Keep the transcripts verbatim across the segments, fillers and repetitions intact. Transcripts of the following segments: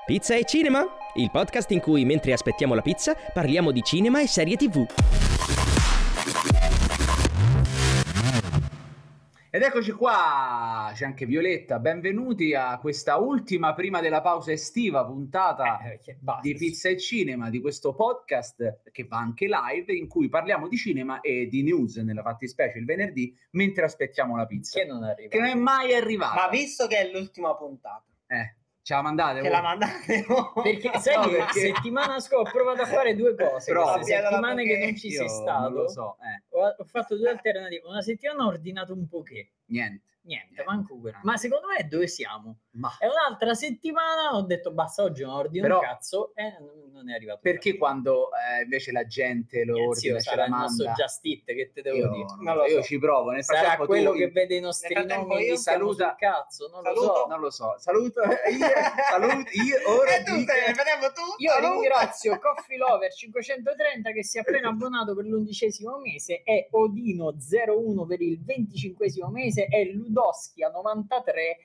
Pizza e Cinema, il podcast in cui mentre aspettiamo la pizza parliamo di cinema e serie tivù. Ed eccoci qua, c'è anche Violetta, benvenuti a questa ultima prima della pausa estiva puntata eh, basta, di Pizza e Cinema, di questo podcast che va anche live, in cui parliamo di cinema e di news, nella fattispecie il venerdì, mentre aspettiamo la pizza. Che non arriva. Che non è mai arrivata. Ma visto che è l'ultima puntata, Eh, ce la mandate? ce voi? la mandate? Perché sai No, che perché- settimana scorsa ho provato a fare due cose, Però- queste settimane che non ci Io sei stato. non lo so, eh, Ho, ho fatto due alternative. Una settimana ho ordinato un poké. niente. Niente, Niente. manco quello. Ma secondo me dove siamo? Ma E un'altra settimana ho detto basta, oggi non ordino Però- un cazzo e non, non è arrivato. perché quando eh, invece la gente lo Eh, ordina, zio, ce sarà la il nostro manda, Just Eat, che te devo io, dire? non Non lo lo so, io so. ci provo. Nel Sarà frattempo quello tu- che vede i nostri Nel frattempo nomi e io li saluta saluta- sul cazzo, non saluto. lo so. non lo so, saluto io, saluto io ora E tu dico- stai vedendo tu? Io saluta. ringrazio Coffee Lover cinquecentotrenta che si è appena abbonato per l'undicesimo mese, e Odino zero uno per il venticinquesimo mese e Ludoschi a novantatré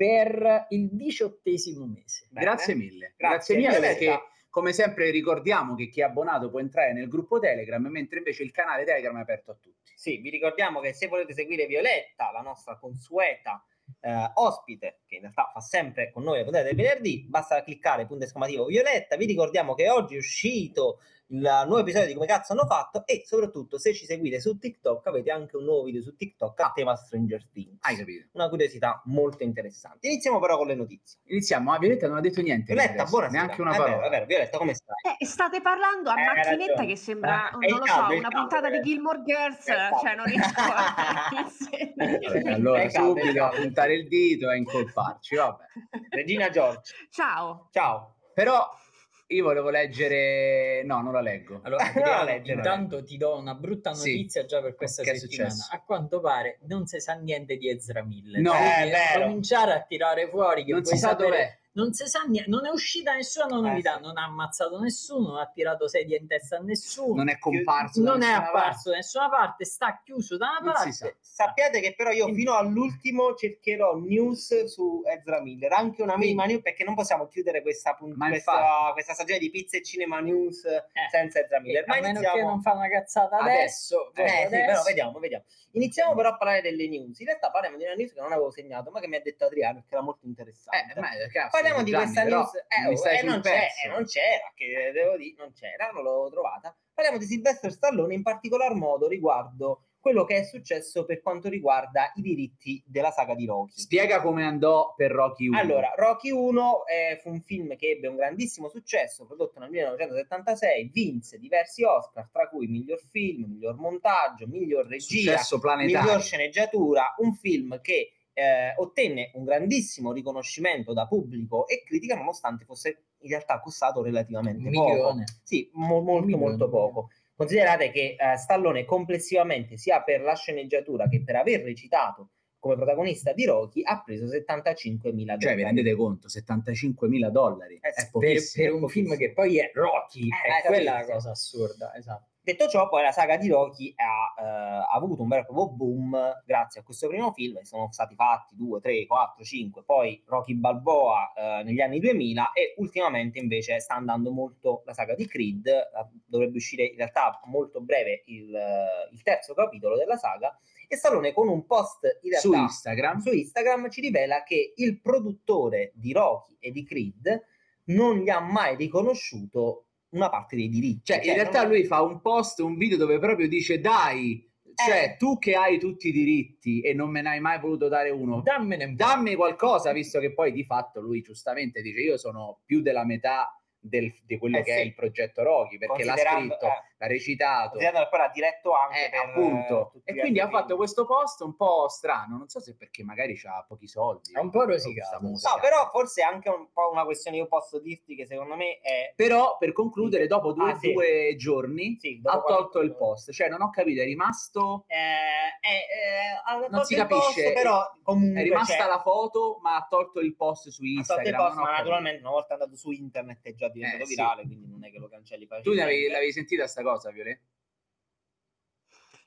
per il diciottesimo mese. Bene. grazie mille, grazie Grazie. mille, Violetta. perché come sempre ricordiamo che chi è abbonato può entrare nel gruppo Telegram, mentre invece il canale Telegram è aperto a tutti. Sì, vi ricordiamo che se volete seguire Violetta, la nostra consueta eh, ospite, che in realtà fa sempre con noi le puntate del venerdì, basta cliccare punto esclamativo Violetta. Vi ricordiamo che oggi è uscito il nuovo episodio di Come cazzo hanno fatto, e soprattutto se ci seguite su TikTok avete anche un nuovo video su TikTok a tema Stranger Things. Hai capito? Una curiosità molto interessante. Iniziamo però con le notizie. Iniziamo. Ah, Violetta non ha detto niente. Violetta, adesso, buonasera. neanche una È parola. vero, è vero. Violetta, come stai? Eh, state parlando a Eh, hai macchinetta ragione. che sembra, Eh, è non lo il caldo, so, è il una caldo, puntata di eh. Gilmore Girls, È il caldo. cioè non riesco a inserire. Vabbè, allora È caldo, è subito a caldo. puntare il dito e a incolparci, vabbè. Regina George, Ciao. ciao. Però io volevo leggere, no, non la leggo. Allora, No, Adriano, leggere. intanto ti do una brutta Sì. notizia già per questa Che è settimana. successo? A quanto pare non si sa niente di Ezra Miller. No, Quindi è vero. cominciare a tirare fuori che non vuoi si sa sapere- dov'è. Non si sa niente, non è uscita nessuna novità, Eh, sì. non ha ammazzato nessuno, non ha tirato sedie in testa a nessuno, Non è comparso. da non è nessuna apparso da nessuna parte, sta chiuso da una Non si parte. sa. Sappiate che però io fino all'ultimo cercherò news su Ezra Miller, anche una minima news, perché non possiamo chiudere questa, punt- Ma questa, infatti. questa stagione di pizza e cinema news senza Ezra Miller. Eh, Ma a meno iniziamo... che non fa una cazzata adesso, Adesso. Eh, proprio sì, adesso. però vediamo, vediamo. Iniziamo però a parlare delle news. In realtà parliamo di una news che non avevo segnato, ma che mi ha detto Adriano, che era molto interessante. Eh, ma cazzo, Parliamo di Gianni, questa però news. Eh, mi stai eh, sul non, c'è, pezzo. eh, non c'era, che devo dire, non c'era, non l'ho trovata. Parliamo di Sylvester Stallone, in particolar modo riguardo quello che è successo per quanto riguarda i diritti della saga di Rocky. Spiega come andò per Rocky uno. Allora, Rocky uno eh, fu un film che ebbe un grandissimo successo, prodotto nel millenovecentosettantasei, vinse diversi Oscar, tra cui miglior film, miglior montaggio, miglior regia, Successo planetario. miglior sceneggiatura, un film che eh, ottenne un grandissimo riconoscimento da pubblico e critica, nonostante fosse in realtà costato relativamente Un poco. milione. Sì, mo- molto milione, molto un poco. Considerate che eh, Stallone complessivamente, sia per la sceneggiatura che per aver recitato come protagonista di Rocky, ha preso settantacinquemila Cioè, vi dollari. rendete conto? settantacinquemila dollari. Eh sì, è per, pochissimo. per un film che poi è Rocky, Eh, è eh, quella capito, la cosa assurda, esatto. Detto ciò, poi la saga di Rocky ha, eh, ha avuto un vero e proprio boom grazie a questo primo film. Sono stati fatti due, tre, quattro, cinque, poi Rocky Balboa eh, negli anni duemila, e ultimamente invece sta andando molto la saga di Creed. Eh, dovrebbe uscire in realtà molto breve il, eh, il terzo capitolo della saga, e Stallone con un post in realtà Su Instagram. su Instagram ci rivela che il produttore di Rocky e di Creed non gli ha mai riconosciuto una parte dei diritti. Cioè, in realtà non- lui fa un post, un video dove proprio dice: dai, cioè, Eh. tu che hai tutti i diritti e non me ne hai mai voluto dare uno, Dammene un po'. dammi qualcosa, visto che poi di fatto lui giustamente dice: io sono più della metà del- di quello Eh che sì. è il progetto Rocky, perché l'ha Considerando- scritto, eh. l'ha recitato. Considerando che poi l'ha diretto anche Eh, per, appunto. eh, tutti E gli quindi ha altri fatto film. questo post un po' strano, non so se perché magari c'ha pochi soldi. È un po' rosicato. Questa musica. No, però forse è anche un po' una questione, io posso dirti che secondo me è... Però per concludere, dopo due, Ah, sì. due giorni Sì, dopo ha tolto quattro il giorni. post, cioè non ho capito, è rimasto, Eh, eh, eh, ha non tolto si il capisce, post, però comunque è rimasta c'è. la foto, ma ha tolto il post su Ha tolto il Instagram. post, non ho ma capito. naturalmente una volta andato su internet è già diventato Eh, sì. virale, quindi non è che lo cancelli Tu facilmente. l'avevi, l'avevi sentita sta cosa, Violetta?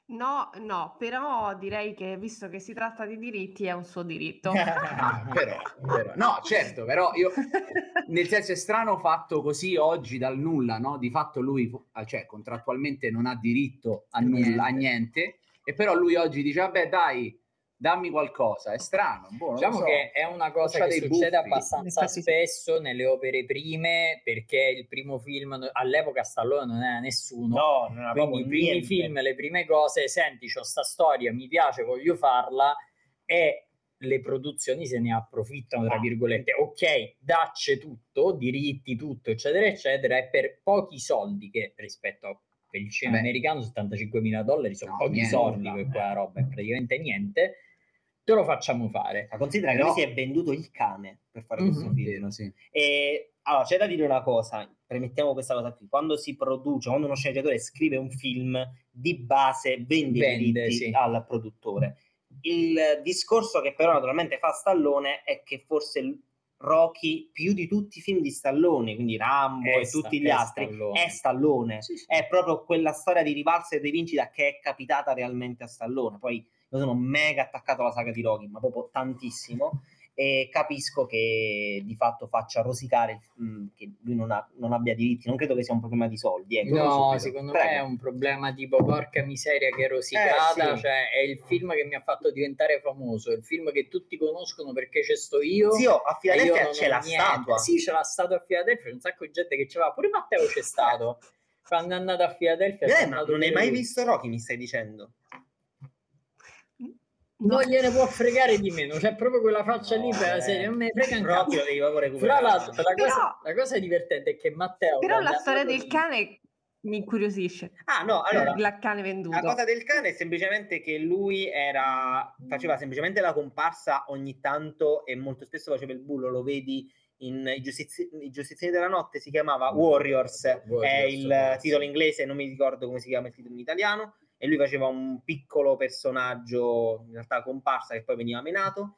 No, no, però direi che visto che si tratta di diritti è un suo diritto. Ah, però, però. No, certo, però io nel senso è strano fatto così oggi dal nulla, no? Di fatto lui, cioè, contrattualmente non ha diritto a nulla, a niente, e però lui oggi dice, vabbè, dai, dammi qualcosa. È strano, boh, non Diciamo so. che è una cosa C'ha che dei succede buffi. abbastanza Infatti sì. spesso nelle opere prime, perché il primo film, all'epoca Stallone non era nessuno, No, non era quindi proprio i primi niente. film, le prime cose, senti, c'ho sta storia, mi piace, voglio farla, e le produzioni se ne approfittano, tra virgolette. Ok, dacci tutto, diritti, tutto, eccetera, eccetera, e per pochi soldi, che rispetto a per il cinema Vabbè. americano settantacinquemila dollari sono No, pochi niente. soldi, per quella roba è praticamente niente, te lo facciamo fare. Ma considera Però- che lui si è venduto il cane per fare Mhm. questo film. Vero, sì. E allora c'è da dire una cosa, premettiamo questa cosa qui: quando si produce, quando uno sceneggiatore scrive un film, di base vende, Vende, i diritti sì. al produttore. Il discorso che però naturalmente fa Stallone è che forse il- Rocky, più di tutti i film di Stallone, quindi Rambo È e sta- tutti gli è altri, Stallone. è Stallone. Sì, sì. È proprio quella storia di rivalsa e rivincita che è capitata realmente a Stallone. Poi io sono mega attaccato alla saga di Rocky, ma proprio tantissimo, e capisco che di fatto faccia rosicare mh, che lui non, ha, non abbia diritti. Non credo che sia un problema di soldi. Ecco, No, subito. secondo Prego. me è un problema tipo porca miseria che rosicata, Eh, sì. cioè è il film che mi ha fatto diventare famoso, è il film che tutti conoscono perché c'è sto io. Zio, a e io Filadelfia non c'è ho la niente. statua. Sì, c'è la statua a Filadelfia, un sacco di gente che c'era, pure Matteo c'è stato. Quando è andato a Filadelfia, Eh, c'è ma andato non hai pure mai lui. visto Rocky, mi stai dicendo? No. Non gliene può fregare di meno, c'è proprio quella faccia lì No, per la eh. serie, non me ne frega un Rocky cazzo. lo devi proprio Fra recuperare. l'altro, la, Però- cosa, la cosa divertente è che Matteo Però quando la è storia andato del lì- cane mi incuriosisce. Ah, no, allora, Il cane venduto. la cosa del cane è semplicemente che lui era faceva semplicemente la comparsa ogni tanto e molto spesso faceva il bullo, lo vedi in I, giustizi- I giustizieri della notte, si chiamava Warriors, Warriors, è il Warriors. titolo inglese, non mi ricordo come si chiama il titolo in italiano, e lui faceva un piccolo personaggio, in realtà comparsa, che poi veniva menato,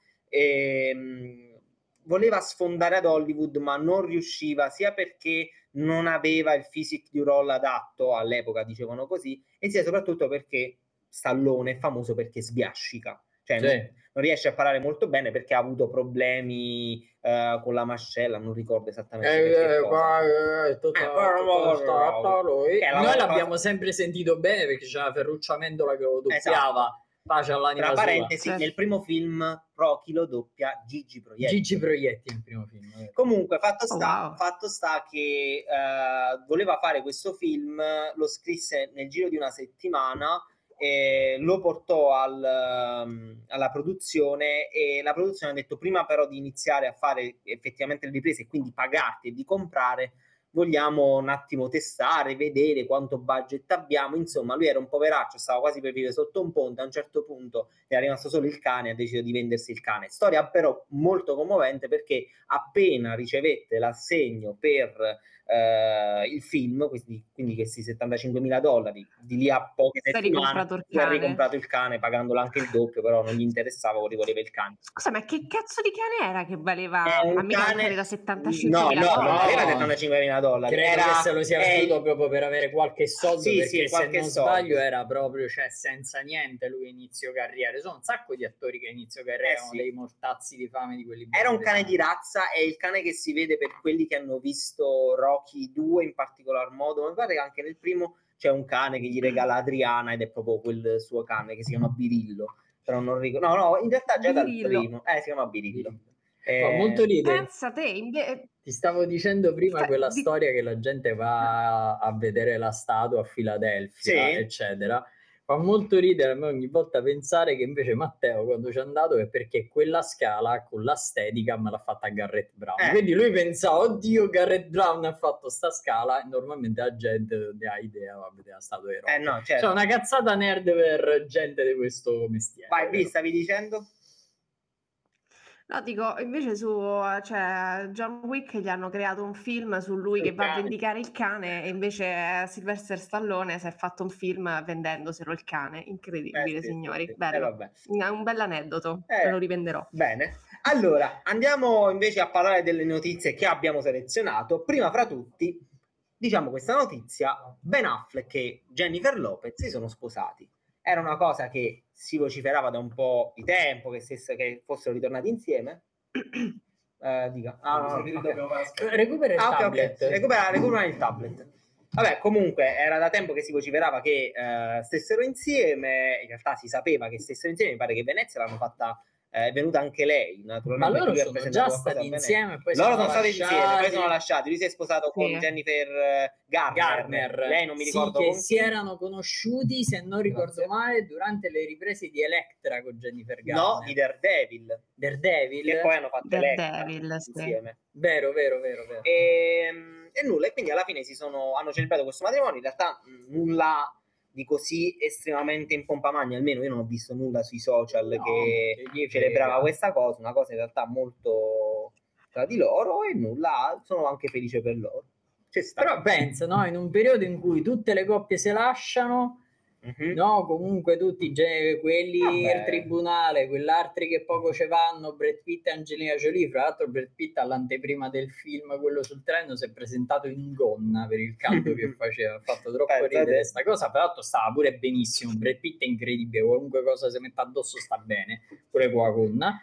e mh, voleva sfondare ad Hollywood ma non riusciva, sia perché non aveva il physique du role adatto, all'epoca dicevano così, e sia soprattutto perché Stallone è famoso perché sbiascica, cioè Sì. non, non riesce a parlare molto bene perché ha avuto problemi eh, con la mascella, non ricordo esattamente per che Eh, cosa. qua, eh, tutto- Eh, qua- tutto stato lui. Che è la Noi cosa- l'abbiamo sempre sentito bene perché c'era Ferruccio Amendola che lo doppiava. Pace all'anima Tra sua. parentesi, Certo. nel primo film Rocky lo doppia Gigi Proietti. Gigi Proietti il primo film. eh. Comunque, fatto Oh, sta, wow. fatto sta che eh, voleva fare questo film, lo scrisse nel giro di una settimana, e lo portò al, um, alla produzione, e la produzione ha detto: prima però di iniziare a fare effettivamente le riprese e quindi pagarti e di comprare, vogliamo un attimo testare, vedere quanto budget abbiamo. Insomma, lui era un poveraccio, stava quasi per vivere sotto un ponte. A un certo punto era rimasto solo il cane e ha deciso di vendersi il cane. Storia però molto commovente, perché appena ricevette l'assegno per eh, il film, quindi, quindi questi settantacinquemila dollari, di lì a poche Si è settimane ricomprato il si è cane. ricomprato il cane, pagandolo anche il doppio, però non gli interessava, voleva il cane. Scusa, ma che cazzo di cane era che valeva È un a mica un cane- cane da No, settantacinquemila no, non dollari? valeva settantacinquemila dollari. Credo era, che se lo sia è- venduto proprio per avere qualche soldo, Sì, perché sì, se qualche non soldo. sbaglio era proprio, cioè, senza niente lui inizio carriera. Sono un sacco di attori che inizio carriera Eh, erano sì. dei mortazzi di fame di quelli Era un cane pesanti. di razza, è il cane che si vede per quelli che hanno visto Rocky due in particolar modo. Mi pare che anche nel primo c'è un cane che gli regala Adriana ed è proprio quel suo cane che si chiama Birillo. Però non ricordo. No, no, in realtà già dal Birillo. primo. Eh, si chiama Birillo. Fa Eh, molto ridere. Pensa te, inve- Ti stavo dicendo prima Fa- quella di- storia che la gente va a vedere la statua a Filadelfia, Sì. eccetera. Fa molto ridere a me ogni volta pensare che invece Matteo, quando ci è andato, è perché quella scala con la Steadicam l'ha fatta Garrett Brown. Eh. Quindi lui pensava, oddio, Garrett Brown ha fatto sta scala, e normalmente la gente ne ha idea, va a vedere la statua di Rocky. eh no, certo. Cioè una cazzata nerd per gente di questo mestiere. Vai, Vi, vero? stavi dicendo? No, dico, invece su cioè, John Wick gli hanno creato un film su lui Sul che va a cane. vendicare il cane, e invece Sylvester Stallone si è fatto un film vendendoselo il cane. Incredibile, Eh, sì, signori. sì, sì. Bello. Eh, vabbè. È un bel aneddoto, Eh, me lo riprenderò. Bene, allora andiamo invece a parlare delle notizie che abbiamo selezionato. Prima fra tutti, diciamo questa notizia: Ben Affleck e Jennifer Lopez si sono sposati. era una cosa che si vociferava da un po' di tempo, che, stesse, che fossero ritornati insieme. Eh, dica. Ah, no, no, okay. Recupera il ah, okay, tablet. Okay. Recupera, recupera il tablet. Vabbè, comunque era da tempo che si vociferava che uh, stessero insieme. In realtà si sapeva che stessero insieme. Mi pare che Venezia l'hanno fatta. È venuta anche lei, naturalmente. Ma loro sono già stati insieme. Poi loro sono, sono stati lasciati. insieme, poi sono lasciati. Lui si è sposato Sì. con Jennifer Garner. Garner. Lei non mi ricordo sì, che con si chi. erano conosciuti, se non ricordo Grazie. male, durante le riprese di Electra con Jennifer Garner. No, di Daredevil. Daredevil. Che poi hanno fatto Daredevil, Electra sì. insieme. Vero, vero, vero, vero. E, e nulla, e quindi alla fine si sono, hanno celebrato questo matrimonio. In realtà mh, nulla di così estremamente in pompa magna, almeno io non ho visto nulla sui social No, che che celebrava frega. questa cosa, una cosa in realtà molto tra di loro, e nulla, sono anche felice per loro. C'è sta. Però pensa, no, in un periodo in cui tutte le coppie si lasciano, Mm-hmm. no, comunque tutti ge- quelli Vabbè. al tribunale, quell'altri che poco ce vanno, Brad Pitt e Angelina Jolie. Fra l'altro Brad Pitt all'anteprima del film, quello sul treno, si è presentato in gonna per il caldo che faceva, ha fatto troppo Pensate. ridere sta cosa. Peraltro stava pure benissimo, Brad Pitt è incredibile, qualunque cosa si mette addosso sta bene, pure con la gonna.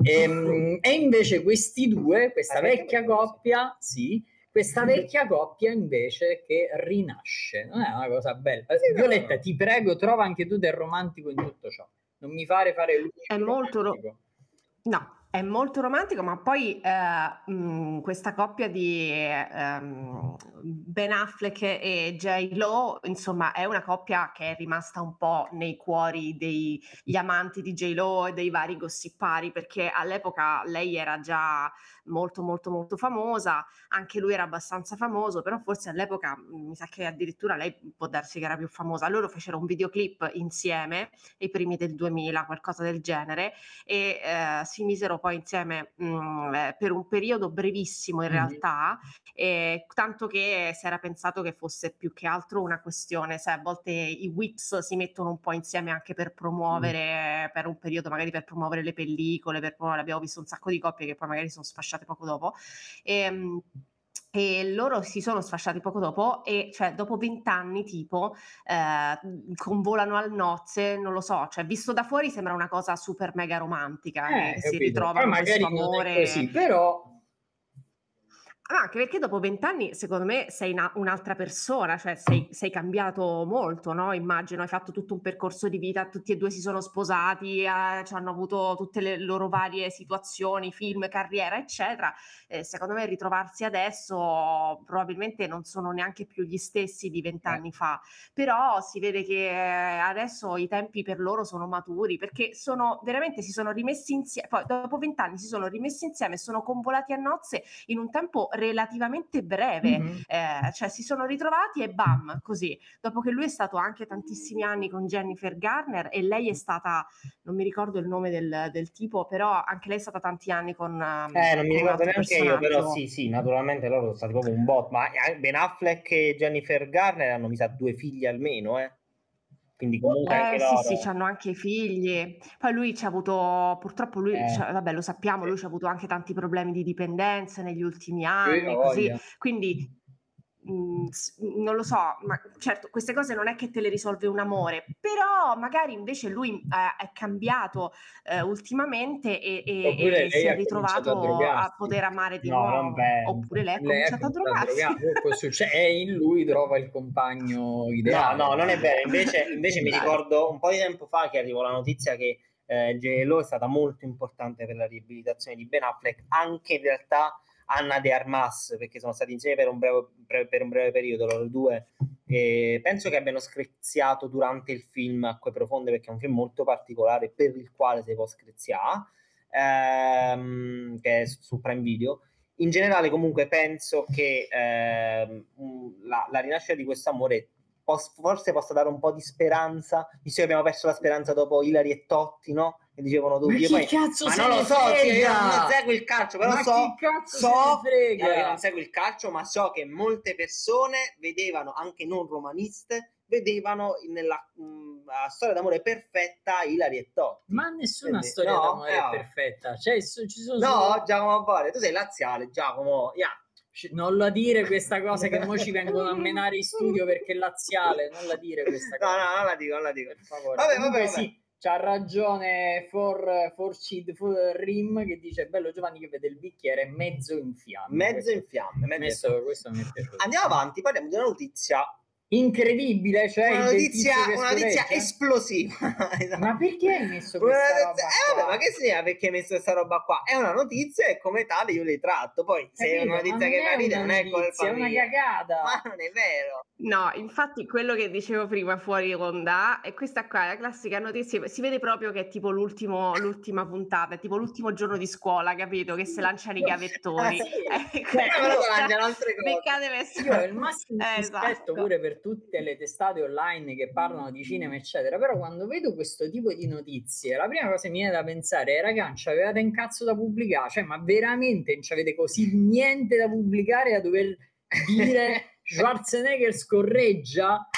E, e invece questi due, questa Aspetta, vecchia coppia, sì, questa vecchia coppia invece che rinasce, non è una cosa bella. Sì, no, Violetta, no. ti prego, trova anche tu del romantico in tutto ciò. Non mi fare fare un È molto ro- romantico. No, è molto romantico, ma poi eh, mh, questa coppia di ehm, Ben Affleck e J-Lo, insomma, è una coppia che è rimasta un po' nei cuori degli amanti di J-Lo e dei vari gossipari, perché all'epoca lei era già molto molto molto famosa, anche lui era abbastanza famoso, però forse all'epoca mh, mi sa che addirittura lei può darsi che era più famosa. Loro fecero un videoclip insieme, i primi del duemila, qualcosa del genere, e eh, si misero poi insieme mh, eh, per un periodo brevissimo in Mhm. realtà, eh, tanto che si era pensato che fosse più che altro una questione, sai, a volte i whips si mettono un po' insieme anche per promuovere, per un periodo magari per promuovere le pellicole, per promuovere, abbiamo visto un sacco di coppie che poi magari sono sfasciate poco dopo. E, mh, e loro si sono sfasciati poco dopo, e cioè dopo vent'anni tipo eh, convolano al nozze, non lo so, cioè visto da fuori sembra una cosa super mega romantica, Eh, che si capito. ritrovano Poi questo magari non è amore. così, però Ah, anche perché dopo vent'anni, secondo me, sei una- un'altra persona, cioè sei, sei cambiato molto, no? Immagino, hai fatto tutto un percorso di vita, tutti e due si sono sposati, eh, cioè hanno avuto tutte le loro varie situazioni, film, carriera, eccetera. Eh, secondo me ritrovarsi adesso probabilmente non sono neanche più gli stessi di vent'anni fa, però si vede che eh, adesso i tempi per loro sono maturi, perché sono veramente si sono rimessi insieme, poi dopo vent'anni si sono rimessi insieme e sono convolati a nozze in un tempo relativamente breve, Mhm. eh, cioè si sono ritrovati e bam, così, dopo che lui è stato anche tantissimi anni con Jennifer Garner e lei è stata, non mi ricordo il nome del, del tipo, però anche lei è stata tanti anni con, um, Eh, non mi con un ricordo altro neanche io, però personaggio. sì, sì, naturalmente loro sono stati proprio un bot, ma Ben Affleck e Jennifer Garner hanno mi sa due figli almeno, eh. Quindi comunque anche Eh sì, loro. sì, c'hanno anche i figli. Poi lui ci ha avuto, purtroppo lui, Eh, cioè, vabbè, lo sappiamo, sì. lui ci ha avuto anche tanti problemi di dipendenza negli ultimi Sì, anni, ho così. voglia. Quindi mh, s- non lo so, ma certo, queste cose non è che te le risolve un amore, però magari invece lui eh, è cambiato eh, ultimamente e, e- Oppure e si lei è ha cominciato a ritrovato a drogarsi. poter amare di No, non nuovo. penso. Oppure lei ha Lei ha cominciato a cominciato a drogarsi. drogarsi. Può succedere. E in lui trova il compagno No, ideale. no, non è vero. Invece, invece mi Dai. ricordo un po' di tempo fa che arrivò la notizia che eh, J-Lo è stata molto importante per la riabilitazione di Ben Affleck, anche in realtà Anna de Armas, perché sono stati insieme per un breve, pre- per un breve periodo loro due, e penso che abbiano screziato durante il film Acque Profonde, perché è un film molto particolare per il quale si può screziare, ehm, che è su, su Prime Video. In generale comunque penso che ehm, la, la rinascita di questo amore pos- forse possa dare un po' di speranza, visto che abbiamo perso la speranza dopo Ilari e Totti, no? Che dicevano tutti. Ma Io chi poi, cazzo ma se non ne lo so, zio, io frega? non seguo il calcio, però Ma so, chi cazzo so, se ne frega? io che non seguo il calcio, ma so che molte persone vedevano, anche non romaniste, vedevano nella mh, la storia d'amore perfetta Ilari e Totti. Ma nessuna Quindi, storia no? d'amore Eh, è perfetta. Cioè, so- ci sono No, solo- Giacomo Bore, tu sei laziale, Giacomo. Yeah. Non la dire questa cosa che mo ci vengono a menare in studio perché è laziale, non la dire questa cosa. No, no, non la dico, non la dico. Per favore. Vabbè, Comunque vabbè, vabbè. sì, c'ha ragione For, for Cid for Rim che dice bello Giovanni che vede il bicchiere mezzo in fiamme. Mezzo questo, in fiamme. Mezzo messo, in fiamme. questo mi è piaciuto. Andiamo avanti, parliamo di una notizia incredibile, cioè una il notizia, tizio che una notizia scorreggia. esplosiva. Ma perché hai messo Una questa notizia- roba eh, vabbè, qua? ma che significa perché hai messo questa roba qua? È una notizia e come tale io le tratto. Poi se è Capito? una Ma notizia che non fa è ridere una non è colpa notizia, è una mia. cagata. Ma non è vero. No, infatti quello che dicevo prima fuori onda è questa qua, è la classica notizia, si vede proprio che è tipo l'ultimo, l'ultima puntata, è tipo l'ultimo giorno di scuola, capito? Che si lanciano i gavettoni. Sì. Eh, Cioè, però questa- lanciano altre cose. beccate le Io ho il massimo Eh, rispetto esatto. pure per tutte le testate online che parlano di cinema, eccetera. Però quando vedo questo tipo di notizie, la prima cosa che mi viene da pensare è: ragazzi, avevate un cazzo da pubblicare? Cioè, ma veramente non avete così niente da pubblicare da dover dire Schwarzenegger scorreggia?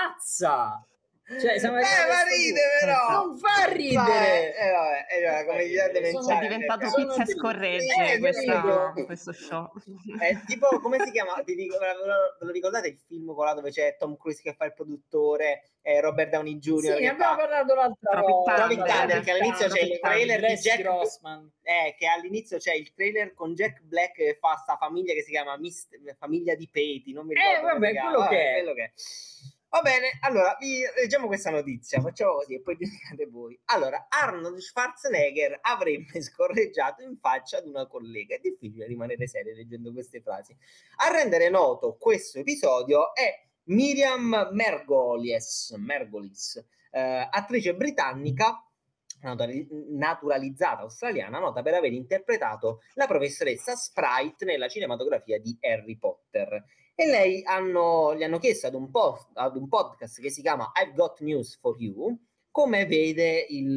Mazza! Cioè, siamo Eh, arrivati a ma questo ride punto. però. Non fa ridere! Vabbè, eh, vabbè, eh, vabbè, Non come fa gli date ridere, sono- È mensaggi, diventato cioè, pizza e sono scorregge triste. Eh, questa- capito? questo show. È tipo, come si chiama? Ti dico, ve lo, ve lo ricordate il film con là dove c'è Tom Cruise che fa il produttore, eh, Robert Downey junior Sì, che ne abbiamo fa parlato l'altra Tropic volta. Thunder. Tropic Thunder, che all'inizio c'è il Tropic trailer di Leslie Jack Grossman. eh, che all'inizio c'è il trailer con Jack Black che fa sta famiglia che si chiama Mist- famiglia di Peti, non mi ricordo Eh, come vabbè, si chiama. quello che è. quello che è. Va bene, allora vi leggiamo questa notizia, facciamo così e poi giudicate voi. Allora, Arnold Schwarzenegger avrebbe scorreggiato in faccia ad una collega. È difficile rimanere serio leggendo queste frasi. A rendere noto questo episodio è Miriam Margolyes, Margolyes eh, attrice britannica naturali- naturalizzata australiana, nota per aver interpretato la professoressa Sprite nella cinematografia di Harry Potter. E lei hanno, gli hanno chiesto ad un, post, ad un podcast che si chiama I've Got News for You come vede il,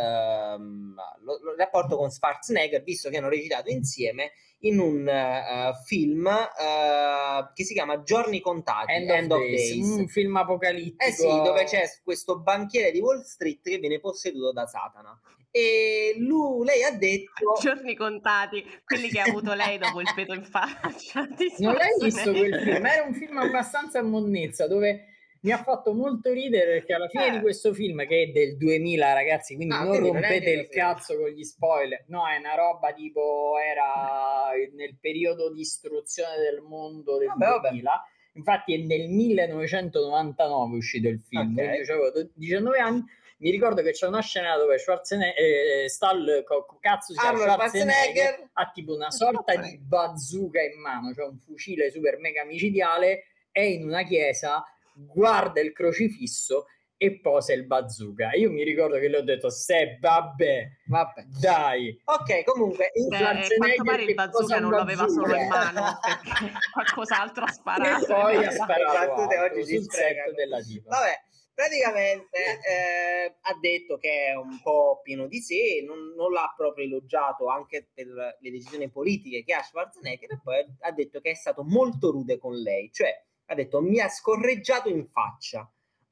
ehm, lo, lo rapporto con Schwarzenegger, visto che hanno recitato insieme in un uh, film uh, che si chiama Giorni contati, End, End of, of Days, Days. un film apocalittico. Eh sì, dove c'è questo banchiere di Wall Street che viene posseduto da Satana. E lui, lei ha detto... Giorni contati, quelli che ha avuto lei dopo il peto in faccia. di Non l'hai visto quel Schwarzenegger. film? Era un film abbastanza a monnezza dove mi ha fatto molto ridere perché alla fine Eh. di questo film, che è del duemila, ragazzi, quindi Ah, non quindi non è rompete di il così. cazzo con gli spoiler. No, è una roba tipo era nel periodo di istruzione del mondo del Vabbè, vabbè. duemila. Infatti è nel millenovecentonovantanove uscito il film, Ok. quindi io avevo diciannove anni. Mi ricordo che c'è una scena dove Schwarzenegger, eh, Stall, co- cazzo si chiama, Arnold Schwarzenegger, Schwarzenegger ha tipo una sorta di bazooka in mano, cioè un fucile super mega micidiale, è in una chiesa, guarda il crocifisso e posa il bazooka. Io mi ricordo che le ho detto, se vabbè, Vabbè. dai. Ok, comunque... Eh, a Schwarzenegger quanto pare che il posa bazooka un non lo aveva solo in bazooka. mano perché qualcos'altro ha sparato. E poi in ha realtà. sparato battute altro oggi si sul sprecano. set della tipa. Vabbè, praticamente eh, ha detto che è un po' pieno di sé, non, non l'ha proprio elogiato anche per le decisioni politiche che ha Schwarzenegger, e poi ha detto che è stato molto rude con lei, cioè ha detto mi ha scorreggiato in faccia.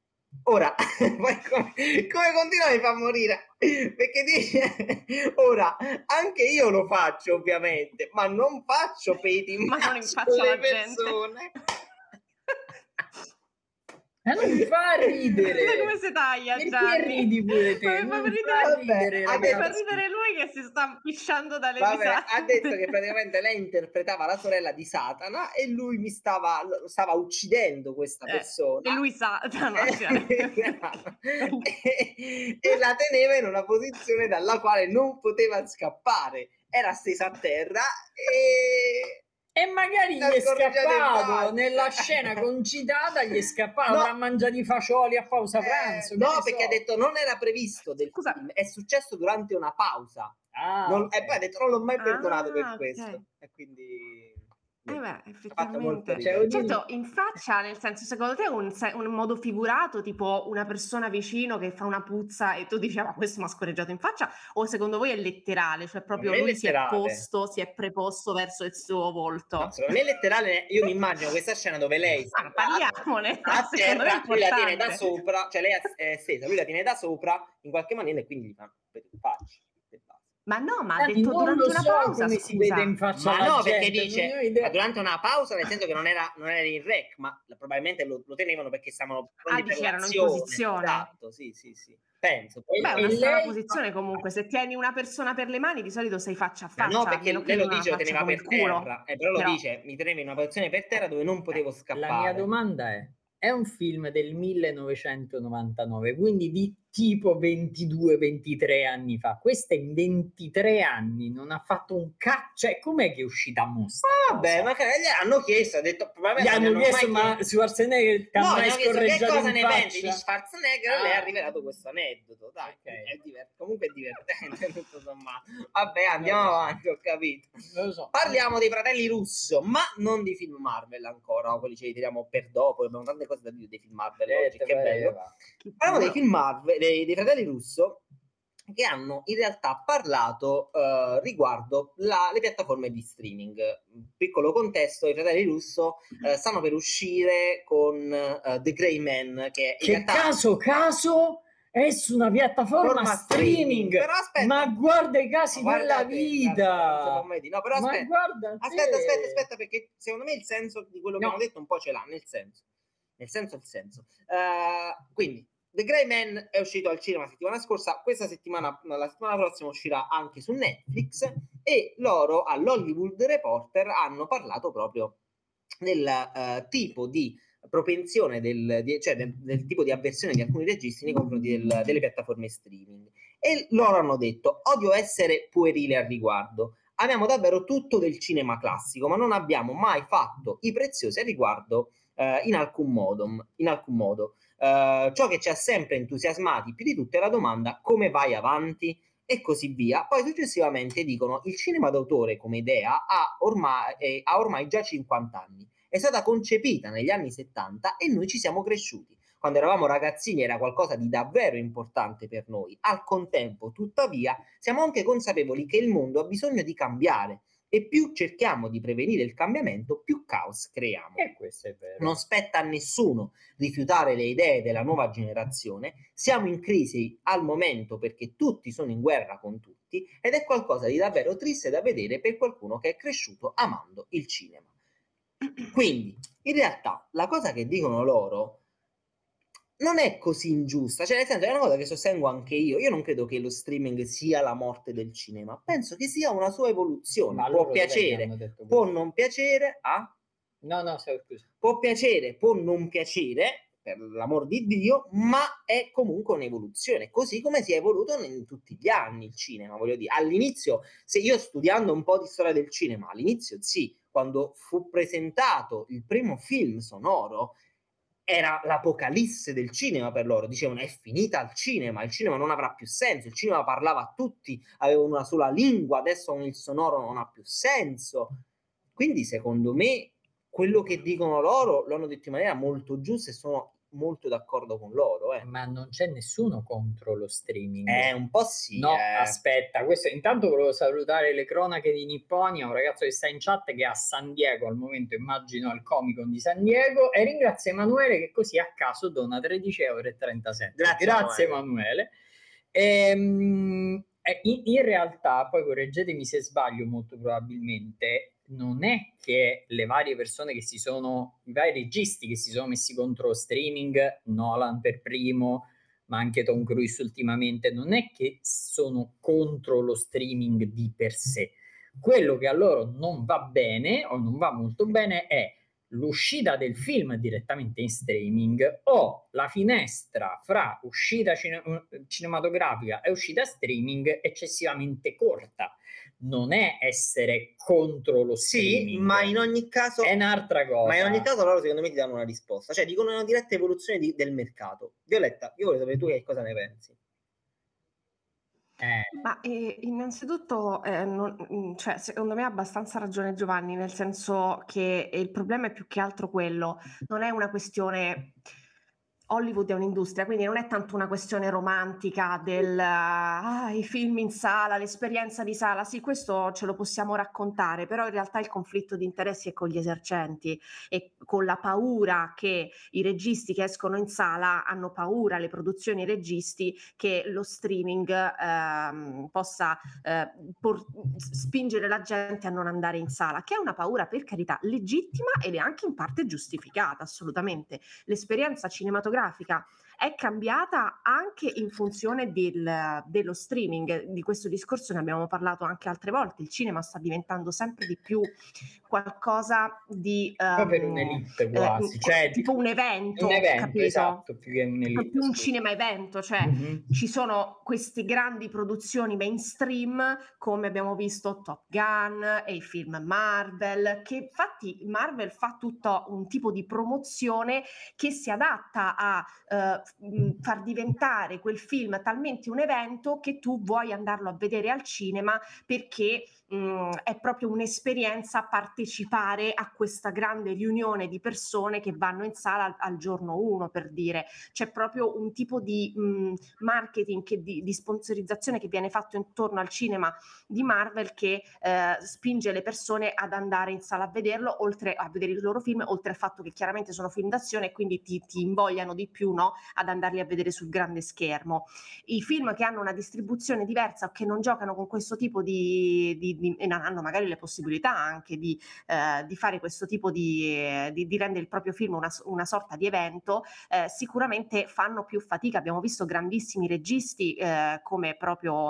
Ora, poi come, come continua mi fa morire, perché dice, ora, anche io lo faccio ovviamente, ma non faccio peti in Ma non in faccia faccia alle alla gente. persone. Ma non mi fa ridere. Guarda come si taglia, Perché Gianni. ridi pure te? Ma mi fa Non ridere- fa Vabbè, ridere, ha Mi fa ragazzi. ridere lui che si sta pisciando dalle Vabbè, risate. ha detto che praticamente lei interpretava la sorella di Satana e lui mi stava, stava uccidendo questa Eh, persona. e lui sa, no, Eh, cioè. e, e la teneva in una posizione dalla quale non poteva scappare. Era stesa a terra e... E magari gli La è scorreggiata in scappato faccia. nella scena concitata, gli è scappato, No. avrà mangiato i fagioli a pausa Eh, pranzo. che no, ne perché so. ha detto non era previsto del Scusa. film, è successo durante una pausa. Ah, Non- ok. E poi ha detto non l'ho mai perdonato Ah, per ok. questo. E quindi... Eh beh, ha fatto molto effettivamente. ridere. Cioè, Certo, in faccia, nel senso, secondo te è un, se- un modo figurato, tipo una persona vicino che fa una puzza e tu dici, ah, ma questo mi ha scorreggiato in faccia? O secondo voi è letterale, cioè proprio Non è lui si è letterale. posto, si è preposto verso il suo volto? No, secondo me è letterale, io mi immagino questa scena dove lei Ah, parliamone, a secondo me è terra, lui la tiene da importante. sopra, cioè lei è stesa, lui la tiene da sopra in qualche maniera e quindi gli fa per faccia. per faccia. Ma no, ma ha Dani, detto non durante lo una so pausa, come si vede in scusa. faccia Ma alla no, perché gente, non dice ne ho idea. ma durante una pausa, nel senso che non era, non era in rec, ma probabilmente lo, lo tenevano perché stavano Ah, pronti per dici erano in l'azione. posizione? Esatto, sì, sì, sì. Penso. Poi Beh, è E una strana lei posizione comunque. Se tieni una persona per le mani, di solito sei faccia a Ma no, faccia, a perché meno che lei lo non la dice, lo faccia teneva come per il culo. terra, eh, però lo Però, dice, mi tenevi in una posizione per terra dove non potevo La mia scappare. domanda è, è un film del millenovecentonovantanove, quindi di tipo ventidue ventitré anni fa. Questa in ventitré anni non ha fatto un cazzo. Cioè, com'è che è uscita mostra? Ah, vabbè, ma che- gli hanno chiesto, ha detto, Gli probabilmente non hanno gli hanno chiesto, mai ma chiesto. Schwarzenegger ti ha No, mai gli hanno chiesto che scorreggiato cosa in ne pensi di faccia? Schwarzenegger e lei ha Ah. rivelato questo aneddoto. Dai, Ok. è divert- comunque è divertente tutto sommato. Vabbè, andiamo Non lo so. avanti, ho capito. Non lo so. Parliamo dei fratelli Russo, ma non di film Marvel ancora, quelli ce li tiriamo per dopo, abbiamo tante cose da dire dei film Marvel Eh, oggi, te che bello. pareva. Parliamo dei film Marvel, dei, dei fratelli Russo, che hanno in realtà parlato eh, riguardo la- le piattaforme di streaming. Piccolo contesto, i fratelli Russo eh, stanno per uscire con eh, The Grey Man, che in Che realtà caso caso è su una piattaforma forma streaming. Però aspetta, Ma guarda i casi ma guarda della te, guarda, non si può vita. mai dire. No, però Ma aspetta, guarda te. aspetta, aspetta, aspetta, perché secondo me il senso di quello che No. hanno detto un po' ce l'ha, nel senso, nel senso, il senso. Uh, quindi, The Grey Man è uscito al cinema la settimana scorsa, questa settimana, la settimana prossima uscirà anche su Netflix, e loro all'Hollywood Reporter hanno parlato proprio del uh, tipo di propensione, del, di, cioè del, del tipo di avversione di alcuni registi nei confronti del, delle piattaforme streaming. E loro hanno detto, odio essere puerile al riguardo, abbiamo davvero tutto del cinema classico, ma non abbiamo mai fatto i preziosi al riguardo eh, in alcun modo. In alcun modo. Eh, ciò che ci ha sempre entusiasmati più di tutto è la domanda come vai avanti e così via. Poi successivamente dicono il cinema d'autore come idea ha ormai, eh, ha ormai già cinquanta anni. È stata concepita negli anni settanta e noi ci siamo cresciuti. Quando eravamo ragazzini era qualcosa di davvero importante per noi. Al contempo, tuttavia, siamo anche consapevoli che il mondo ha bisogno di cambiare e più cerchiamo di prevenire il cambiamento, più caos creiamo. E questo è vero. Non spetta a nessuno rifiutare le idee della nuova generazione. Siamo in crisi al momento perché tutti sono in guerra con tutti ed è qualcosa di davvero triste da vedere per qualcuno che è cresciuto amando il cinema. Quindi, in realtà, la cosa che dicono loro non è così ingiusta, cioè nel senso è una cosa che sostengo anche io. Io non credo che lo streaming sia la morte del cinema, penso che sia una sua evoluzione. Ma può loro dov'è che piacere, hanno detto può questo? non piacere, ah? No, no, scusa. Può piacere, può non piacere, per l'amor di Dio, ma è comunque un'evoluzione, così come si è evoluto in tutti gli anni il cinema, voglio dire. All'inizio, se io studiando un po' di storia del cinema, all'inizio sì, quando fu presentato il primo film sonoro, era l'apocalisse del cinema per loro, dicevano è finita il cinema, il cinema non avrà più senso, il cinema parlava a tutti, aveva una sola lingua, adesso con il sonoro non ha più senso. Quindi secondo me quello che dicono loro lo hanno detto in maniera molto giusta e sono molto d'accordo con loro. Eh. Ma non c'è nessuno contro lo streaming. Eh, un po' sì. No, eh. aspetta, questo intanto volevo salutare le cronache di Nipponia, un ragazzo che sta in chat che è a San Diego al momento, immagino al Comic Con di San Diego, e ringrazio Emanuele che così a caso dona tredici virgola trentasette euro. Grazie, Grazie Emanuele. Emanuele. Ehm, in, in realtà, poi correggetemi se sbaglio, molto probabilmente non è che le varie persone che si sono, i vari registi che si sono messi contro lo streaming, Nolan per primo, ma anche Tom Cruise ultimamente, non è che sono contro lo streaming di per sé. Quello che a loro non va bene o non va molto bene è l'uscita del film direttamente in streaming o la finestra fra uscita cine- cinematografica e uscita streaming eccessivamente corta. Non è essere contro lo streaming. Sì, ma in ogni caso è un'altra cosa. Ma in ogni caso loro secondo me ti danno una risposta, cioè dicono una diretta evoluzione di, del mercato. Violetta, io voglio sapere tu che cosa ne pensi. Eh. Ma eh, innanzitutto, eh, non, cioè, secondo me ha abbastanza ragione Giovanni, nel senso che il problema è più che altro quello, non è una questione Hollywood è un'industria, quindi non è tanto una questione romantica del ah, i film in sala, l'esperienza di sala, sì, questo ce lo possiamo raccontare, però in realtà il conflitto di interessi è con gli esercenti e con la paura che i registi che escono in sala hanno paura, le produzioni e i registi, che lo streaming ehm, possa eh, por- spingere la gente a non andare in sala, che è una paura, per carità, legittima ed è anche in parte giustificata, assolutamente. L'esperienza cinematografica è cambiata anche in funzione del, dello streaming. Di questo discorso ne abbiamo parlato anche altre volte. Il cinema sta diventando sempre di più qualcosa di um, per un'elite quasi, eh, cioè tipo un evento, un evento, capito? esatto, più che un'elite, più un scusa. cinema evento, cioè Mm-hmm. ci sono queste grandi produzioni mainstream, come abbiamo visto Top Gun e i film Marvel, che infatti Marvel fa tutto un tipo di promozione che si adatta a eh, far diventare quel film talmente un evento che tu vuoi andarlo a vedere al cinema, perché mh, è proprio un'esperienza partecipare a questa grande riunione di persone che vanno in sala al, al giorno uno, per dire. C'è proprio un tipo di mh, marketing, che, di, di sponsorizzazione che viene fatto intorno al cinema di Marvel, che eh, spinge le persone ad andare in sala a vederlo, oltre a vedere i loro film, oltre al fatto che chiaramente sono film d'azione e quindi ti, ti invogliano di più, no, ad andarli a vedere sul grande schermo. I film che hanno una distribuzione diversa o che non giocano con questo tipo di, di, di e non hanno magari le possibilità anche di, eh, di fare questo tipo di, eh, di, di rendere il proprio film una, una sorta di evento, eh, sicuramente fanno più fatica. Abbiamo visto grandissimi registi eh, come proprio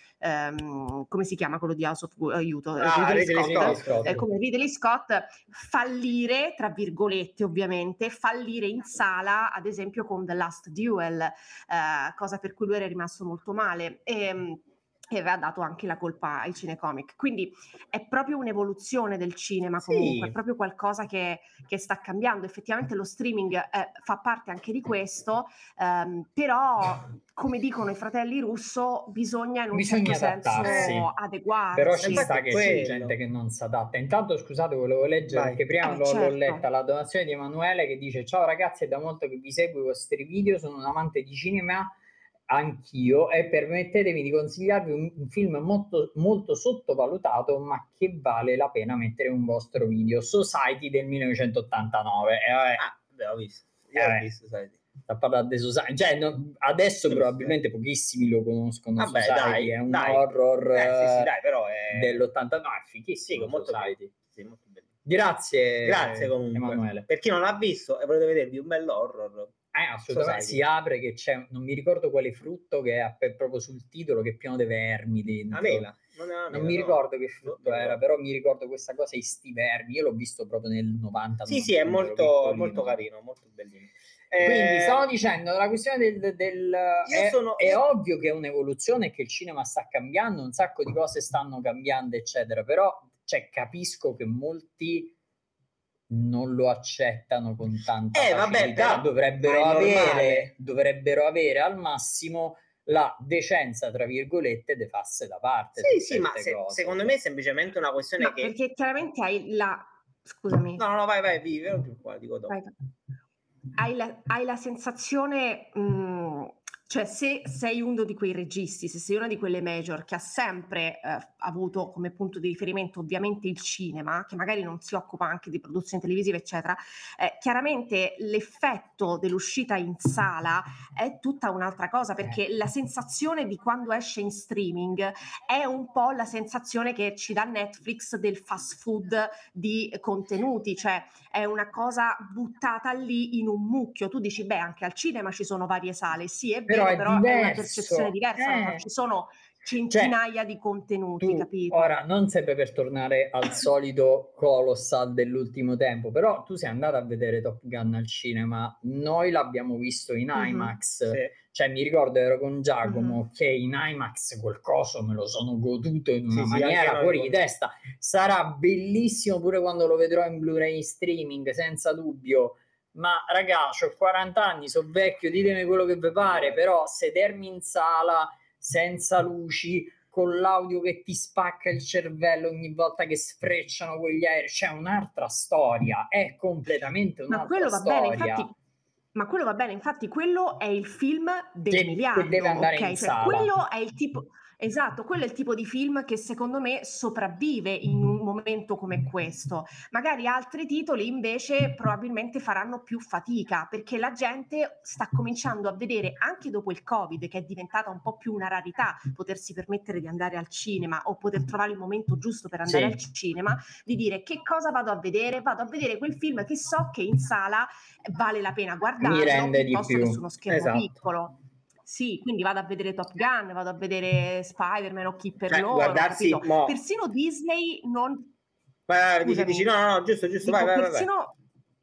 ehm, come si chiama quello di House of Aiuto? Ah, Ridley, Ridley Scott, Scott. Eh, come Ridley Scott fallire, tra virgolette ovviamente, fallire in sala, ad esempio con The Last Duel, eh, cosa per cui lui era rimasto molto male. E, e aveva dato anche la colpa ai cinecomic. Quindi è proprio un'evoluzione del cinema, comunque, Sì. è proprio qualcosa che, che sta cambiando. Effettivamente lo streaming eh, fa parte anche di questo, ehm, però come dicono i fratelli Russo bisogna in un Bisogna certo adattarsi. senso adeguarsi. Però ci Infatti sta è che c'è quello. gente che non si adatta. Intanto, scusate, volevo leggere Vai. perché prima Eh, l'ho, l'ho certo. letta la donazione di Emanuele che dice: ciao ragazzi, è da molto che vi seguo i vostri video, sono un amante di cinema anch'io e permettetemi di consigliarvi un, un film molto, molto sottovalutato ma che vale la pena mettere in un vostro video, Society del millenovecentottantanove. E vabbè, Ah, beh, ho visto. Io Eh, ho visto, sai. sta parlando di Society, cioè, no, adesso probabilmente pochissimi lo conoscono. Vabbè, Society dai, è un dai. horror Eh, sì, sì, dai, però è dell'ottantanove, è sì, fighissimo. molto Society. bello. Sì, molto bello. Grazie, Grazie comunque. Emanuele. Per chi non l'ha visto e volete vedervi un bell'horror, Eh, assolutamente. Society. Si apre che c'è, non mi ricordo quale frutto che ha per- proprio sul titolo, che è pieno di vermi dentro. La mela. Non, è una Non mela, mi no. ricordo che frutto No, era, però mi ricordo questa cosa, i sti vermi. Io l'ho visto proprio nel novanta. Sì, sì, è molto, molto carino, molto bellino. Quindi Eh, stavo dicendo, la questione del, del Io è, sono- è io- ovvio che è un'evoluzione e che il cinema sta cambiando, un sacco di cose stanno cambiando, eccetera, però cioè, capisco che molti non lo accettano con tanta Eh, vabbè, facilità. però- dovrebbero, ma è avere, normale. dovrebbero avere al massimo la decenza, tra virgolette, de farsi da parte. Sì, su sì, ma certe se- cose, secondo cioè. me è semplicemente una questione Ma che... perché chiaramente hai la... Scusami. No, no, no, vai, vai, vivi, più qua, dico dopo. Vai. Hai la, hai la sensazione, mh, cioè se sei uno di quei registi, se sei una di quelle major che ha sempre eh, avuto come punto di riferimento ovviamente il cinema, che magari non si occupa anche di produzioni televisive eccetera, eh, chiaramente l'effetto dell'uscita in sala è tutta un'altra cosa, perché la sensazione di quando esce in streaming è un po' la sensazione che ci dà Netflix del fast food di contenuti, cioè è una cosa buttata lì in un mucchio. Tu dici, beh, anche al cinema ci sono varie sale, sì è Però vero, è però è una diverso. percezione diversa, Eh. non ci sono centinaia di contenuti, Tu, capito? ora, non sempre per tornare al solito colossal dell'ultimo tempo, però tu sei andato a vedere Top Gun al cinema, noi l'abbiamo visto in Mhm. IMAX, Sì. cioè mi ricordo ero con Giacomo Mhm. che in IMAX quel coso me lo sono goduto in una Sì, sì, maniera anche noi fuori con- di testa, sarà bellissimo pure quando lo vedrò in Blu-ray in streaming, senza dubbio. Ma raga, ho quaranta anni, sono vecchio, ditemi quello che vi pare, però sedermi in sala senza luci, con l'audio che ti spacca il cervello ogni volta che sfrecciano quegli aerei, c'è un'altra storia, è completamente Ma un'altra quello va bene, storia. infatti Ma quello va bene, infatti quello è il film del Che- che miliardo, deve andare ok? in Cioè sala. quello è il tipo, esatto, quello è il tipo di film che secondo me sopravvive in un momento come questo. Magari altri titoli invece probabilmente faranno più fatica, perché la gente sta cominciando a vedere, anche dopo il Covid, che è diventata un po' più una rarità potersi permettere di andare al cinema o poter trovare il momento giusto per andare Sì. al cinema, di dire che cosa vado a vedere? Vado a vedere quel film che so che in sala vale la pena guardarlo rende di piuttosto più. che su uno schermo Esatto. piccolo. Sì, quindi vado a vedere Top Gun, vado a vedere Spider-Man o chi per Cioè, loro, guardarsi, capito? mo- Persino Disney non... Vai, vai, dici, Scusami. dici, no, no, no, giusto, giusto, Dico, vai, vai, vai, vai. persino,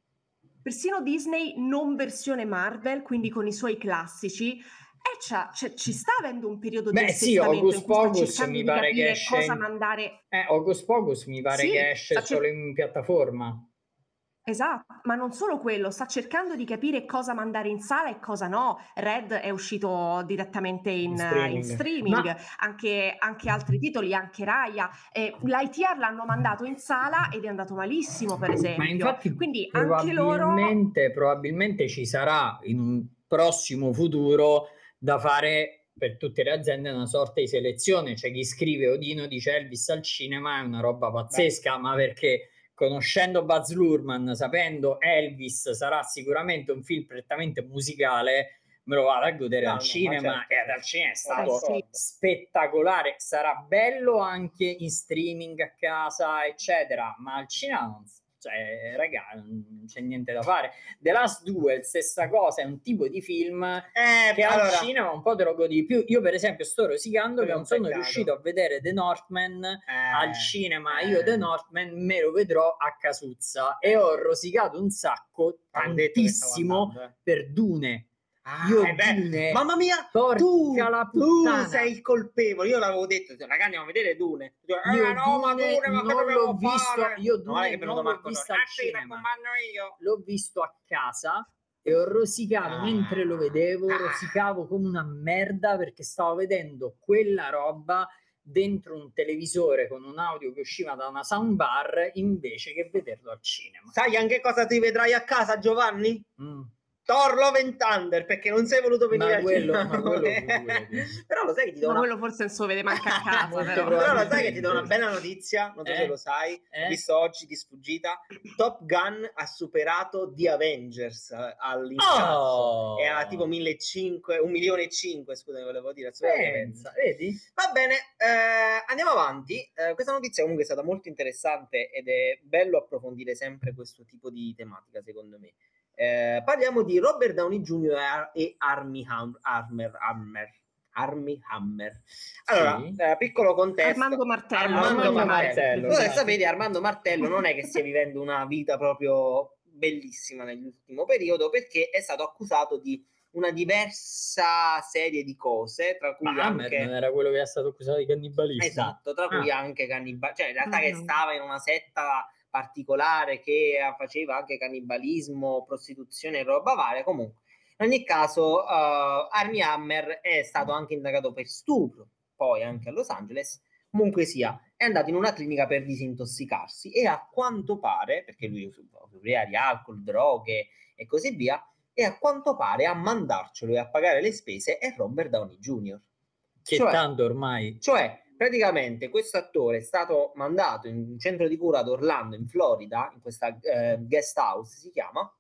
persino Disney non versione Marvel, quindi con i suoi classici, e c'ha- cioè, ci sta avendo un periodo di Beh sì, assestamento Hocus in cui sta Pocus cercando mi di pare che capire esce cosa in- mandare. Eh, Hocus Pocus mi pare Sì, che esce sta cer- solo in piattaforma. Esatto, ma non solo quello, sta cercando di capire cosa mandare in sala e cosa no. Red è uscito direttamente in, In in streaming. streaming, Ma- anche, anche altri titoli, anche Raya. Eh, L'I T R l'hanno mandato in sala ed è andato malissimo, per esempio. Ma infatti Quindi anche loro... probabilmente, probabilmente ci sarà in un prossimo futuro da fare per tutte le aziende una sorta di selezione. C'è chi scrive Odino dice Elvis al cinema, è una roba pazzesca, ma perché conoscendo Baz Luhrmann, sapendo Elvis sarà sicuramente un film prettamente musicale, me lo vado a godere No, al no, ma cinema, certo. e al cinema è stato Eh sì. spettacolare. Sarà bello anche in streaming a casa, eccetera, ma al cinema non, cioè, raga, non c'è niente da fare. The Last Duel, stessa cosa, è un tipo di film Eh, che allora, al cinema un po' te lo godi di più. Io per esempio sto rosicando che Quello è non un sono peccato. riuscito a vedere The Northman eh, al cinema. eh. Io The Northman me lo vedrò a casuzza e ho rosicato un sacco, T'han detto che stavo tantissimo, andando, eh. per Dune. Ah, Io eh beh, Dune, mamma mia, porca tu, la tu puttana. sei il colpevole. Io l'avevo detto, ragazzi, andiamo a vedere Dune. Tu, eh, Io no, ma Dune Dune, ma che non dobbiamo l'ho visto, fare? io No, Dune guarda che è venuto non l'ho Marco visto Torri. al Ah, sì, ti cinema. accompagno io. L'ho visto a casa e ho rosicato Ah. mentre lo vedevo, Ah. rosicavo come una merda perché stavo vedendo quella roba dentro un televisore con un audio che usciva da una soundbar invece che vederlo al cinema. Sai anche cosa ti vedrai a casa, Giovanni? Mm. Thor Love and Thunder, perché non sei voluto venire Ma al quello- cinema. ma quello figurati. Però lo sai che ti do Ma una... quello forse non se lo vede manco a casa, Molto però. Però lo sai che ti do una probabilmente. bella notizia, non so Eh? se lo sai, Eh? ho visto oggi di sfuggita, Top Gun ha superato The Avengers eh, all'incasso, Oh! era tipo millecinquecento, un milione e cinque, scusami, volevo dire, ha superato The Avengers. Pensa, vedi? Va bene, eh, andiamo avanti. Eh, questa notizia comunque è stata molto interessante ed è bello approfondire sempre questo tipo di tematica, secondo me. Eh, parliamo di Robert Downey junior e Armie Ham- Hammer, Hammer, Armie Hammer. Allora, Sì. eh, piccolo contesto. Armando Martello. Armando, Armando Martello. Martello, Voi esatto. sapete, Armando Martello non è che stia vivendo una vita proprio bellissima nell'ultimo periodo, perché è stato accusato di una diversa serie di cose, tra cui Ma Hammer anche... non era quello che è stato accusato di cannibalismo? Esatto, tra cui Ah. anche cannibalismo, cioè in realtà che Mhm. stava in una setta particolare che faceva anche cannibalismo, prostituzione e roba varia. Comunque, in ogni caso, uh, Armie Hammer è stato anche indagato per stupro, poi anche a Los Angeles. Comunque sia, è andato in una clinica per disintossicarsi e a quanto pare, perché lui soffriva di alcol, droghe e così via, e a quanto pare a mandarcelo e a pagare le spese è Robert Downey junior Che Cioè- tanto ormai... Cioè, praticamente questo attore è stato mandato in un centro di cura ad Orlando, in Florida, in questa eh, guest house si chiama,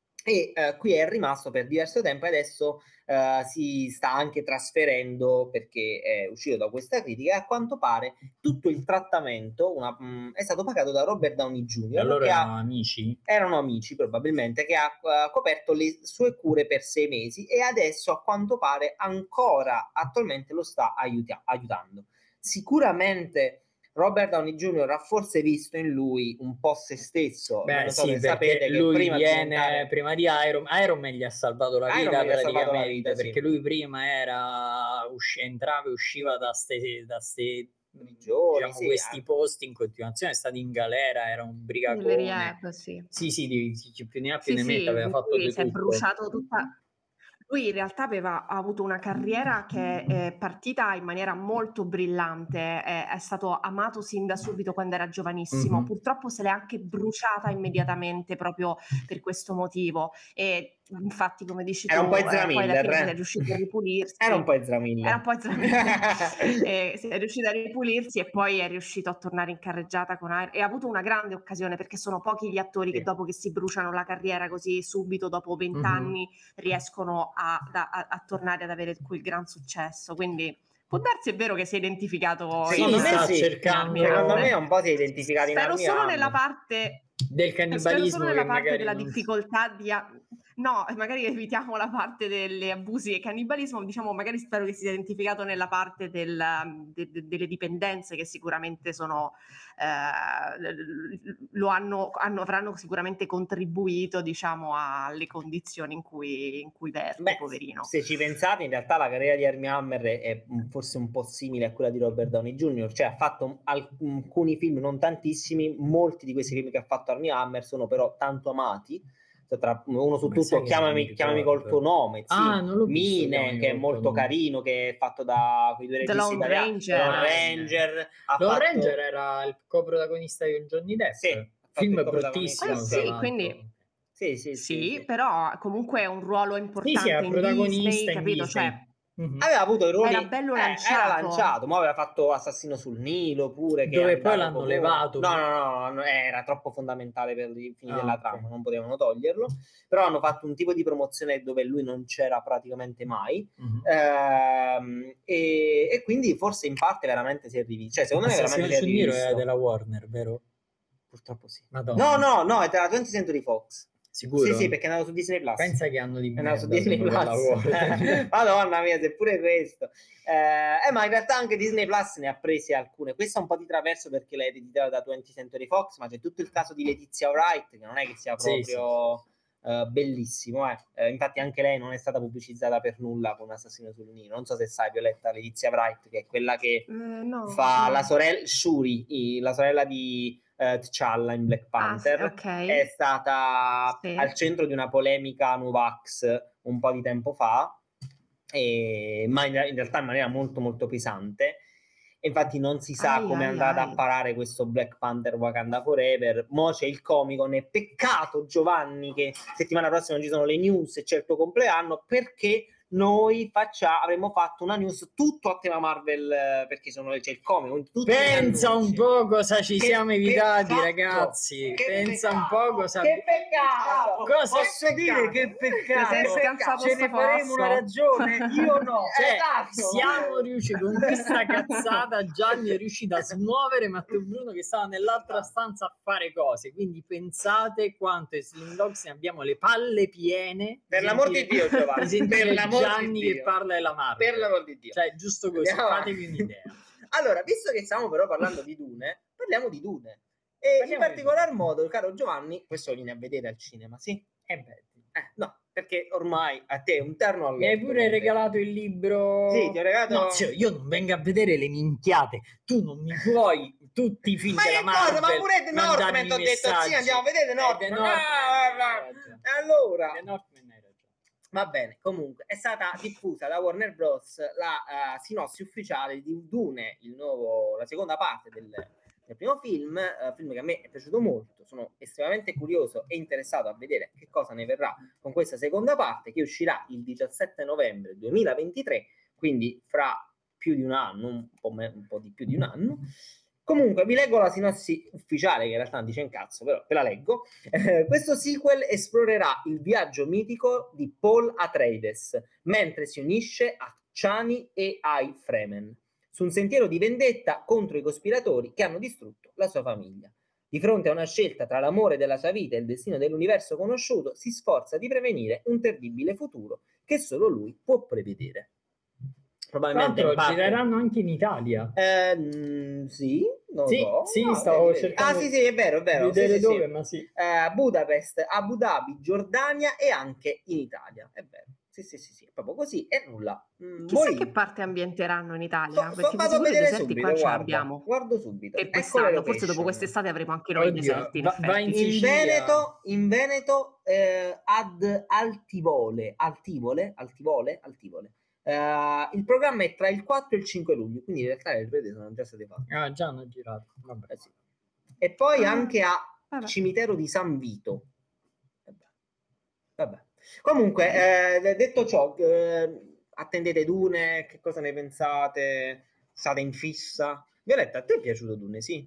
e eh, qui è rimasto per diverso tempo e adesso eh, si sta anche trasferendo perché è uscito da questa critica e a quanto pare tutto il trattamento una, mh, è stato pagato da Robert Downey junior Allora che erano ha, amici? erano amici probabilmente, che ha uh, coperto le sue cure per sei mesi e adesso a quanto pare ancora attualmente lo sta aiuta- aiutando. Sicuramente Robert Downey junior ha forse visto in lui un po' se stesso. Beh, non so sì, se perché sapete che lui prima di viene diventare- prima di Iron Iron Man gli ha salvato la Iron vita Man gli ha salvato la praticamente, vita, sì. perché lui prima era usci- entrava e usciva da ste, da ste Prigioni, diciamo, sì, questi eh. posti in continuazione, è stato in galera, era un Nelle brigacone. rehab, sì. Sì, sì, di, di- più ne ha più Sì, ne sì, metta, aveva fatto lui di si è tutto. bruciato tutta. Lui in realtà aveva ha avuto una carriera che è partita in maniera molto brillante, è, è stato amato sin da subito quando era giovanissimo, Mhm. purtroppo se l'è anche bruciata immediatamente proprio per questo motivo. E infatti come dici Era tu, un po' eh, Ezra poi alla Miller, fine eh. è riuscito a ripulirsi. Era un po' Ezra Miller. Era un po' Ezra Miller. Eh, sì, è riuscito a ripulirsi e poi è riuscito a tornare in carreggiata con Iron e ha avuto una grande occasione, perché sono pochi gli attori Sì. che dopo che si bruciano la carriera così subito, dopo vent'anni, riescono a, da- a- a tornare ad avere quel gran successo. Quindi può darsi, è vero, che si è identificato Sì, Secondo in, me sta sì. cercando- in Armie Secondo Hammer. me un po' si è identificato in Spero Armie solo Hammer. nella parte del spero cannibalismo solo nella che parte magari della non- difficoltà di a- no, magari evitiamo la parte degli abusi e cannibalismo, diciamo, magari spero che si sia identificato nella parte del, de- de- delle dipendenze, che sicuramente sono eh, lo hanno, hanno avranno sicuramente contribuito, diciamo, alle condizioni in cui, in cui verte, Beh, poverino. se ci pensate, in realtà la carriera di Armie Hammer è, è forse un po' simile a quella di Robert Downey junior, cioè ha fatto alcuni film, non tantissimi, molti di questi film che ha fatto Armie Hammer sono però tanto amati, cioè, tra uno su Ma tutto, sai che non chiamami, mi chiamami ricordo. col tuo nome, sì. Ah, non l'ho visto, Mine, Chiamami che è col tuo molto nome. carino, che è fatto da quei due The registi Lone italiani, Ranger. The Lone Ah, Ranger, ha Lone fatto... Ranger era il coprotagonista di Johnny Depp. Sì, ha fatto Film il coprotagonista. bruttissimo, Ah, tra sì, l'altro. quindi Sì, sì, sì, sì, sì. però comunque è un ruolo Sì, importante sì, era in protagonista Disney, in capito? Disney. Cioè, Mhm. Aveva avuto i ruoli, era bello eh, lanciato. era lanciato, ma aveva fatto Assassino sul Nilo pure, che Dove è poi andato l'hanno poco- levato. No, no, no, no, era troppo fondamentale per i fini Ah, della ok. trama, non potevano toglierlo. Però hanno fatto un tipo di promozione dove lui non c'era praticamente mai. Mhm. Ehm, e, e quindi forse in parte veramente si è rivisto. Cioè, secondo me Assassino veramente si è sul Nilo rivisto. era della Warner, vero? Purtroppo sì. Madonna. No, no, no, è della twentieth Century Fox. Sicuro? Sì, sì, perché è andato su Disney Plus. Pensa che hanno di È andato su merda Disney sono della Plus. Warner. Madonna mia, se pure questo. Eh, eh, ma in realtà anche Disney Plus ne ha prese alcune. Questa è un po' di traverso perché l'ha ereditata da twentieth Century Fox, ma c'è tutto il caso di Letizia Wright, che non è che sia Sì, proprio eh, bellissimo. Eh. Eh, infatti anche lei non è stata pubblicizzata per nulla con Assassino sul Nilo. Non so se sai, Violetta, Letizia Wright, che è quella che Eh, no, fa no. la sorella Shuri, i- la sorella di eh, T'Challa in Black Ah, sì, Panther. ok. È stata Sì. al centro di una polemica Novax un po' di tempo fa, e, ma in, in realtà in maniera molto molto pesante. E infatti non si sa Ai, come ai, andrà ad ai. apparare questo Black Panther Wakanda Forever. Mo' c'è il Comic-Con, è peccato, Giovanni, che settimana prossima non ci sono le news e c'è il tuo compleanno, perché noi faccia, avremmo fatto una news tutto a tema Marvel, eh, perché sono, c'è il Comic-Con. tutti gli Pensa un annunci. po' cosa ci Che siamo evitati, peccato, ragazzi. che Pensa un peccato, po' cosa... che peccato. Cosa Posso è dire peccato? che peccato? Sei scansato Ce ne sto faremo posto. una ragione? Io no. Cioè, Esatto. siamo riusciti con questa cazzata. Gianni è riuscito a smuovere Matteo Bruno che stava nell'altra stanza a fare cose. Quindi pensate quanto e Slim Dogs ne abbiamo le palle piene. Per l'amor di Dio, Giovanni, Di sentire per l'amor Gianni di che Dio. parla della Marvel. Per l'amor di Dio. Cioè, giusto così, Andiamo fatevi avanti. un'idea. Allora, visto che stiamo però parlando di Dune, parliamo di Dune. E Parliamo in di particolar Dune. modo, caro Giovanni, questo lo vieni a vedere al cinema, sì? Eh beh, Eh, no, perché ormai a te è un terno all'otto. mi hai pure con te. regalato il libro. Sì, ti ho regalato- No, zio, io non vengo a vedere le minchiate. Tu non mi puoi tutti i film Ma della che cosa? Marvel. Ma pure The mandarmi Northman ti ho detto, messaggi. sì, andiamo a vedere The Eh, Northman. The Northman, Ah, hai ah, ragione. ah. Allora, The Northman hai ragione. va bene, comunque è stata diffusa da Warner Bros. la uh, sinossi ufficiale di Dune, il nuovo, la seconda parte del, del primo film, uh, film che a me è piaciuto molto. Sono estremamente curioso e interessato a vedere che cosa ne verrà con questa seconda parte, che uscirà il diciassette novembre duemilaventitré, quindi fra più di un anno, un po', me- un po' di più di un anno. Comunque vi leggo la sinossi ufficiale, che in realtà non dice un cazzo, però ve la leggo. Eh, questo sequel esplorerà il viaggio mitico di Paul Atreides mentre si unisce a Chani e ai Fremen su un sentiero di vendetta contro i cospiratori che hanno distrutto la sua famiglia. Di fronte a una scelta tra l'amore della sua vita e il destino dell'universo conosciuto, si sforza di prevenire un terribile futuro che solo lui può prevedere. Tra Probabilmente l'altro in parte... gireranno anche in Italia. Eh, mh, sì, non Sì, so. sì, No, stavo vedi, vedi. cercando Ah, sì, sì, è vero, è vero. di vedere sì, sì, dove, sì. ma sì. Eh, Budapest, Abu Dhabi, Giordania e anche in Italia. È vero. Sì, sì, sì, sì, è proprio così e nulla. Mm, Chissà voi- che parte ambienteranno in Italia, So- so- perché di vado a sicuro i vedere deserti subito, qua ce guarda. l'abbiamo. Guardo subito. Per Ecco le quest'anno, forse location. dopo quest'estate avremo anche noi i Oddio, deserti, in va- va effetti. in In Sicilia. Veneto, in Veneto eh, ad Altivole, Altivole, Altivole, Altivole. Eh, il programma è tra il quattro e il cinque luglio, quindi in realtà le riprese sono già state fatte. Ah, già hanno girato. Vabbè. Eh sì. E poi Ah, anche a vabbè. Cimitero di San Vito. Vabbè. Vabbè. Comunque, eh, detto ciò, eh, attendete Dune, che cosa ne pensate? State in fissa? Violetta, a te è piaciuto Dune, sì?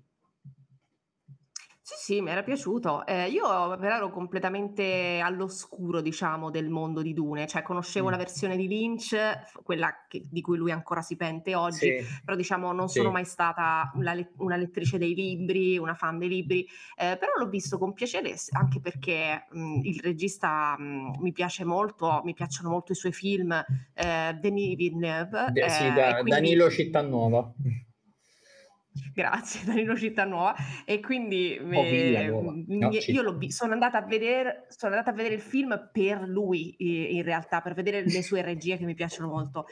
Sì, sì, mi era piaciuto. Eh, io però ero completamente all'oscuro, diciamo, del mondo di Dune, cioè conoscevo Mm. la versione di Lynch, f- quella che- di cui lui ancora si pente oggi, Sì. però diciamo non Sì. sono mai stata una, le- una lettrice dei libri, una fan dei libri, eh, però l'ho visto con piacere s- anche perché mh, il regista mh, mi piace molto, mi piacciono molto i suoi film, eh, Denis Villeneuve, De- sì, eh, da- e quindi... Danilo Cittanuova. Grazie, Danilo Cittanuova. E quindi O Villa eh, Nuova. m- No, io Citt- l'ho vi- sono andata a vedere, sono andata a vedere il film per lui, i- in realtà, per vedere le sue regie che mi piacciono molto.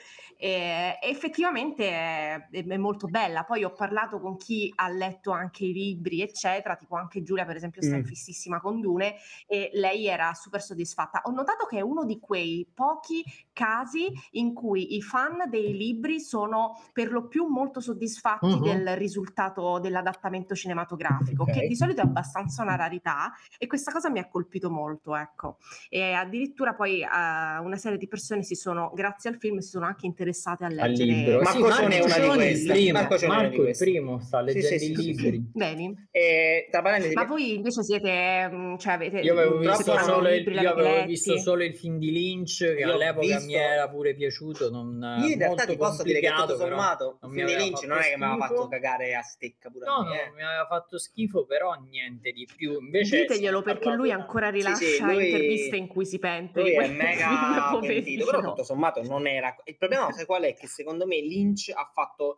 E, e effettivamente è, è molto bella. Poi ho parlato con chi ha letto anche i libri, eccetera, tipo anche Giulia, per esempio, sta in Mm. fississima con Dune e lei era super soddisfatta. Ho notato che è uno di quei pochi casi in cui i fan dei libri sono per lo più molto soddisfatti Mhm. del risultato dell'adattamento cinematografico, Ok. che di solito è abbastanza una rarità e questa cosa mi ha colpito molto, ecco. E addirittura poi eh, una serie di persone si sono, grazie al film, si sono anche interessate a Al leggere. libro. Marco Sì, Cione è Marco una di Cione il queste. primo. Marco Cione è una di Marco il queste. primo sta Sì, leggendo sì, i sì, sì, libri. sì. Bene. E, tra parentesi, Ma voi invece siete, mh, cioè avete, Io avevo mh, visto siete fan solo dei il, libri, io l'avete avevo letti? visto solo il film di Lynch, che Io ho all'epoca visto- mi era pure piaciuto. Non, io in realtà molto ti posso dire che complicato, tutto però sommato non il mi film di aveva Lynch fatto non è che mi aveva schifo. fatto cagare a stecca pure a No, me, no, eh. mi aveva fatto schifo, però niente di più. Invece se Diteglielo ne è perché parlato lui tanto. ancora Sì, rilascia sì, lui- interviste in cui si pente Lui di è quel mega film, pentito, però poverino. tutto sommato non era. Il problema, sai qual è? Che secondo me Lynch ha fatto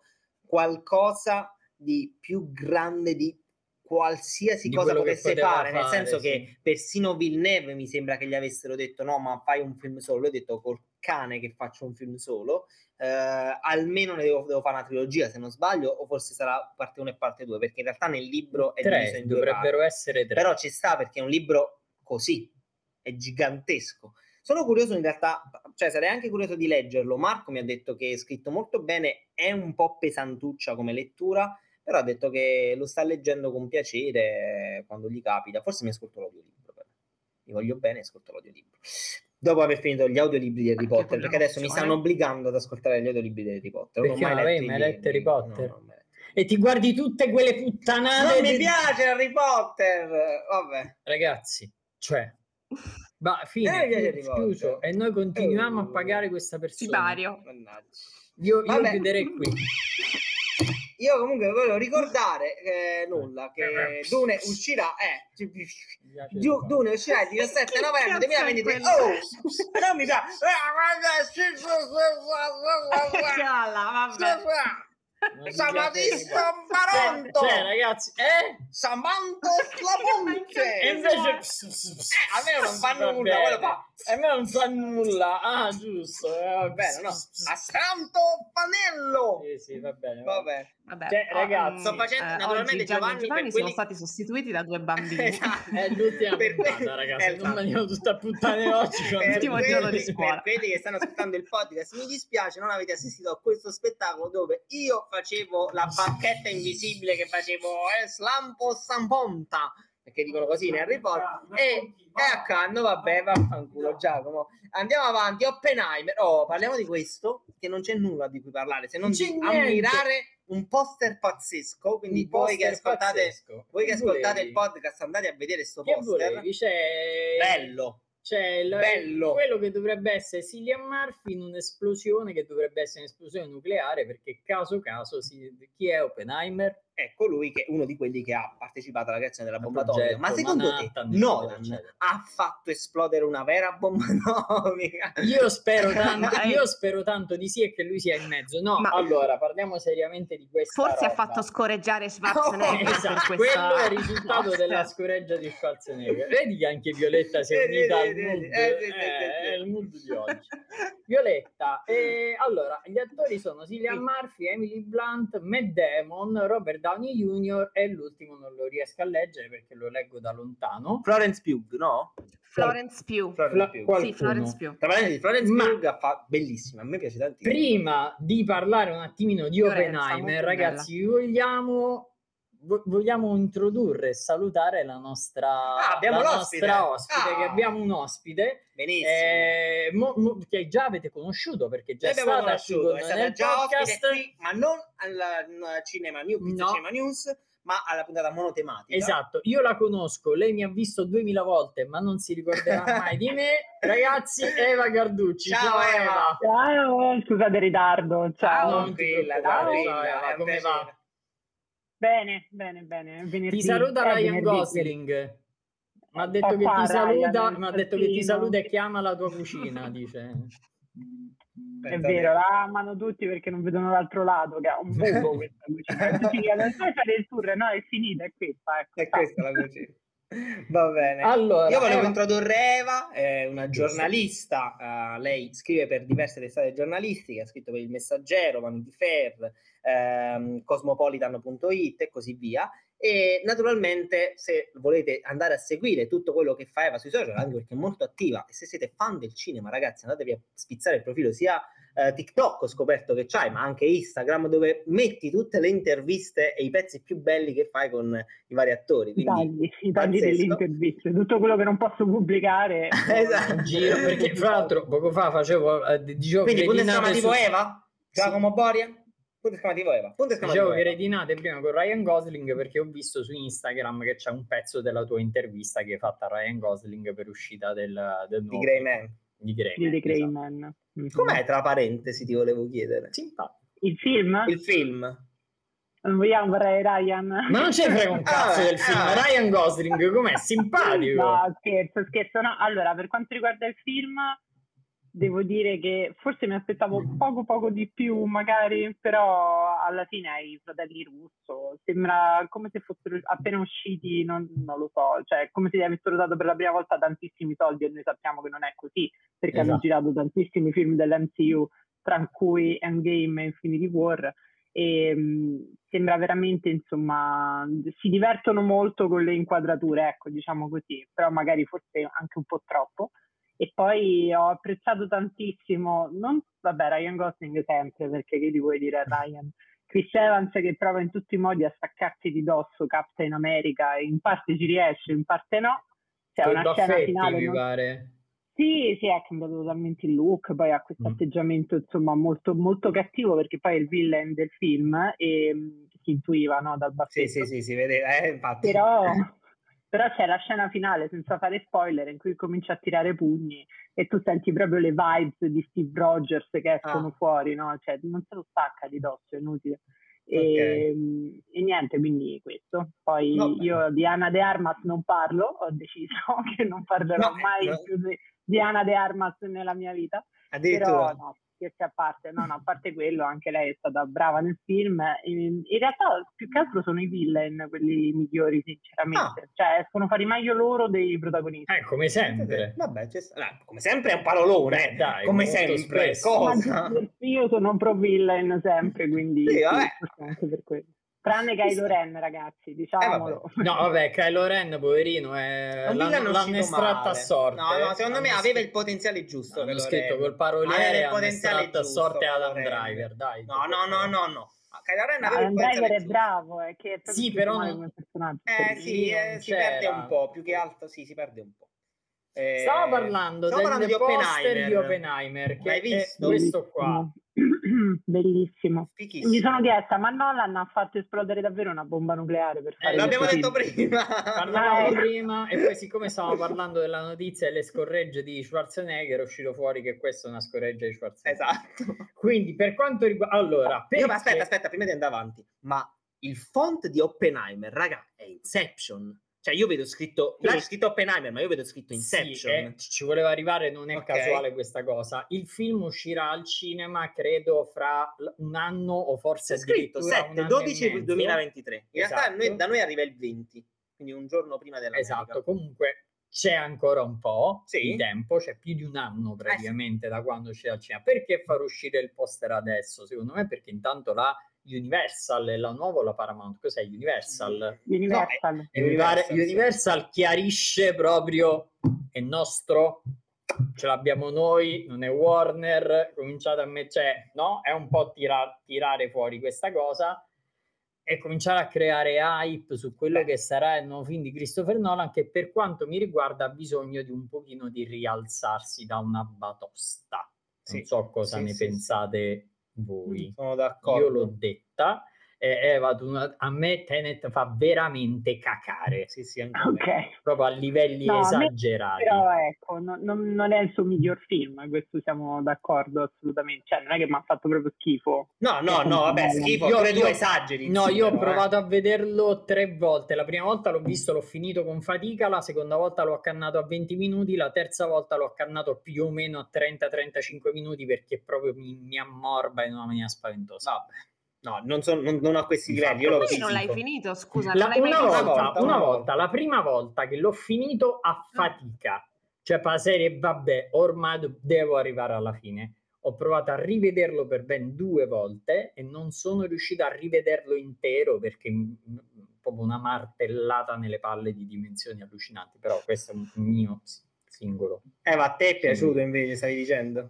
qualcosa di più grande di qualsiasi Di cosa quello che potesse poteva fare, nel fare, senso sì. che persino Villeneuve mi sembra che gli avessero detto no, ma fai un film solo. Lui ha detto col cane che faccio un film solo. Eh, almeno ne devo, devo fare una trilogia se non sbaglio, o forse sarà parte uno e parte due, perché in realtà nel libro è diviso Tre, in due dovrebbero parti. essere tre. Però ci sta perché è un libro così, è gigantesco. Sono curioso in realtà, cioè sarei anche curioso di leggerlo. Marco mi ha detto che è scritto molto bene, è un po' pesantuccia come lettura, però ha detto che lo sta leggendo con piacere quando gli capita. Forse mi ascolto l'audiolibro, però. Mi voglio bene, ascolto l'audiolibro. Dopo aver finito gli audiolibri di Harry Anche Potter, quella perché adesso mi opzione. stanno obbligando ad ascoltare gli audiolibri di Harry Potter. Non ho Perché mai non avevi letto i mai letto Harry libri. No, Potter? non ho mai letto. E ti guardi tutte quelle puttanate. Non mi di- piace Harry Potter! Vabbè. Ragazzi, cioè, ma Eh, fine, mi piace chi- Harry Potter. chiuso, e noi continuiamo a Oh. pagare questa persona. Sibario. Mannaggia. Io, io Vabbè. chiuderei qui. Io comunque volevo ricordare eh, nulla, che Dune uscirà, eh, Giu- Dune uscirà il diciassette Che novembre cazzo è duemilaventitré. quello? Oh, non mi piace. Calla, vabbè. Non mi Samadista piace Baronto. Cioè, ragazzi, eh? Samanto Slamonte. E invece Eh, a me non fa Va nulla, bene. quello fa. A me non fa nulla. Ah, giusto. eh, Va vabbè, bene, no? A Santo Panello. Sì, sì, va bene. Vabbè. Vabbè, Cioè, oh, ragazzi, mm, sto facendo- eh, naturalmente oggi Gianni Giovanni, e Giovanni per sono quelli- stati sostituiti da due bambini. Esatto. È l'ultima Per puntata, quelli- ragazzi. esatto. Non andiamo tutte a puttane oggi. Per L'ultimo quelli- giorno di scuola. Per quelli che stanno ascoltando il podcast, mi dispiace, non avete assistito a questo spettacolo dove io facevo la bacchetta invisibile, che facevo eh, Slampo Samponta, perché dicono così in Harry Potter, e, e accanto, vabbè, vaffanculo Giacomo. Andiamo avanti, Oppenheimer. Oh, parliamo di questo, che non c'è nulla di cui parlare, se non Non c'è di niente. ammirare un poster pazzesco, quindi Un voi che poster ascoltate pazzesco. voi che Che ascoltate volevi? il podcast, andate a vedere sto Che poster. volevi? C'è... Bello. C'è il- Bello. quello che dovrebbe essere Cillian Murphy in un'esplosione che dovrebbe essere un'esplosione nucleare, perché caso caso si- chi è Oppenheimer? È colui che uno di quelli che ha partecipato alla creazione della Al bomba atomica. Ma progetto secondo Manhattan, te eccetera, Nolan eccetera. ha fatto esplodere una vera bomba atomica? Io spero tanto, Ma- io spero tanto di sì e che lui sia in mezzo. No, Ma- allora parliamo seriamente di questa Forse ha roba. fatto scoreggiare Schwarzenegger per Esatto, questa... quello è il risultato della scoreggia di Schwarzenegger. Vedi che anche Violetta si è Vedi, unita al vedi, mood, vedi, eh, sì, sì, eh, sì, sì. è il mood di oggi. Violetta, e allora gli attori sono Cillian Murphy, Emily Blunt, Matt Damon, Robert Downey junior e l'ultimo non lo riesco a leggere perché lo leggo da lontano. Florence Pugh, no? Florence Pugh. Florence Fla- Pugh. qualcuno. Sì, Florence Pugh. Tra parentesi, Florence Ma- Pugh fa bellissima, a me piace tantissimo. Prima di parlare un attimino di Fiorenza, Oppenheimer, molto ragazzi, vi vogliamo vo- vogliamo introdurre e salutare la nostra, Ah, abbiamo la l'ospite. nostra ospite, Ah. che abbiamo un ospite Benissimo. eh, mo- mo- che già avete conosciuto perché già Noi è abbiamo stata qui conosciuto, con è noi stata nel già ospite podcast. qui, ma non al al Cinema News, Pizza No. Cinema News, ma alla puntata monotematica. Esatto, io la conosco, lei mi ha visto duemila volte, ma non si ricorderà mai di me. Ragazzi, Eva Garducci. Ciao, Eva. Ciao, scusate il ritardo. Ciao. Non Non ti tranquilla, preoccupare, tranquilla, ciao, Eva, è un come piacere. va? Bene, bene, bene. Venerdì, Ti saluta è Ryan venerdì, Gosling. Mi ha detto, che Papà, ti saluta, Ryan, mi ha detto che ti assassino. saluta e chiama la tua cucina, dice. È vero, la amano tutti perché non vedono l'altro lato, che ha un buco questa cucina. Tutti chiedono, sai fare il tour? No, è finita, è questa. Ecco, È questa la cucina. Va bene. Allora, Io volevo Eva- introdurre Eva, è una giornalista, eh, lei scrive per diverse testate giornalistiche, ha scritto per Il Messaggero, Vanity Fair, ehm, Cosmopolitan punto it e così via. E naturalmente, se volete andare a seguire tutto quello che fa Eva sui social, anche perché è molto attiva, e se siete fan del cinema, ragazzi, andatevi a spizzare il profilo sia eh, TikTok, ho scoperto che c'hai, ma anche Instagram, dove metti tutte le interviste e i pezzi più belli che fai con i vari attori. I Quindi tagli, i tagli pazzesco. delle interviste, tutto quello che non posso pubblicare. Esatto. in giro, perché fra l'altro poco fa facevo eh, dicevo Quindi punto cretinate esclamativo su- Eva? Giacomo Boria? Punto esclamativo Eva. Punto esclamativo dicevo Eva. cretinate prima con Ryan Gosling perché ho visto su Instagram che c'è un pezzo della tua intervista che hai fatto a Ryan Gosling per uscita del, del Di nuovo Grey film. Man. Di Grey Di Man, The Grey esatto. Man. Mhm. Com'è, tra parentesi, ti volevo chiedere? Simpatico. Il film? Il film. Non vogliamo parlare Ryan? Ma non ce ne frega un cazzo Ah, del film. ah. Ryan Gosling com'è? Simpatico. No, scherzo, scherzo. No, allora, per quanto riguarda il film, devo dire che forse mi aspettavo poco poco di più, magari, però alla fine è I Fratelli Russo. Sembra come se fossero appena usciti, non, non lo so, cioè come se gli avessero dato per la prima volta tantissimi soldi e noi sappiamo che non è così, perché hanno Esatto. girato tantissimi film dell'M C U, tra cui Endgame e Infinity War. E mh, sembra veramente, insomma, si divertono molto con le inquadrature, ecco, diciamo così, però magari forse anche un po' troppo. E poi ho apprezzato tantissimo, non, vabbè, Ryan Gosling sempre, perché che gli vuoi dire a Ryan? Chris Evans che prova in tutti i modi a staccarsi di dosso Captain America, e in parte ci riesce, in parte no. C'è Coi una scena baffetti, finale mi non- si sì, sì, ha cambiato totalmente il look, poi ha questo Mm. atteggiamento insomma molto, molto cattivo perché poi è il villain del film e mh, si intuiva, no, dal Sì, baffetto. sì, sì, si vedeva, eh, infatti. Però, però c'è la scena finale, senza fare spoiler, in cui comincia a tirare pugni e tu senti proprio le vibes di Steve Rogers che escono Ah. fuori, no? Cioè non se lo stacca di dosso, è inutile. E, e niente, quindi questo. Poi Va bene. io di Ana de Armas non parlo, ho deciso che non parlerò No, mai no. più di, di Ana de Armas nella mia vita. Addirittura. Però no, scherzi a parte, no, no, a parte quello, anche lei è stata brava nel film. In, in realtà più che altro sono i villain quelli migliori, sinceramente. Cioè escono fuori meglio loro dei protagonisti. Eh, come sempre. Vabbè, c'è sta- no, come sempre è un parolone, Beh, dai, come molto sempre. spesso. Cosa? Ma io sono pro villain sempre, quindi Sì, sì, vabbè. forse anche per quello. Tranne Kylo Ren, ragazzi, diciamolo. No, vabbè, Kylo Ren, poverino, è... Un villain l'hanno, è l'hanno uscito estratto male. a sorte. No, no, secondo me Hanno aveva scritto- il potenziale giusto. Hanno Kylo scritto Ren. col paroliere Aveva il e hanno potenziale estratto a giusto, sorte Kylo Adam Ren. Driver, dai. No, no, no, no, no. Ma Kylo Ren No, aveva il Adam potenziale Driver è giusto. bravo, è che è proprio Sì, scritto però male non- come personaggio. Eh Lì sì, non eh, si perde c'era. un po', più che altro sì, si perde un po'. Eh, Stavo parlando stavo del parlando di poster Oppenheimer. di Oppenheimer, che L'hai è visto? questo qua. Bellissimo. Fichissimo. Mi sono chiesta, ma Nolan ha fatto esplodere davvero una bomba nucleare per fare Eh, L'abbiamo questo detto film? prima. Parlavamo Ah, ecco. prima e poi siccome stavamo parlando della notizia delle scorregge di Schwarzenegger è uscito fuori che questa è una scorreggia di Schwarzenegger. Esatto. Quindi per quanto riguarda... Allora, Io, perché... ma aspetta, aspetta, prima di andare avanti. Ma il font di Oppenheimer, raga, è Inception. Cioè io vedo scritto, Sì. là c'è scritto Oppenheimer, ma io vedo scritto Inception. Sì, eh, ci voleva arrivare, non è Ok. casuale questa cosa. Il film uscirà al cinema, credo, fra l- un anno o forse C'è scritto addirittura un sette anno dodici e mezzo. duemilaventitré. In realtà Esatto. noi- da noi arriva il venti, quindi un giorno prima dell'America. Esatto, comunque c'è ancora un po' Sì. di tempo, c'è più di un anno praticamente da quando c'è al cinema. Perché far uscire il poster adesso? Secondo me perché intanto la Universal è la nuova o la Paramount? Cos'è Universal? Universal. E mi pare Universal chiarisce proprio è nostro, ce l'abbiamo noi, non è Warner, cominciate a me, cioè, no? È un po' tira- tirare fuori questa cosa. e cominciare a creare hype su quello Beh. che sarà il nuovo film di Christopher Nolan, che per quanto mi riguarda ha bisogno di un pochino di rialzarsi da una batosta. Non sì, so cosa sì, ne sì, pensate sì. voi. Sono d'accordo. Io l'ho detta. Eh, Eva, tu, a me Tenet fa veramente cacare. Sì, sì, anche okay. Proprio a livelli no, esagerati. A me, però ecco, no, non, non è il suo miglior film, questo siamo d'accordo assolutamente. Cioè, non è che mi ha fatto proprio schifo. No, no, no, vabbè, schifo. Io, io esageri. No, io però, ho provato eh. a vederlo tre volte. La prima volta l'ho visto, l'ho finito con fatica, la seconda volta l'ho accannato a venti minuti, la terza volta l'ho accannato più o meno a trenta trentacinque minuti perché proprio mi, mi ammorba in una maniera spaventosa. Vabbè. No, non, so, non, non a questi livelli. Io l'ho Quindi non l'hai finito, scusa. La, non l'hai una, mai volta, volta, una una volta, volta, la prima volta che l'ho finito a fatica, cioè per la serie, vabbè, ormai devo arrivare alla fine. Ho provato a rivederlo per ben due volte e non sono riuscito a rivederlo intero perché è proprio una martellata nelle palle di dimensioni allucinanti. Però questo è un mio singolo. Eh, ma a te è piaciuto invece, stavi dicendo?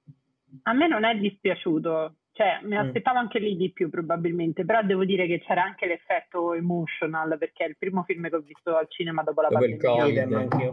A me non è dispiaciuto. Cioè, mi aspettavo mm. anche lì di più probabilmente, però devo dire che c'era anche l'effetto emotional, perché è il primo film che ho visto al cinema dopo la dopo pandemia. Il COVID.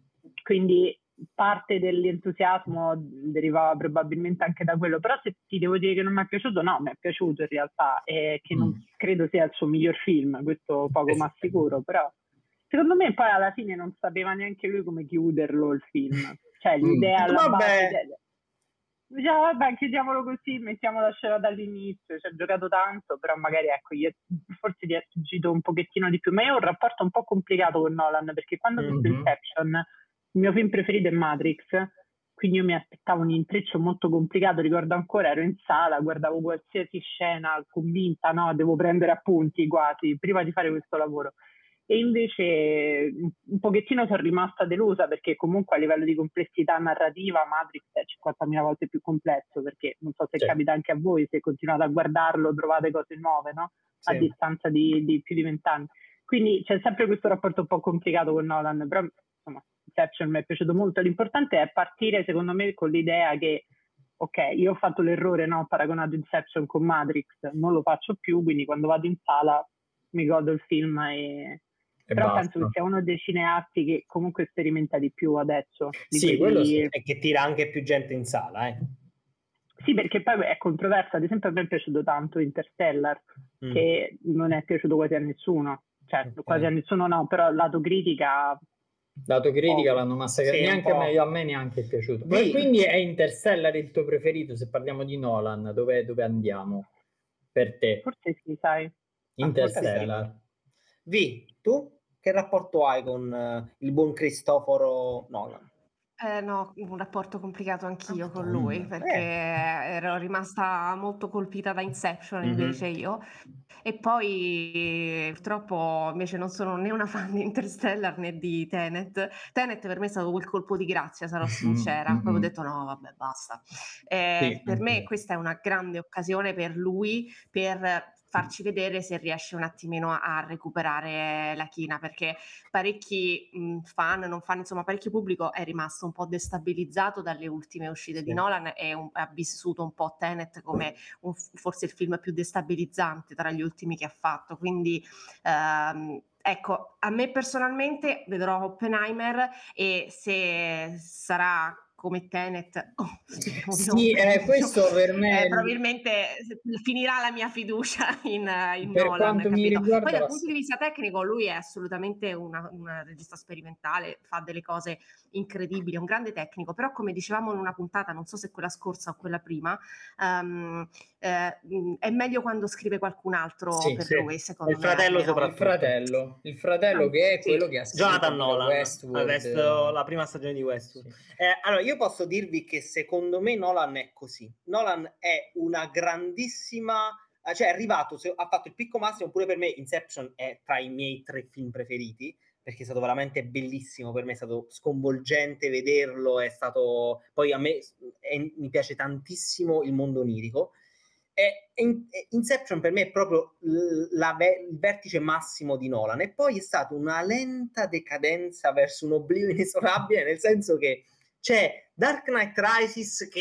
Quindi parte dell'entusiasmo derivava probabilmente anche da quello, però se ti devo dire che non mi è piaciuto, no, mi è piaciuto in realtà, e che non mm. credo sia il suo miglior film, questo poco ma sicuro, però secondo me poi alla fine non sapeva neanche lui come chiuderlo il film, cioè l'idea mm. alla base... Diciamo, vabbè, chiudiamolo così, mettiamo la scena dall'inizio, ci ha giocato tanto, però magari ecco, io forse gli è sfuggito un pochettino di più, ma io ho un rapporto un po' complicato con Nolan, perché quando ho visto mm-hmm. Inception, il mio film preferito è Matrix, quindi io mi aspettavo un intreccio molto complicato, ricordo ancora, ero in sala, guardavo qualsiasi scena, convinta, no, devo prendere appunti quasi, prima di fare questo lavoro. E invece un pochettino sono rimasta delusa perché comunque a livello di complessità narrativa Matrix è cinquantamila volte più complesso, perché non so se sì. capita anche a voi, se continuate a guardarlo trovate cose nuove, no? A sì. distanza di, di più di vent'anni. Quindi c'è sempre questo rapporto un po' complicato con Nolan, però insomma Inception mi è piaciuto molto. L'importante è partire secondo me con l'idea che ok, io ho fatto l'errore, no? Ho paragonato Inception con Matrix, non lo faccio più, quindi quando vado in sala mi godo il film e... E però basta. Penso che sia uno dei cineasti che comunque sperimenta di più adesso. Di sì, quelli... quello sì, e che tira anche più gente in sala, eh. Sì, perché poi è controverso, ad esempio a me è piaciuto tanto Interstellar, mm. che non è piaciuto quasi a nessuno, cioè okay. quasi a nessuno no, però lato critica... Lato critica oh. l'hanno massacrato, sì, neanche a me, a me neanche è piaciuto. Sì. Quindi è Interstellar il tuo preferito, se parliamo di Nolan, dove, dove andiamo per te? Forse sì, sai. Interstellar. Vi, tu che rapporto hai con uh, il buon Cristoforo Nolan? Eh, no, un rapporto complicato anch'io con lui, perché eh. ero rimasta molto colpita da Inception invece mm-hmm. io, e poi purtroppo invece non sono né una fan di Interstellar né di Tenet. Tenet per me è stato quel colpo di grazia, sarò sincera, mm-hmm. poi ho detto no vabbè basta. Eh, sì, per me sì. questa è una grande occasione per lui per farci vedere se riesce un attimino a recuperare la china, perché parecchi mh, fan, non fan, insomma parecchio pubblico è rimasto un po' destabilizzato dalle ultime uscite sì. di Nolan e un, ha vissuto un po' Tenet come un, forse il film più destabilizzante tra gli ultimi che ha fatto, quindi ehm, ecco, a me personalmente vedrò Oppenheimer e se sarà come Tenet, oh, sì, eh, questo per me eh, probabilmente finirà la mia fiducia in, in per Nolan, quanto capito? mi riguarda. Poi dal punto di vista tecnico lui è assolutamente una, una regista sperimentale, fa delle cose incredibili, è un grande tecnico, però come dicevamo in una puntata, non so se quella scorsa o quella prima, um, eh, è meglio quando scrive qualcun altro sì, per sì. lui, secondo il fratello me. Soprattutto. Il fratello, il fratello ah, che è sì. quello che ha scritto Jonathan Nolan, Westworld, ha visto la prima stagione di Westworld. Sì. Eh, allora io posso dirvi che secondo me Nolan è così. Nolan è una grandissima, cioè è arrivato, ha fatto il picco massimo, pure per me Inception è tra i miei tre film preferiti, perché è stato veramente bellissimo, per me è stato sconvolgente vederlo, è stato, poi a me è, mi piace tantissimo il mondo onirico. E Inception per me è proprio la, il vertice massimo di Nolan, e poi è stata una lenta decadenza verso un oblio inesorabile, nel senso che c'è Dark Knight Rises che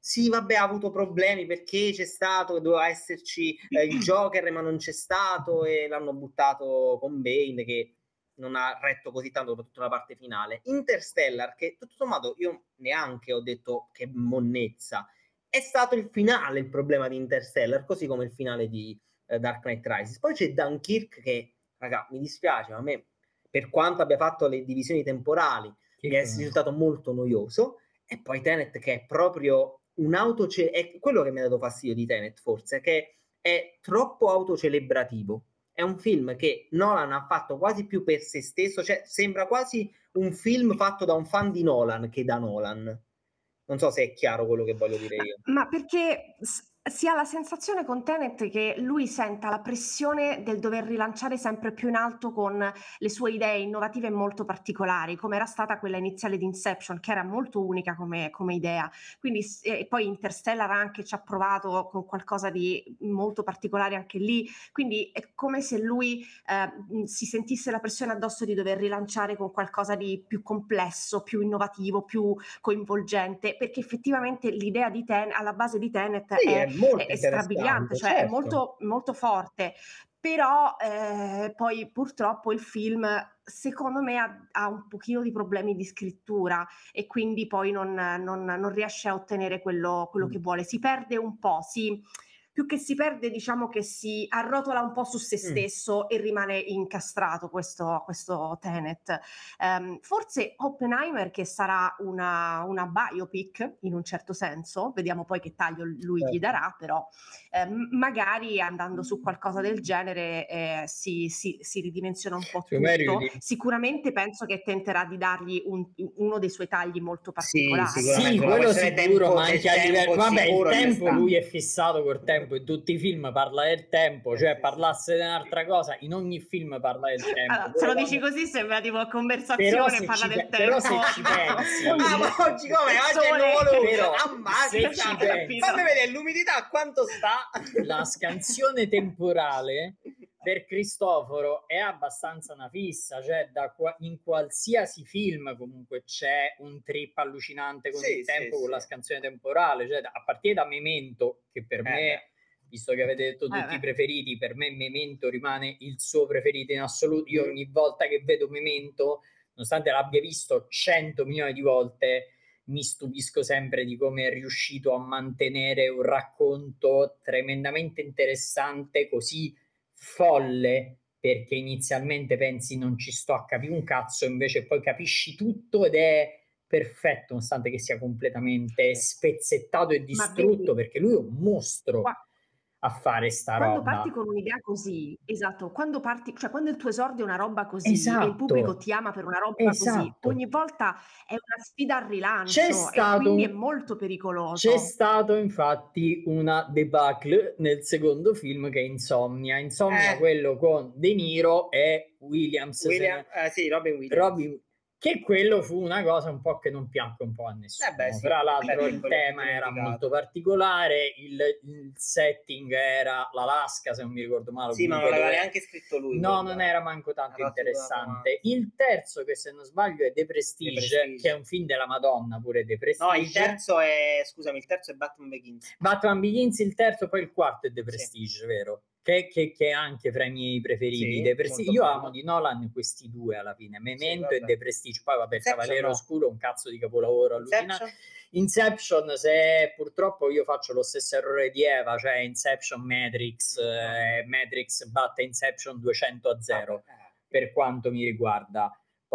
sì vabbè ha avuto problemi perché c'è stato, doveva esserci eh, il Joker ma non c'è stato e l'hanno buttato con Bane che non ha retto così tanto per tutta la parte finale. Interstellar, che tutto sommato io neanche ho detto che monnezza, è stato il finale il problema di Interstellar, così come il finale di eh, Dark Knight Rises. Poi c'è Dunkirk che, raga, mi dispiace, ma a me, per quanto abbia fatto le divisioni temporali, che mi è risultato molto noioso. E poi Tenet, che è proprio un'autoce... è quello che mi ha dato fastidio di Tenet, forse, che è troppo autocelebrativo. È un film che Nolan ha fatto quasi più per se stesso, cioè sembra quasi un film fatto da un fan di Nolan che da Nolan. Non so se è chiaro quello che voglio dire io. Ma perché s- si ha la sensazione con Tenet che lui senta la pressione del dover rilanciare sempre più in alto con le sue idee innovative e molto particolari, come era stata quella iniziale di Inception, che era molto unica come, come idea. Quindi, s- e poi Interstellar anche ci ha provato con qualcosa di molto particolare anche lì. Quindi è come se lui eh, mh, si sentisse la pressione addosso di dover rilanciare con qualcosa di più complesso, più innovativo, più coinvolgente, perché effettivamente l'idea di Ten alla base di Tenet Sì, è, è molto è, è strabiliante, interessante, cioè è certo. molto, molto forte. Però eh, poi purtroppo il film secondo me ha, ha un pochino di problemi di scrittura e quindi poi non, non, non riesce a ottenere quello, quello che vuole, si perde un po', si, più che si perde diciamo che si arrotola un po' su se stesso mm. e rimane incastrato questo, questo Tenet. Um, forse Oppenheimer, che sarà una, una biopic in un certo senso, vediamo poi che taglio lui certo. gli darà, però eh, magari andando su qualcosa del genere eh, si, si, si ridimensiona un po' tutto. Di... Sicuramente penso che tenterà di dargli un, uno dei suoi tagli molto particolari. Sì, sì quello sicuro, ma anche a livello... Vabbè, il tempo, lui è fissato col tempo, in tutti i film parla del tempo, cioè parlasse di un'altra cosa, in ogni film parla del tempo. Allora, se lo dici così sembra tipo conversazione, parla del pe- tempo. Però se ci pensi... ah, ma oggi come? Oggi è nuovo però, ammazza, se ci pensi... fammi vedere l'umidità, quanto sta? La scansione temporale per Cristoforo è abbastanza una fissa, cioè da qua, in qualsiasi film comunque c'è un trip allucinante con sì, il tempo, sì, con sì. la scansione temporale, cioè a partire da Memento, che per eh me, beh. visto che avete detto tutti eh i preferiti, per me Memento rimane il suo preferito in assoluto. Io ogni volta che vedo Memento, nonostante l'abbia visto cento milioni di volte, mi stupisco sempre di come è riuscito a mantenere un racconto tremendamente interessante, così folle, perché inizialmente pensi non ci sto a capire un cazzo, invece poi capisci tutto ed è perfetto, nonostante che sia completamente spezzettato e distrutto, perché lui è un mostro Qua... a fare sta quando roba. Quando parti con un'idea così, esatto, quando parti, cioè quando il tuo esordio è una roba così esatto. e il pubblico ti ama per una roba esatto. così, ogni volta è una sfida al rilancio c'è stato, e quindi è molto pericoloso. C'è stato infatti una debacle nel secondo film che è Insomnia. Insomnia, eh. quello con De Niro e Williams. William, eh, sì, Robin Williams. Robin, che quello fu una cosa un po' che non piacque un po' a nessuno. Eh beh, sì, Tra l'altro il tema era molto particolare, il, il setting era l'Alaska, se non mi ricordo male. Sì, ma non l'aveva neanche scritto lui. No, non era manco tanto era interessante. Il terzo, che se non sbaglio è The Prestige, The Prestige, che è un film della Madonna pure, The Prestige. No, il terzo è, scusami, il terzo è Batman Begins. Batman Begins, il terzo, poi il quarto è The Prestige, sì. vero? Che, che, che è anche fra i miei preferiti. Sì, Prestige, io bello. amo di Nolan questi due alla fine, Memento sì, e The Prestige. Poi vabbè, Inception, Cavaliere no. Oscuro, un cazzo di capolavoro allucinante. Inception. Inception, se purtroppo io faccio lo stesso errore di Eva, cioè Inception Matrix, no. eh, Matrix batte Inception duecento a zero ah, per quanto mi riguarda.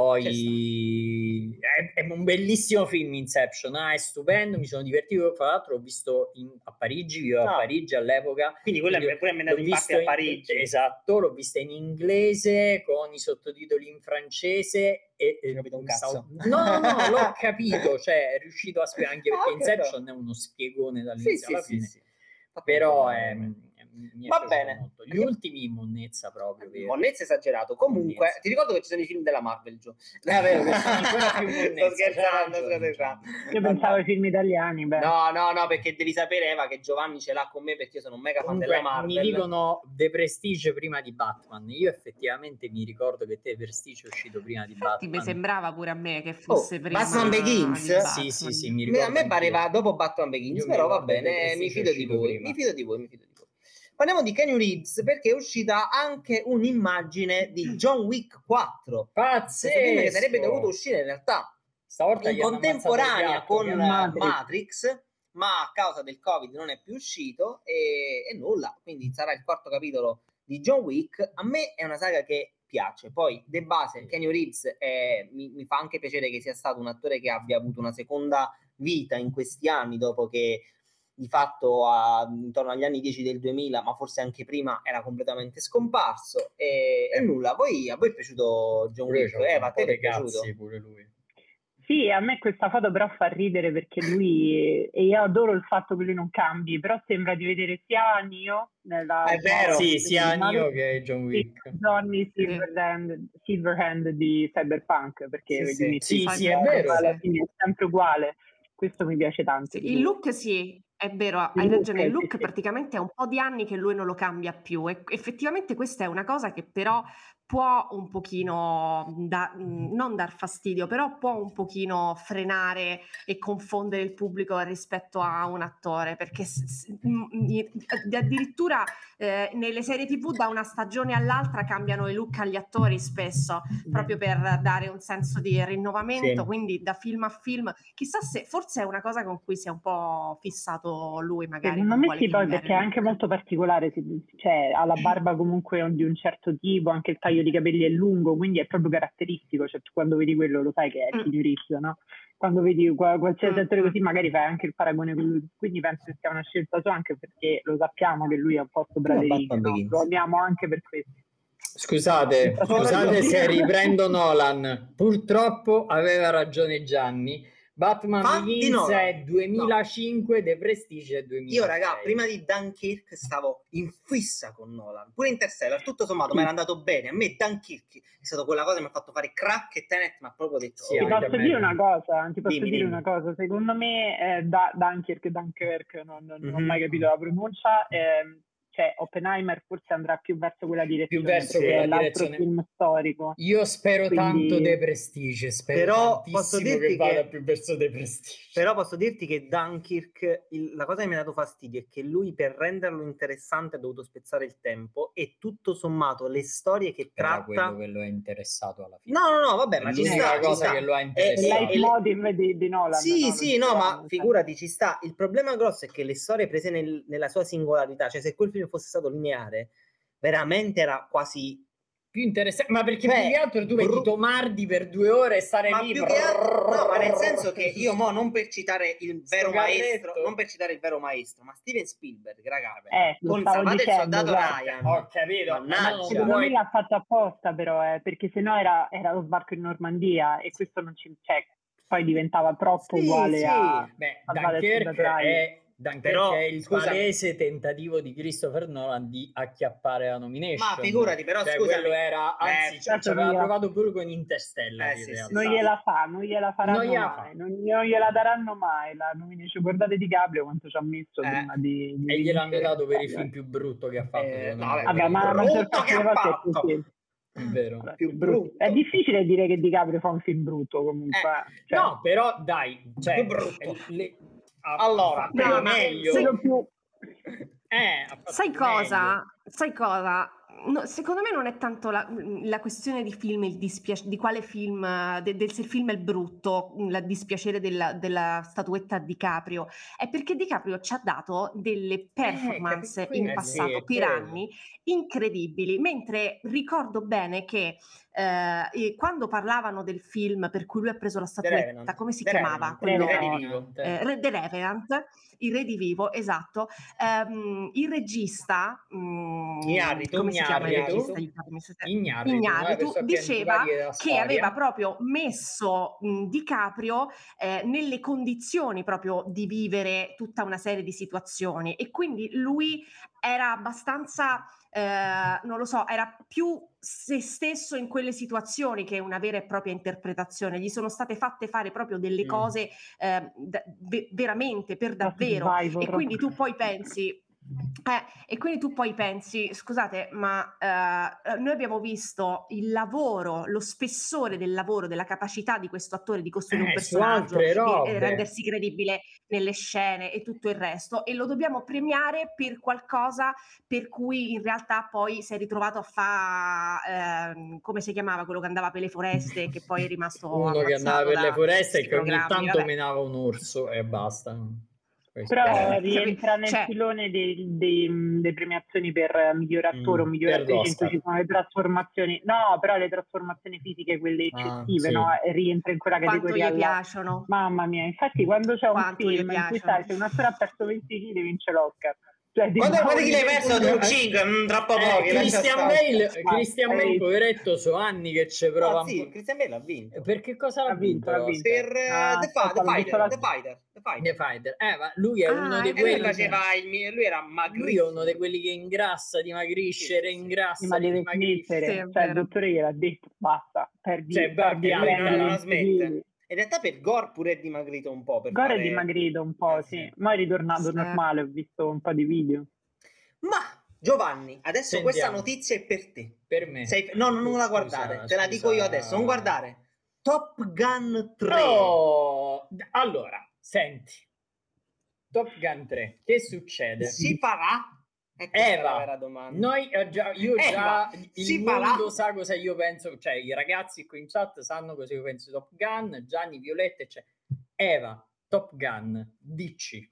Poi è, è un bellissimo film Inception, ah, è stupendo, mi sono divertito, tra l'altro l'ho visto in, a Parigi, io no. a Parigi all'epoca. Quindi quello è pure andato in parte a Parigi. In, esatto, l'ho vista in inglese con i sottotitoli in francese e, e capito un cazzo. Stavo... No, no, l'ho capito, cioè è riuscito a spiegare, anche perché ah, Inception no. è uno spiegone dall'inizio sì, alla sì, fine. Sì, sì. Però è, mi è Va piaciuto bene. molto. Gli ultimi monnezza proprio, vero? Monnezza esagerato. Comunque, Monnezza. ti ricordo che ci sono i film della Marvel, Gio. È vero che sono ancora più Sto monnezza, scherzando, c'hai sto ragione, scherzando. Io No, pensavo no. ai film italiani, beh. No, no, no, perché devi sapere, Eva, che Giovanni ce l'ha con me perché io sono un mega fan Comunque della Marvel. mi dicono The Prestige prima di Batman. Io effettivamente mi ricordo che te Prestige è uscito prima di Infatti mi Batman. sembrava pure a me che Oh, fosse prima Batman Begins? di Batman. Sì, sì, sì, mi Me- ricordo a me anch'io. pareva dopo Batman Begins, Io mi però va ricordo che The bene, mi Prestige fido è di uscito voi, prima. mi fido di voi, mi fido di voi. Parliamo di Keanu Reeves perché è uscita anche un'immagine di John Wick quattro. Questo film che sarebbe dovuto Pazzesco! uscire in realtà Stavolta in gli hanno ammazzato il contemporanea gatto, con che eh, Matrix. Matrix, ma a causa del Covid non è più uscito e, e nulla, quindi sarà il quarto capitolo di John Wick. A me è una saga che piace, poi de base Keanu Reeves è- mi, mi fa anche piacere che sia stato un attore che abbia avuto una seconda vita in questi anni, dopo che di fatto a, intorno agli anni dieci del duemila, ma forse anche prima, era completamente scomparso e, e nulla. Voi, a voi è piaciuto John Pure io Wick? c'ho Eva, un a te po' ti è dei piaciuto? cazzi pure lui. Sì, a me questa foto però fa ridere perché lui, e io adoro il fatto che lui non cambi, però sembra di vedere sia Neo nella È vero. nuova Sì, versione sia originale, Neo che John sì, Wick. Johnny Silverhand, Silverhand di Cyberpunk, perché Sì, gli sì. metti Sì, il sì, è colore, vero. alla fine è sempre uguale. Questo mi piace tanto. Sì, di il lui. look sì, è vero, hai Il look, ragione, il sì, look sì. praticamente è un po' di anni che lui non lo cambia più e effettivamente questa è una cosa che però può un pochino, da- mh, non dar fastidio, però può un pochino frenare e confondere il pubblico rispetto a un attore, perché s- s- mh, i- addirittura eh, nelle serie tivù da una stagione all'altra cambiano i look agli attori spesso, proprio per dare un senso di rinnovamento, Sì. quindi da film a film. Chissà se forse è una cosa con cui si è un po' fissato lui, magari Secondo non me vuole sì, poi cambiare perché è anche look. molto particolare, si- cioè ha la barba comunque di un certo tipo, anche il taglio di capelli è lungo, quindi è proprio caratteristico, cioè tu quando vedi quello lo sai che è Mm. Keanu Reeves, no? Quando vedi qua- qualsiasi Mm, attore mm. così magari fai anche il paragone con lui, quindi penso che sia una scelta sua anche perché lo sappiamo che lui è un posto Braderick, Batman no? Begins. Lo amiamo anche per questo. Scusate, scusate se Io- riprendo Nolan. Purtroppo aveva ragione Gianni. Batman Fatti Begins Nolan. è duemilacinque, The Prestige è duemilasei. Io, raga, prima di Dunkirk stavo in fissa con Nolan. Pure Interstellar, tutto sommato, mi era andato bene. A me Dunkirk è stato quella cosa che mi ha fatto fare crack e Tenet, mi ha proprio detto... Sì, Ti anche a posso me. dire una cosa, ti posso Dimmi, dire dimmi. una cosa, secondo me eh, da, Dunkirk, Dunkirk, non, non Mhm. ho mai capito la pronuncia, ehm, cioè Oppenheimer forse andrà più verso quella direzione, verso perché quella è l'altro direzione. film storico. Io spero Quindi- tanto The Prestige, spero Però posso tantissimo dirti che vada che- più verso The Prestige. Però posso dirti che Dunkirk, il- la cosa che mi ha dato fastidio è che lui per renderlo interessante ha dovuto spezzare il tempo e tutto sommato le storie che Era tratta... quello che lo è interessato alla fine. No, no, no, vabbè, È ma ci l'unica sta, ci cosa sta. che lo ha E- È il interessato. e- leitmotiv di, di Nolan. Sì, no? sì, Lo no, dicevamo, ma cioè. figurati, ci sta. Il problema grosso è che le storie prese nel- nella sua singolarità, cioè se quel film fosse stato lineare, veramente era quasi... Più interessante, ma perché Beh, più che altro tu vedi bru- Tomardi per due ore e stare Ma lì. più che altro, no, ma nel senso che io mo non per citare il Sto vero carretto. maestro, non per citare il vero maestro, ma Steven Spielberg, raga, Eh, lo con stavo Salvate il dicendo, soldato esatto. Ryan. Ho capito, Mannaggia. ma non Secondo puoi- me l'ha fatto apposta però, eh, perché sennò era, era lo sbarco in Normandia e questo non ci... Cioè, poi diventava troppo Sì, uguale sì. a... Beh, Salvate il Dunkirk soldato Ryan. è, Dunkirk Però, è il scusami. palese tentativo di Christopher Nolan di acchiappare la nomination. Ma figurati, però, Cioè, scusami. quello era, anzi, Eh, ci, certo ci aveva che- provato pure con Interstellar, Eh, in sì, realtà. sì, Non gliela fa, non gliela faranno Non gliela mai, fa. non, non gliela daranno mai la nomination. Guardate Di Caprio quanto ci ha messo Eh, prima di, di E gliel'hanno vincere. dato per il Eh, film più brutto che ha fatto. Eh, secondo no, me. Vabbè, ma la brutto maggior parte che delle ha volte è fatto. così. È vero. Vabbè, Più sì, brutti. brutto. È difficile dire che Di Caprio fa un film brutto comunque. Eh, cioè, No, però dai, cioè, Più brutto. le- ha Allora, fatto no, prima- meglio. quello più... Eh, ha fatto Sai meglio. cosa? Sai cosa? No, secondo me non è tanto la, la questione di film, il dispiace, di quale film, eh, de- del se il film è brutto, il dispiacere della, della statuetta di DiCaprio, è perché DiCaprio ci ha dato delle performance capi- in eh, passato sì, è per quello. anni incredibili, mentre ricordo bene che eh, e quando parlavano del film per cui lui ha preso la The statuetta, Revenant. come si The chiamava? Revenant. Quello, Il Re di No. Vivo. eh, Re- The Revenant, il Re di Vivo, esatto. Ehm, il regista, mm, Iñárritu, come si chiama il Iñárritu. regista? Aiutatemi se- Ignarritu, Iñárritu, una delle persone più diceva antipatiche della che storia. aveva proprio messo mh, DiCaprio eh, nelle condizioni proprio di vivere tutta una serie di situazioni e quindi lui era abbastanza, eh, non lo so, era più se stesso in quelle situazioni che una vera e propria interpretazione. Gli sono state fatte fare proprio delle Mm. cose eh, da- ve- veramente, per davvero. Survivor. E quindi tu poi pensi... Eh, e quindi tu poi pensi, scusate, ma eh, noi abbiamo visto il lavoro, lo spessore del lavoro, della capacità di questo attore di costruire un Eh, su personaggio, altre di robe. eh, rendersi credibile nelle scene e tutto il resto, e lo dobbiamo premiare per qualcosa per cui in realtà poi si è ritrovato a fare, ehm, come si chiamava quello che andava per le foreste, che poi è rimasto Uno che andava ammazzato per le da foreste e questi che ogni programmi, tanto vabbè. menava un orso e basta. Questo Però è. rientra nel Cioè- filone dei, dei, delle premiazioni per miglior attore o Mm, miglior per attrice in cui l'Oscar. ci sono le trasformazioni, no, però le trasformazioni fisiche, quelle Ah, eccessive, sì. no? E rientra in quella Quanto categoria gli là. piacciono? Mamma mia, infatti quando c'è un Quanto gli film in cui piacciono. sai, se un attore ha perso venti chili vince l'Oscar. Cioè, di Quando, quando ogni chi l'hai perso tu? categoria- cinque, troppo Eh, pochi. lascia Christian stare. Bale, Ma- Christian hai Bale, visto? poveretto, so anni che ci prova Ah, un sì, po'. Christian Bale ha vinto. Per che cosa l'ha Ha vinto, l'ha l'Oscar? vinto. Per eh, Ah, The, Fa- aspetta, The l'ho visto Fighter, la- The Fighter, The Fighter. The Fighter. Eh, ma lui è Ah, uno è di E lui vero. quelli. faceva il mi- lui era Lui è magrissimo. uno di quelli che ingrassa, dimagrisce, Sì, sì, sì. ingrassa, Sì, ma deve dimagrisce. smettere, Sì, è cioè il vero. dottore gliel'ha detto basta, perdi, Cioè, perdi Barbie, E lui non, prendi non venti smette. chili. In realtà per Gore pure è dimagrito un po'. Per Gore fare... è dimagrito un po', Eh, sì. sì. Ma è ritornato Sì. normale, ho visto un po' di video. Ma Giovanni, adesso questa Sentiamo. notizia è per te. Per me. Sei... No, non Scusa, la guardare, te la scusa. dico io adesso, non guardare. Top Gun tre. Oh! Allora, senti. Top Gun tre, che succede? Si farà? E questa è la Eva, vera domanda. noi eh, già, io Eva, già il si mondo farà? sa cosa io penso, cioè i ragazzi qui in chat sanno cosa io penso di Top Gun, Gianni, Violette, cioè Eva, Top Gun, dici.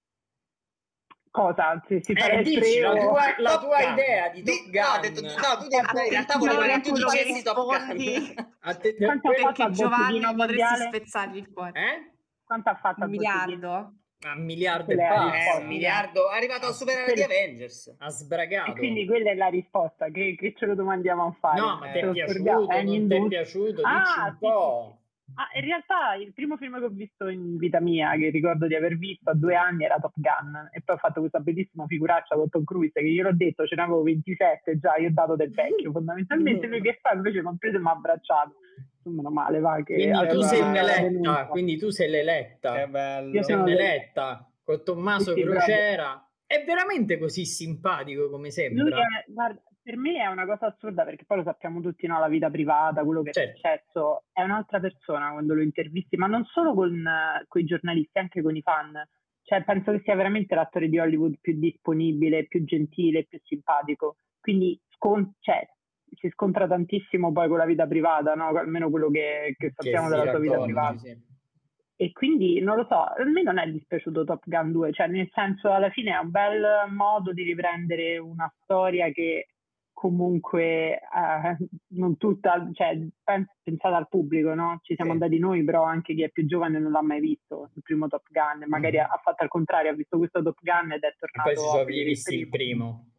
Cosa? Se si farà Eh, il dici la tre o- tua, la Top tua Gun. idea di Di- Top Gun. No, ho detto, no, tu devi, in realtà volevo Attenzione che a tu quello che dicessi Top Gun. rispondi. Atte- Quanto ha quel- fatto Perché al Giovanni botteghino potresti mondiale? spezzargli il cuore. eh? Quanto ha fatto Un al botteghino? miliardo? A un miliardo e Quella è la passa. Eh, risposta. un miliardo, è arrivato a superare gli Avengers. Ha sbragato. E quindi quella è la risposta, che, che ce lo domandiamo a fare. No, ma Eh, ti Ce è lo scordiamo? piaciuto? È Non ti è un'industria. piaciuto? Dici Ah, un sì, po'. sì, sì. Ah, in realtà il primo film che ho visto in vita mia, che ricordo di aver visto a due anni, era Top Gun, e poi ho fatto questa bellissima figuraccia con Tom Cruise, che io l'ho detto, ce ne avevo ventisette già, io ho dato del vecchio fondamentalmente, lui che fa invece mi ha preso e mi ha abbracciato. Meno male, va, che Quindi tu aveva sei una un'eletta, denuncia. quindi tu sei l'eletta. Che bello. Io Sei sono un'eletta con Tommaso Sì, sì, Crociera. È veramente così simpatico come Lui sembra? è, guarda, per me è una cosa assurda, perché poi lo sappiamo tutti, no? La vita privata, quello che Certo. è successo, è un'altra persona quando lo intervisti, ma non solo con i giornalisti, anche con i fan. Cioè, penso che sia veramente l'attore di Hollywood più disponibile, più gentile, più simpatico. Quindi scon- cioè, si scontra tantissimo poi con la vita privata, no? Almeno quello che, che sappiamo sì, della sua vita racconti, privata. sì. E quindi non lo so, a me non è dispiaciuto Top Gun due, cioè nel senso, alla fine è un bel modo di riprendere una storia che comunque eh, non tutta, cioè pen- pensata al pubblico, no? Ci siamo Sì. andati noi, però anche chi è più giovane non l'ha mai visto il primo Top Gun, magari Mhm. ha, ha fatto al contrario, ha visto questo Top Gun ed è E tornato poi si a sono vedere il rivisti il primo. primo.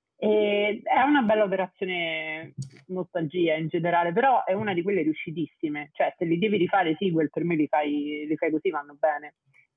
E è una bella operazione nostalgia in generale, però è una di quelle riuscitissime, cioè se li devi rifare sequel per me li fai, li fai così, vanno bene,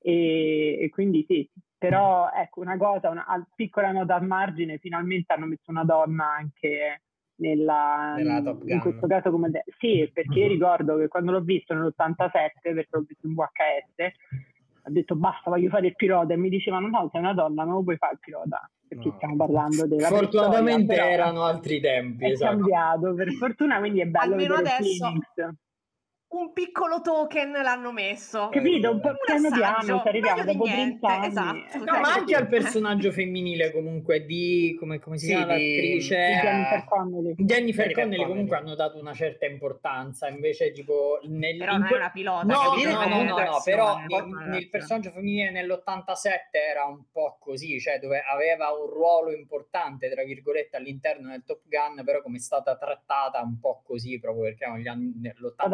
e, e quindi sì, però ecco una cosa, una, una piccola nota a margine, finalmente hanno messo una donna anche nella, Nella Top in Gun. questo caso come de- sì, perché io ricordo che quando l'ho visto nell'ottantasette, perché l'ho visto in V H S, ho detto basta, voglio fare il pilota, e mi dicevano no, sei una donna, non lo puoi fare il pilota, perché No. stiamo parlando della Fortunatamente preistoria, però erano altri tempi, è esatto. cambiato per fortuna, quindi è bello Almeno vedere adesso Phoenix. un piccolo token l'hanno messo. Capito? Un po' Un piano piano, assaggio, ci arriviamo meglio di dopo niente, trenta anni. esatto. eh, No, Cioè, ma anche al sì. personaggio femminile comunque di, come, come si Sì, chiama di- l'attrice? Di Eh, Jennifer Connelly. Jennifer Jennifer Connelly Connelly. comunque hanno dato una certa importanza, invece tipo nel, Però in non è que- una pilota, no, capito? no, È no, no, no, però un'azione, nel, una nel azione. personaggio femminile nell'ottantasette era un po' così, cioè dove aveva un ruolo importante tra virgolette all'interno del Top Gun, però come è stata trattata un po' così, proprio perché negli anni, È stata nell'ottantasette trattata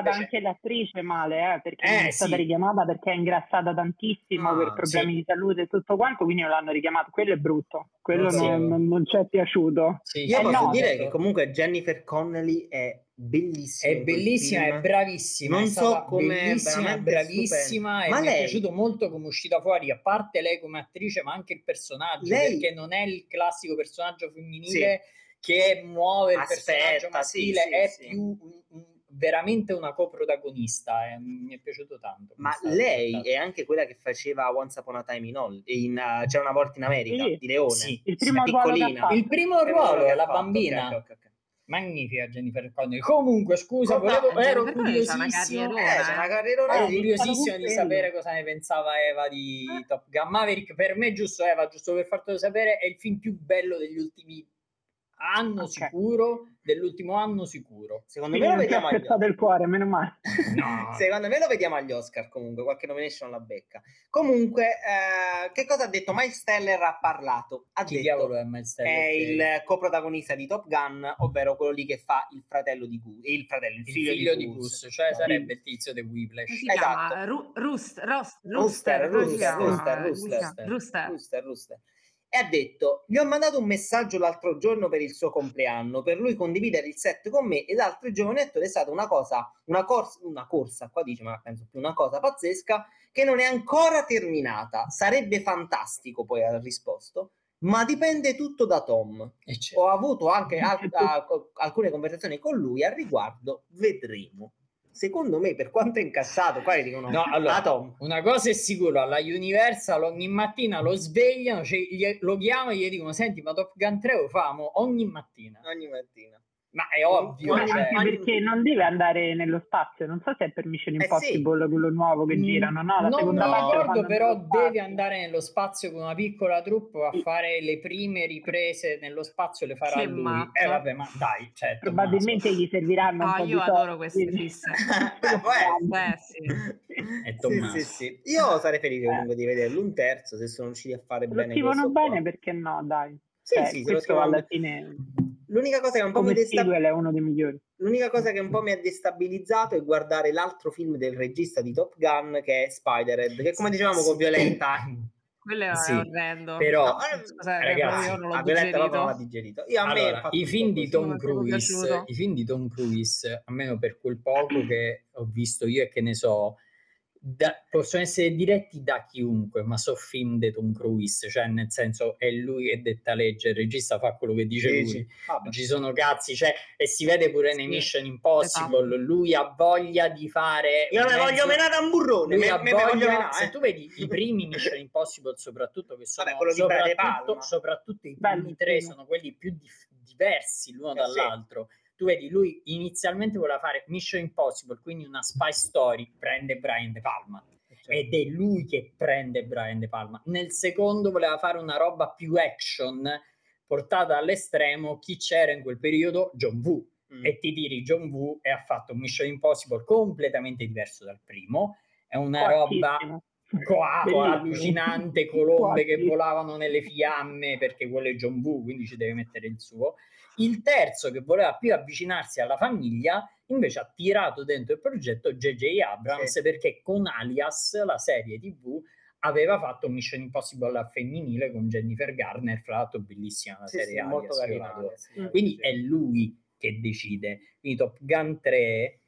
richiamata invece... anche l'attrice male, eh, perché Eh, è stata sì. richiamata perché è ingrassata tantissimo Ah, per problemi sì. di salute e tutto quanto, quindi non l'hanno richiamato. Quello è brutto, quello Sì. non, non- non ci è piaciuto. Sì, Io Eh, posso no, dire certo. che comunque Jennifer Connelly è bellissima È in quel bellissima, film. è bravissima, Non è so stata come è bellissima, veramente bravissima stupenda. e Ma mi è lei, piaciuto molto come è uscita fuori, a parte lei come attrice, ma anche il personaggio, lei perché non è il classico personaggio sì, femminile che muove il personaggio aspetta, sì, maschile, sì, è sì. più un- un- veramente una coprotagonista, e mi è piaciuto tanto. come Ma è stata lei trattata. è anche quella che faceva Once Upon a Time in Hall, in uh, C'era una volta in America, Sì, di Leone. Sì, il È primo ruolo che ha piccolina. fatto. il primo È il ruolo ruolo, che ha la fatto. Ok, bambina. ok, ok, ok. Magnifica Jennifer Connelly. Comunque, scusa, Cosa- volevo, Eh, ero Jennifer Connelly c'ha una curiosissimo. carrierona, Eh, c'è una eh. carriera Ero Eh, lì. curiosissimo con di quello. sapere cosa ne pensava Eva di Top Gun Maverick. Per me, giusto Eva, giusto per fartelo sapere, è il film più bello degli ultimi anno Ok. sicuro, dell'ultimo anno sicuro. Secondo Quindi me lo non ti ha vediamo agli spezzato il cuore, meno male. No. Secondo me lo vediamo agli Oscar comunque, qualche nomination la becca. Comunque, eh, che cosa ha detto? Miles Teller ha parlato. Ha Chi detto diavolo è Miles Teller? è Che- il coprotagonista di Top Gun, ovvero quello lì che fa il fratello di Goose, il fratello, il il figlio, figlio di di Goose. Goose, cioè Sì. sarebbe il tizio di Come Whiplash. si Esatto. chiama? Ru- Roost, Rost, Rooster, Rooster, come si Rooster, chiama? Rooster, Come si Rooster, chiama? Rooster. Rooster, Rooster. E ha detto: gli ho mandato un messaggio l'altro giorno per il suo compleanno, per lui condividere il set con me, e l'altro giorno è stata una cosa, una corsa, una corsa, qua dice, ma penso più una cosa pazzesca, che non è ancora terminata. Sarebbe fantastico, poi ha risposto, ma dipende tutto da Tom. E certo. Ho avuto anche al- a- alcune conversazioni con lui al riguardo, vedremo. Secondo me, per quanto è incassato, qua gli dicono: No, allora, ah, Tom, una cosa è sicura, alla Universal ogni mattina lo svegliano, cioè, gli- lo chiamano e gli dicono: senti, ma Top Gun tre lo famo ogni mattina. ogni mattina. Ma è ovvio, Ogni- cioè, Anche perché non deve andare nello spazio, non so se è per Mission Eh, Impossible quello nuovo che Mm, girano, no? La non seconda mi parte lo ricordo, fanno però nello spazio. deve andare nello spazio con una piccola troupe a Sì. fare le prime riprese nello spazio, le farà Che lui. matto. Eh vabbè, ma dai, cioè, Probabilmente gli serviranno un No, po' io di adoro soldi, queste quindi- fisse. Beh, può essere. Beh, sì. È Sì, Tommaso. sì, sì. Io sarei felice comunque di vederlo un terzo, se sono riusciti a fare Se lo bene scrivono questo bene, qua. perché no, dai. Sì, Cioè, sì, se lo questo scrivono alla bene. fine, L'unica cosa che un po' mi come desta- sequel, è uno dei migliori. L'unica cosa che un po' mi ha destabilizzato è guardare l'altro film del regista di Top Gun, che è Spider-Head, che come dicevamo con Violenta. Quello è Sì, orrendo. però, No, scusate, ragazzi, io non l'ho a Violetta proprio digerito. non l'ha digerito. Io a me ha allora, fatto i un film po' di così. Tom Non mi è proprio Cruise, piaciuto. i film di Tom Cruise, almeno per quel poco che ho visto io e che ne so, da- possono essere diretti da chiunque, ma so film di Tom Cruise, cioè nel senso è lui che detta legge, il regista fa quello che dice lui, Dici, vabbè. non ci sono cazzi, cioè, e si vede pure nei Sì, Mission Impossible, esatto. lui ha voglia di fare Io me mezzo- voglio menare a un burrone, lui me, ha me, me voglio voglia, menare, se eh. tu vedi i primi Mission Impossible soprattutto che sono Vabbè, quello di Brad De soprattutto, Palma. soprattutto i Bello, primi tre sì. sono quelli più dif- diversi l'uno Eh, sì. dall'altro. Tu vedi, lui inizialmente voleva fare Mission Impossible, quindi una spy story, prende Brian De Palma. Ed è lui che prende Brian De Palma. Nel secondo voleva fare una roba più action, portata all'estremo. Chi c'era in quel periodo? John Woo. Mm. E ti tiri John Woo e ha fatto un Mission Impossible completamente diverso dal primo. È una roba Coatissimo. coato, Bellissimo. allucinante, colombe che Coatissimo. volavano nelle fiamme, perché quello è John Woo, quindi ci deve mettere il suo. Il terzo, che voleva più avvicinarsi alla famiglia, invece ha tirato dentro il progetto J J Abrams, Sì. perché con Alias, la serie tivù, aveva fatto Mission Impossible a femminile con Jennifer Garner, fra l'altro bellissima la Sì, serie sì, Alias, molto io carina. l'adoro. Alias, Mm. Quindi sì. è lui che decide. Quindi Top Gun tre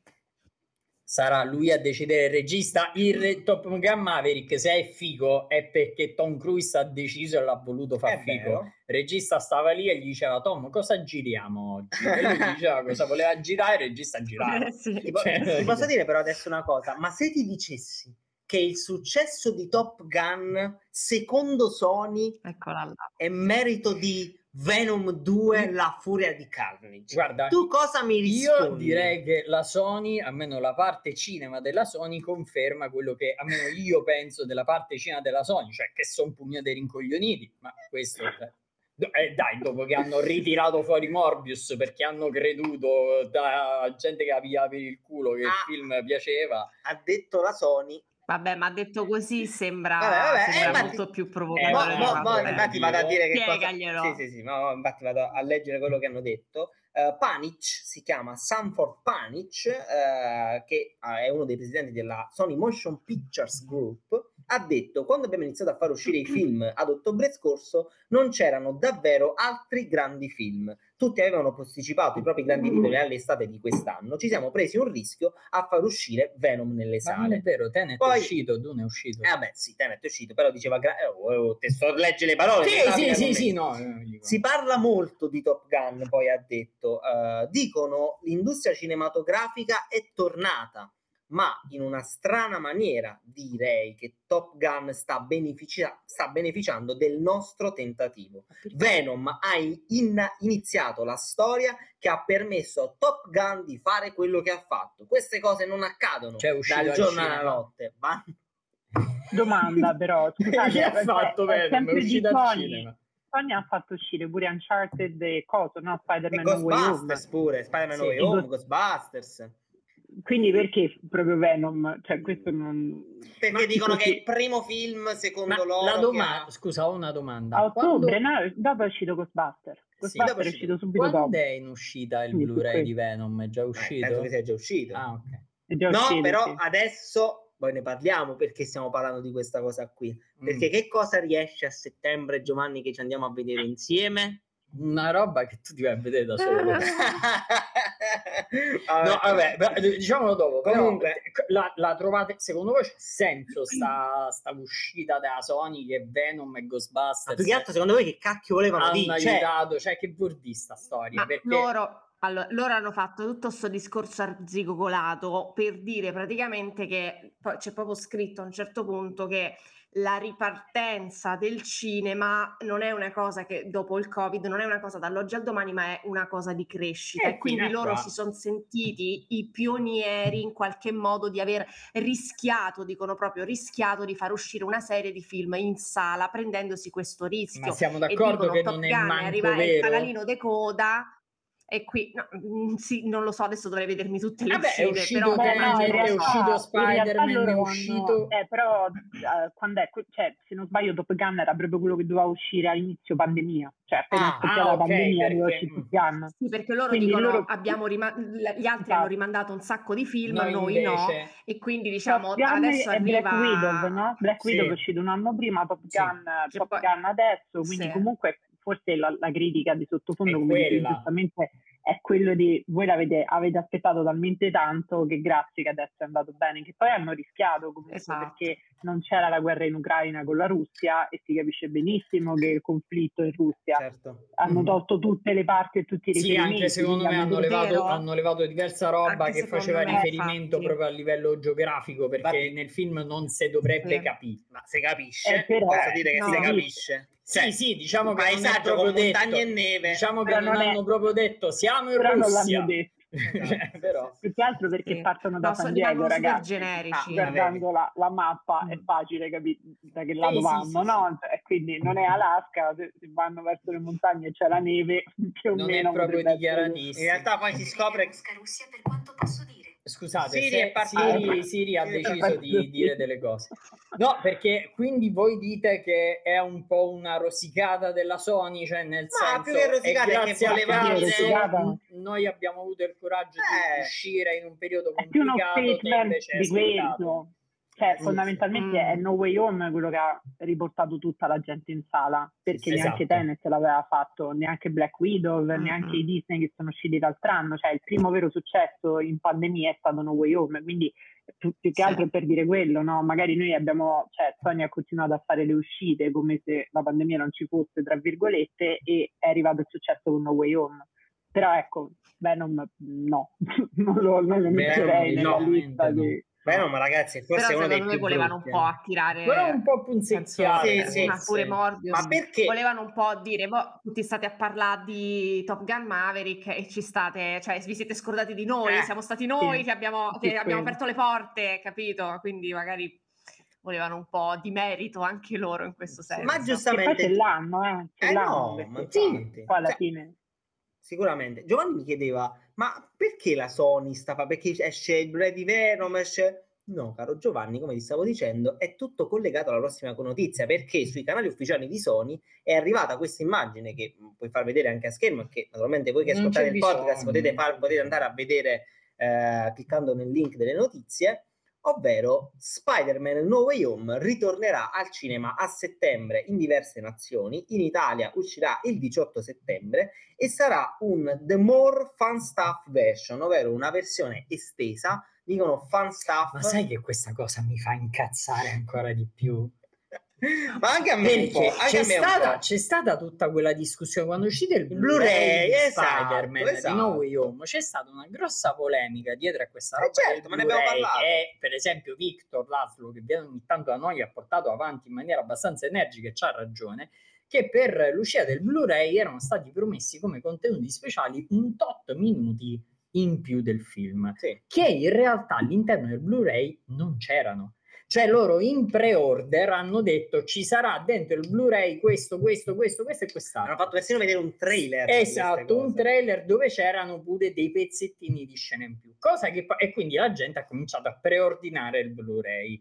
sarà lui a decidere il regista. Il re- Top Gun Maverick, se è figo, è perché Tom Cruise ha deciso e l'ha voluto far È figo. vero. Il regista stava lì e gli diceva: Tom, cosa giriamo oggi? E lui gli diceva cosa voleva girare, il regista girava. Eh, sì. Ti, po- Cioè, ti posso dire però adesso una cosa, ma se ti dicessi che il successo di Top Gun, secondo Sony, Eccola là. è merito di Venom due, La furia di Carnage, Guarda, tu cosa mi io rispondi? direi che la Sony, almeno la parte cinema della Sony, conferma quello che almeno io penso della parte cinema della Sony, cioè che sono un pugno dei rincoglioniti, ma questo eh, dai, dopo che hanno ritirato fuori Morbius perché hanno creduto da gente che la pigliava per il culo che Ah. il film piaceva. Ha detto la Sony Vabbè, ma detto così sembra, Vabbè, vabbè, sembra eh, infatti, molto più eh, provocatorio mo, di mo, quanto mo, è. infatti vado a dire che cosa... Spiegaglielo. Sì, sì, sì, mo, infatti vado a leggere quello che hanno detto. Uh, Panic si chiama Sanford Panic, uh, che uh, è uno dei presidenti della Sony Motion Pictures Group, ha detto: quando abbiamo iniziato a far uscire i film ad ottobre scorso non c'erano davvero altri grandi film, tutti avevano posticipato i propri grandi titoli all'estate di quest'anno, ci siamo presi un rischio a far uscire Venom nelle Ma sale. non è vero, Tenet Poi... è uscito, Dune è uscito. Eh vabbè, sì, Tenet è uscito, però diceva gra- eh, oh, te sto a leggere le parole. Sì, sì, sì, sì, no. Si parla molto di Top Gun, poi ha detto, uh, dicono l'industria cinematografica è tornata, ma in una strana maniera direi che Top Gun sta, beneficia- sta beneficiando del nostro tentativo. Venom ha in- iniziato la storia che ha permesso a Top Gun di fare quello che ha fatto. Queste cose non accadono Cioè, dal giorno alla notte. Ma... Domanda però, scusate, che ha fatto è, è Venom? È sempre uscito di al Sony. cinema. Sony ha fatto uscire pure Uncharted e coso, no? Spider-Man e No Way Home. Ghostbusters pure, Spider-Man Sì. No Way Home, Ghostbusters. Quindi perché proprio Venom? Cioè, questo non... Perché Ma dicono così. che è il primo film, secondo Ma loro, la domanda, che ha... scusa, ho una domanda. A ottobre, Quando... no? Dopo è uscito Ghostbusters. Sì. Ghostbusters Dopo è è uscito. uscito subito Quando dopo. è in uscita il Quindi su Blu-ray questo. di Venom? È già Eh, uscito? penso che sia già uscito. Ah, ok. È già No, uscito, però sì. adesso poi ne parliamo, perché stiamo parlando di questa cosa qui. Perché Mm. che cosa riesce a settembre, Giovanni, che ci andiamo a vedere insieme? Una roba che tu ti vai a vedere da solo. Vabbè. No, vabbè, beh, diciamolo dopo. Comunque, però, la, la trovate, secondo voi c'è senso sta, sta uscita della Sony che Venom e Ghostbusters ma più che altro, secondo voi che cacchio volevano hanno dire? Cioè, aiutato? Cioè, che vuol dire sta storia? Ma Perché loro, allora, loro hanno fatto tutto questo discorso arzigogolato per dire praticamente che poi c'è proprio scritto a un certo punto che la ripartenza del cinema non è una cosa che dopo il Covid, non è una cosa dall'oggi al domani, ma è una cosa di crescita. Eh, E quindi fino a loro qua. si sono sentiti i pionieri in qualche modo di aver rischiato, dicono proprio rischiato di far uscire una serie di film in sala prendendosi questo rischio. Ma siamo E d'accordo dicono che Top non è Gun manco arriva, è il vero? fanalino de coda. E qui no, mm, sì, non lo so, adesso dovrei vedermi tutte le Vabbè, è uscite, uscito però Beh, no, in Tenet, è realtà, uscito in Spider-Man, realtà è loro uscito... hanno... Eh, però, eh, quando è... Cioè, se non sbaglio, Top Gun era proprio quello che doveva uscire all'inizio pandemia. Cioè, appena Ah, scoppiata ah, la ok, pandemia, doveva perché... uscire Top Gun. sì, perché loro Quindi dicono loro... abbiamo rima- gli altri Esatto. hanno rimandato un sacco di film, Noi noi invece... no, e quindi diciamo Top Gun adesso e Black Widow, arriva... no? Black Sì. Widow è uscito un anno prima, Top Sì. Gun, Cioè, Top poi- Gun adesso, quindi sì. comunque forse la, la critica di sottofondo, È come dicevi quella. giustamente, è quello di voi l'avete avete aspettato talmente tanto che grazie che adesso è andato bene, che poi hanno rischiato comunque Esatto. perché non c'era la guerra in Ucraina con la Russia e si capisce benissimo che il conflitto in Russia certo. hanno Mhm. tolto tutte le parti e tutti i Sì, riferimenti. anche secondo me quindi hanno detto- levato, Vero? hanno levato diversa roba Anche che secondo faceva me, riferimento infatti. proprio a livello geografico, perché Vabbè. nel film non si dovrebbe Sì. capire. Ma si capisce, Eh, però- posso dire che no. si capisce. Sì, Cioè, sì, diciamo un che non è paesaggio proprio con montagne detto. e neve. Diciamo che Però non non è- hanno proprio detto siamo in però non Russia. l'hanno detto. Cioè, però. Più che altro perché Sì. partono da No, San so- Diego, rimangono super ragazzi. generici. Ah, guardando la, la mappa è Mm. facile capire da che lato sì, vanno, sì, no? Cioè, quindi non è Alaska, se, se vanno verso le montagne e c'è la neve, più o Non è meno proprio potrebbe essere- dichiaratissimo. In realtà poi si scopre Mosca Russia, per quanto posso dire. Scusate, Siri se è partito. Siri, Siri ha Siri è deciso partito. di dire delle cose. No, perché quindi voi dite che è un po' una rosicata della Sony, cioè nel Ma senso più che rosicata è che grazie voleva a dire- questo rosicata. n- noi abbiamo avuto il coraggio Eh. di uscire in un periodo È più uno complicato, te statement invece hai di aspettato. quello. Cioè, Sì, fondamentalmente sì. è No Way Home quello che ha riportato tutta la gente in sala, perché sì, neanche esatto. Tenet l'aveva fatto, neanche Black Widow, Mm-hmm. neanche i Disney che sono usciti l'altro anno. Cioè, il primo vero successo in pandemia è stato No Way Home, quindi più, più che Sì. altro è per dire quello, no? Magari noi abbiamo, cioè Sony ha continuato a fare le uscite come se la pandemia non ci fosse, tra virgolette, e è arrivato il successo con No Way Home. Però ecco, Venom no, non lo, non lo Venom, metterei nella no, lista no. di... Beh, ma ragazzi, forse Però è uno dei secondo me più volevano brutti, un po' eh. attirare, Però un po' punzecchiare, senso, Sì, sì, ma pure sì. Morbius. Ma perché? Volevano un po' dire, boh, tutti state a parlare di Top Gun Maverick e ci state, cioè vi siete scordati di noi, Eh, siamo stati noi sì, che abbiamo, sì, che abbiamo quello. aperto le porte, capito? Quindi magari volevano un po' di merito anche loro in questo senso. Ma Che poi giustamente... ce l'hanno, eh, ce Eh l'hanno, no, perché ma poi- infatti. poi alla Cioè, fine... Sicuramente. Giovanni mi chiedeva, ma perché la Sony sta fa- perché esce il Blu-ray di Venom, esce... No, caro Giovanni, come ti stavo dicendo, è tutto collegato alla prossima notizia, perché sui canali ufficiali di Sony è arrivata questa immagine che mh, puoi far vedere anche a schermo, che naturalmente voi che Non ascoltate c'è il podcast bisogno, potete, non far, c'è potete bisogno. andare a vedere eh, cliccando nel link delle notizie, ovvero Spider-Man No Way Home ritornerà al cinema a settembre in diverse nazioni. In Italia uscirà il diciotto settembre e sarà un The More Fun Stuff version, ovvero una versione estesa, dicono fan stuff. Ma sai che questa cosa mi fa incazzare ancora di più? Ma anche a me un po', Perché anche c'è a me un stata, po'. c'è stata tutta quella discussione quando è uscito il Il Blu-ray, Blu-ray, di esatto, Spider-Man esatto. di No Way Home, c'è stata una grossa polemica dietro a questa Eh, roba certo, del ma ne abbiamo Blu-ray, parlato. e per esempio Victor Laszlo, che viene ogni tanto da noi, ha portato avanti in maniera abbastanza energica e c'ha ragione, che per l'uscita del Blu-ray erano stati promessi come contenuti speciali un tot minuti in più del film, Sì. che in realtà all'interno del Blu-ray non c'erano. Cioè loro in pre-order hanno detto ci sarà dentro il Blu-ray questo, questo, questo, questo e quest'altro. Hanno fatto persino vedere un trailer. di queste Esatto, un cose. trailer dove c'erano pure dei pezzettini di scena in più. Cosa che pa- e quindi la gente ha cominciato a preordinare il Blu-ray.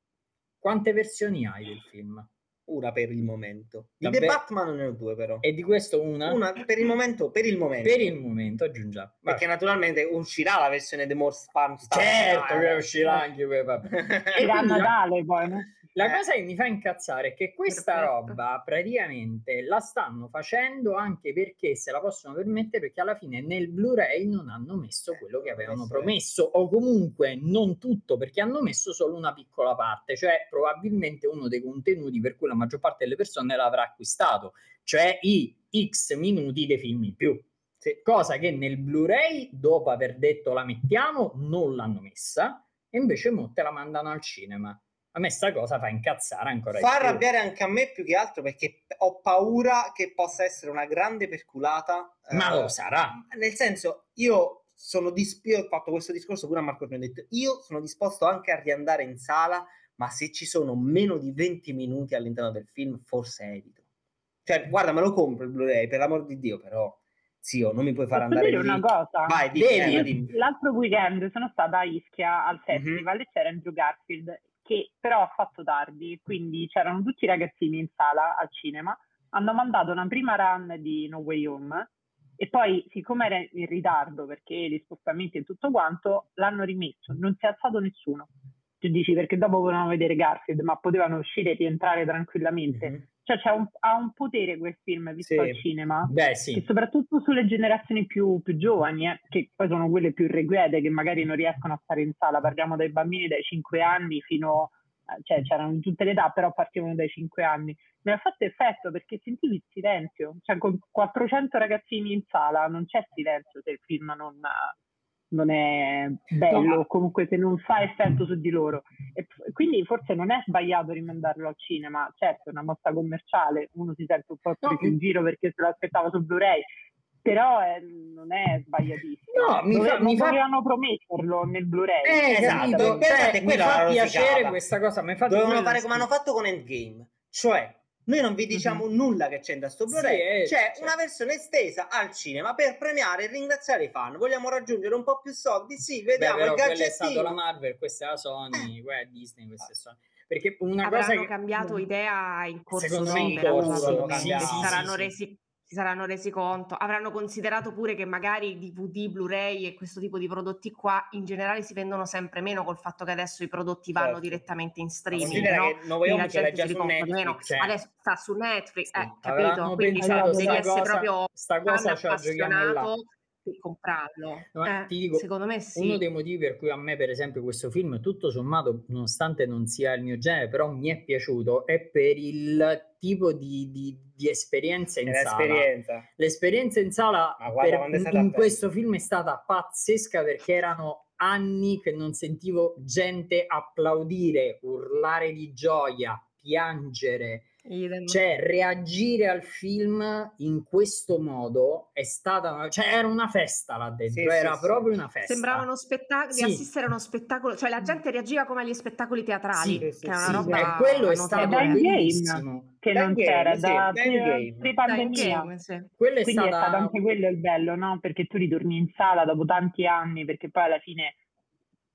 Quante versioni hai del film? Una per il momento. Di Davvero? The Batman ne ho due però. E di questo una? Una per il momento, per il momento. Per il momento, aggiungiamo. Perché naturalmente uscirà la versione The More Fun Stuff. Certo che Eh, uscirà anche quella. vabbè. E Era a quindi la- Natale poi, no? La Eh. cosa che mi fa incazzare è che questa Perfetto. roba praticamente la stanno facendo anche perché se la possono permettere, perché alla fine nel Blu-ray non hanno messo quello che avevano Questo è. promesso, o comunque non tutto, perché hanno messo solo una piccola parte, cioè probabilmente uno dei contenuti per cui la maggior parte delle persone l'avrà acquistato, cioè i X minuti dei film in più. Sì, cosa che nel Blu-ray, dopo aver detto la mettiamo, non l'hanno messa, e invece mo te la mandano al cinema. A me sta cosa fa incazzare ancora Fa di più. arrabbiare anche a me più che altro perché ho paura che possa essere una grande perculata. Ma eh, lo sarà. Nel senso, io sono dis- io ho fatto questo discorso pure a Marco, mi ho detto io sono disposto anche a riandare in sala, ma se ci sono meno di venti minuti all'interno del film, forse evito. Cioè, guarda, me lo compro il Blu-ray, per l'amor di Dio, però zio, non mi puoi far Posso andare dire lì. una cosa? Vai, dimmi, Devi. eh, dimmi. L'altro weekend sono stata a Ischia al festival Mhm. e c'era Andrew Garfield, che però ha fatto tardi, quindi c'erano tutti i ragazzini in sala al cinema, hanno mandato una prima run di No Way Home e poi, siccome era in ritardo perché gli spostamenti e tutto quanto, l'hanno rimesso, non si è alzato nessuno. Tu dici perché dopo volevano vedere Garfield, ma potevano uscire e rientrare tranquillamente. Mhm. Cioè c'è un- ha un potere quel film visto Sì. al cinema, Beh, che sì. soprattutto sulle generazioni più, più giovani, eh, che poi sono quelle più irrequiete, che magari non riescono a stare in sala. Parliamo dai bambini dai cinque anni fino, eh, cioè c'erano in tutte le età, però partivano dai cinque anni. Mi ha fatto effetto perché sentivi il silenzio, cioè con quattrocento ragazzini in sala non c'è silenzio se il film non, non è bello, No. o comunque se non fa effetto su di loro. E f- quindi forse non è sbagliato rimandarlo al cinema, certo è una mossa commerciale, uno si sente un po' No, preso in giro perché se lo aspettava su Blu-ray, però eh, non è sbagliatissimo. No, mi fa- Dove- mi non fa- dovevano prometterlo nel Blu-ray. Eh, Esatto, capito? pensate, Cioè, mi quella fa era la piacere rosicata. questa cosa, ma infatti Dovevano quella fare sì. come hanno fatto con Endgame, cioè noi non vi diciamo nulla che c'è da sto Sì, Blu-ray, eh, c'è cioè. una versione estesa al cinema per premiare e ringraziare i fan. Vogliamo raggiungere un po' più soldi? Sì, Beh, vediamo però il quella è stata la gadgettino. Marvel, questa è la Sony, quella è Disney, questa è Sony. Perché una cosa Avranno che... cambiato idea in corso Secondo me in d'opera, corso, probabilmente. sì, si, sì, saranno sì, sì. resi, si saranno resi conto, avranno considerato pure che magari D V D, Blu-ray e questo tipo di prodotti qua in generale si vendono sempre meno col fatto che adesso i prodotti vanno Certo. direttamente in Ma streaming, considera no? che No Way Quindi Home la ce l'hai gente già si su ricompra di meno. Netflix. Cioè, Adesso sta su Netflix, sì, eh, avranno capito? Quindi pensato devi sta essere cosa, proprio sta fan cosa ce la giochiamo là. appassionato per comprarlo. Ma Eh, ti dico, secondo me sì. uno dei motivi per cui a me, per esempio, questo film, tutto sommato, nonostante non sia il mio genere, però mi è piaciuto, è per il tipo di, di, di esperienza in È sala. l'esperienza. L'esperienza in sala Ma guarda, per- quando è stata in bella. questo film è stata pazzesca perché erano anni che non sentivo gente applaudire, urlare di gioia, piangere. Idem. Cioè, reagire al film in questo modo è stata una, cioè era una festa là dentro, Sì, era sì, sì. proprio una festa. Sembrava uno spettacolo, Sì. di assistere a uno spettacolo, cioè la gente reagiva come agli spettacoli teatrali, Sì, sì, che è una sì, roba e quello è È stato da notevole. Endgame bellissimo. che Da non Endgame, c'era, sì, da da pre- Endgame. Da pre-pandemia. Endgame, sì. Quello è Quindi è stato stata anche quello il bello, no? Perché tu ritorni in sala dopo tanti anni, perché poi alla fine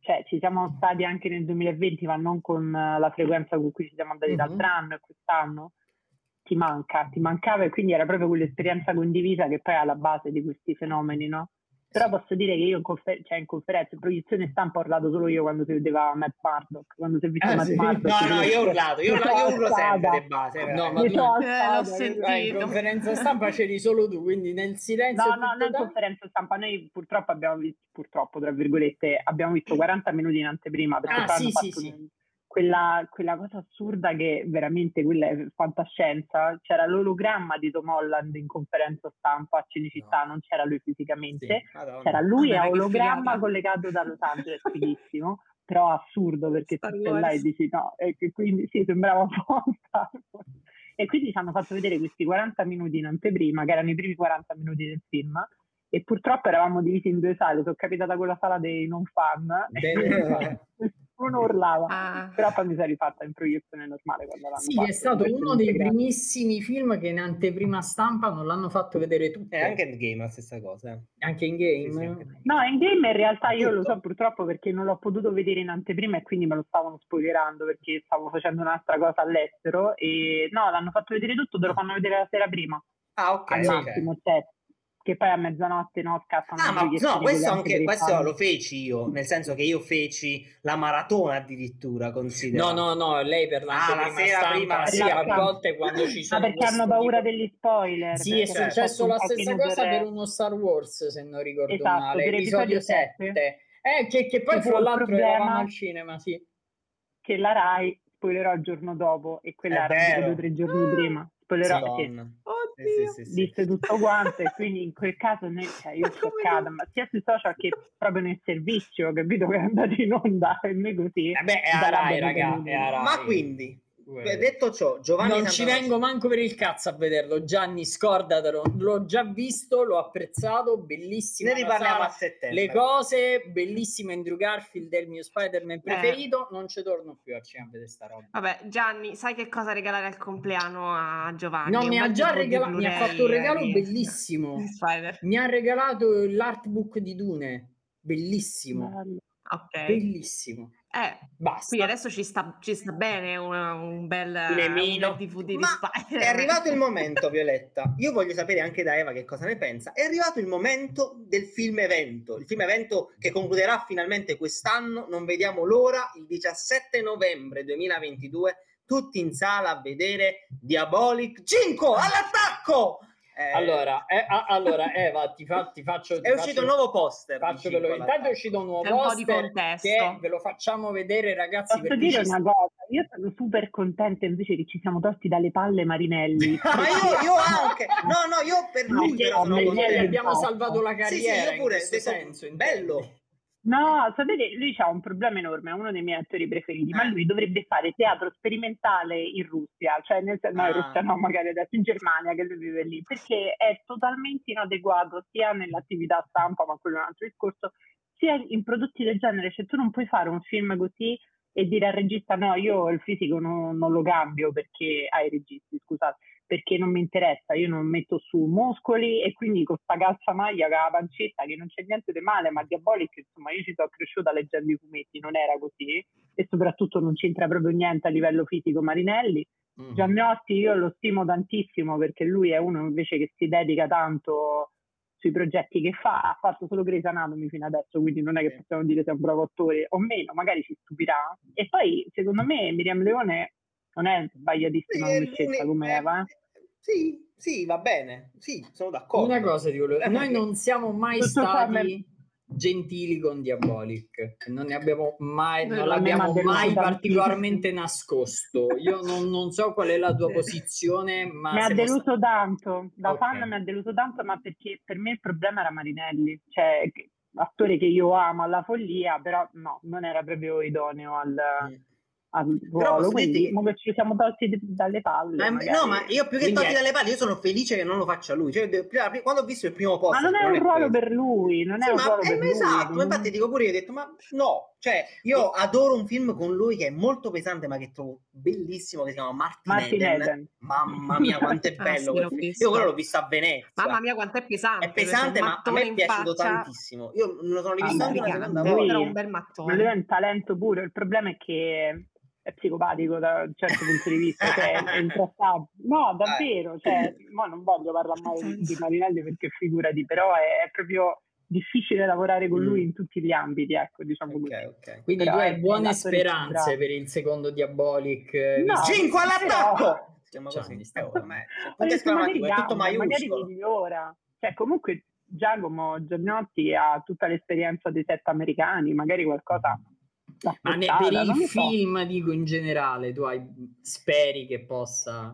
cioè ci siamo stati anche nel duemilaventi, ma non con uh, la frequenza con cui ci siamo andati Mhm. l'altro anno e quest'anno, ti manca, ti mancava e quindi era proprio quell'esperienza condivisa che poi è alla base di questi fenomeni, no? Però posso dire che io in, confer- cioè in conferenza, in proiezione stampa ho urlato solo io quando si vedeva Matt Murdock, quando si è visto Ah, Matt sì? Murdock. No, no, io ho urlato, io, mi urla- sono io urlo sempre alzata. di base. eh, No, ma Mi tu- sono Eh, l'ho alzata, sentito. Eh, in conferenza stampa c'eri solo tu, quindi nel silenzio No, e no, tutto non in da- conferenza stampa, noi purtroppo abbiamo visto, purtroppo tra virgolette, abbiamo visto quaranta minuti in anteprima perché Ah, poi sì, hanno sì, fatto sì. un- quella, quella cosa assurda che veramente quella è fantascienza, c'era l'ologramma di Tom Holland in conferenza stampa a Cinecittà, non c'era lui fisicamente, Madonna. c'era lui Vabbè, a che ologramma figata. collegato da Los Angeles, fighissimo, però assurdo perché Star tu sei là e Wars. dici no, e che quindi sì, sembrava un po' Star Wars. E quindi ci hanno fatto vedere questi quaranta minuti in anteprima, che erano i primi quaranta minuti del film, e purtroppo eravamo divisi in due sale, sono capitata con la sala dei non fan, Dei non fan. uno urlava, Ah. però poi mi sono rifatta in proiezione normale quando l'hanno Sì, fatto. è stato questo uno è dei integrato. primissimi film che in anteprima stampa non l'hanno fatto vedere tutto. E anche Endgame la stessa cosa. eh. Anche in Sì, game. sì, anche- No, in game in realtà io lo Tutto. so purtroppo perché non l'ho potuto vedere in anteprima e quindi me lo stavano spoilerando perché stavo facendo un'altra cosa all'estero e no, l'hanno fatto vedere tutto, te lo fanno vedere la sera prima, Ah, ok, al ok. massimo, cioè, che poi a mezzanotte no, scattano Ah, le ma proiezioni no, questo quelle anche per i questo fan. lo feci io, nel senso che io feci la maratona addirittura, considera. No, no, no, lei per Ah, la l'anteprima sera stampa, prima, sì, sì. a volte quando ci Ma sono perché questo hanno paura tipo- degli spoiler? Sì, è perché certo. successo un la casino stessa cosa per- per uno Star Wars, se non ricordo Esatto, male, per episodio episodio sette. sette. Eh, che, che poi Ci fu fra il l'altro problema- eravamo al cinema, sì. che la Rai spoilerò il giorno dopo e quella È era tipo vero. due o tre giorni prima. Spoilerò, sì, Madonna. Oddio. Sì, sì, sì, sì. disse tutto quanto e quindi in quel caso noi, cioè, io Come scioccata, no? ma sia sui social che proprio nel servizio, capito che è andato in onda e noi così. Vabbè, è a da là Rai, abbiamo raga, tenuto. è a Rai. Ma quindi, Guarda. detto ciò, Giovanni Non ci Santoro- vengo manco per il cazzo a vederlo, Gianni, scordatelo, l'ho già visto, l'ho apprezzato, bellissimo. Ne riparliamo a settembre. Le cose, bellissime. Andrew Garfield è il mio Spider-Man preferito, non ci torno più a cinema a vedere sta roba. Vabbè, Gianni, sai che cosa regalare al compleanno a Giovanni? No, Un mi ha bel già D V D regalato, mi ha Blu-ray, fatto un regalo eh, di- bellissimo. di Spider. Mi ha regalato l'artbook di Dune, bellissimo, Bello. Ok. bellissimo. Eh, Basta. quindi adesso ci sta, ci sta bene un, un bel, un Cinemino. bel D V D di Ma Spider. è arrivato il momento, Violetta. Io voglio sapere anche da Eva che cosa ne pensa. È arrivato il momento del film evento. Il film evento che concluderà finalmente quest'anno. Non vediamo l'ora. Il diciassette novembre duemilaventidue. Tutti in sala a vedere Diabolic cinque all'attacco. Eh, Allora, eh, a- allora Eva, ti, fa- ti faccio... ti è uscito faccio- un nuovo poster. di Faccio Cinque veloce. Intanto è all'attacco. uscito un nuovo C'è un po' di poster contesto. che ve lo facciamo vedere, ragazzi, Posso perché dire ci una cosa? Io sono super contenta invece che ci siamo tolti dalle palle Marinelli. Ma io, io anche. No, no, io per No, lui perché però sono a me- perché gli contento. abbiamo basta. salvato la Sì, carriera sì, io pure. in questo detto, senso, bello. intendi? No, sapete, lui ha un problema enorme, è uno dei miei attori preferiti, ma Eh. lui dovrebbe fare teatro sperimentale in Russia, cioè nel senso, no, in Ah. Russia no, magari adesso in Germania che lui vive lì, perché è totalmente inadeguato sia nell'attività stampa, ma quello è un altro discorso, sia in prodotti del genere, cioè tu non puoi fare un film così e dire al regista no, io il fisico non, non lo cambio perché ai registi, scusate, perché non mi interessa, io non metto su muscoli e quindi con sta calzamaglia con la pancetta che non c'è niente di male, ma Diabolic, insomma, io ci sono cresciuta leggendo i fumetti, non era così e soprattutto non c'entra proprio niente a livello fisico Marinelli. Mm. Giannotti io lo stimo tantissimo perché lui è uno invece che si dedica tanto sui progetti che fa, ha fatto solo Grey's Anatomy fino adesso, quindi non è che possiamo dire se è un bravo attore o meno, magari ci stupirà. E poi secondo me Miriam Leone non è sbagliatissima come scelta come Eva. Eh? Sì, sì, va bene. Sì, sono d'accordo. Una cosa ti volevo... Noi non siamo mai Tutto stati gentili con Diabolic, non ne abbiamo mai, Noi non lo- a me l'abbiamo m'ha deluso mai tantissimo. particolarmente nascosto. Io non, non so qual è la tua posizione, ma Mi ha siamo deluso stati- tanto, da Ok. fan mi ha deluso tanto, ma perché per me il problema era Marinelli, cioè che- attore che io amo alla follia, però no, non era proprio idoneo al, Mm. al Però ruolo, posso quindi dirti che- mo che ci siamo tolti d- dalle palle. Ma- magari- no, ma io più che Quindi tolti è- dalle palle, io sono felice che non lo faccia lui. Cioè, de- prima- quando ho visto il primo post, Ma non è un ruolo per lui, non è Sì, un ma ruolo eh, per ma lui. esatto, non- infatti dico pure io, ho detto, ma no, cioè io adoro un film con lui che è molto pesante ma che trovo bellissimo, che si chiama Martin, Martin Eden. Eden. Mamma mia quanto è Ah, bello sì, quel l'ho film. visto. Io quello l'ho visto a Venezia. Mamma mia, quanto è pesante. È pesante, c'è un ma a mattone me è in piaciuto faccia. tantissimo. Io me lo sono Ah, rivisto beh, anche una gigante, seconda lui- volta. però un bel Ma mattone. lui è un talento puro, il problema è che è psicopatico da un certo punto di vista, cioè è intrattabile. No, davvero, cioè, mo non voglio parlare male di, di Marinelli perché figurati, però è, è proprio difficile lavorare con lui Mm. in tutti gli ambiti, ecco, diciamo così. Ok, ok. Quindi Però tu è hai buone un attore più speranze bravo. per il secondo Diabolic. eh, No, visto- Cinque all'attacco! però- Si chiama Cioè, così. mi sta- Eh, ormai, cioè, Ho punto detto, esclamativo, magari è tutto cambia, magari maiuscolo. migliora. Cioè, comunque Giacomo Giannotti ha tutta l'esperienza dei set americani, magari qualcosa l'ha Ma ne- portata, per il non lo so. film, dico in generale, tu hai, speri che possa...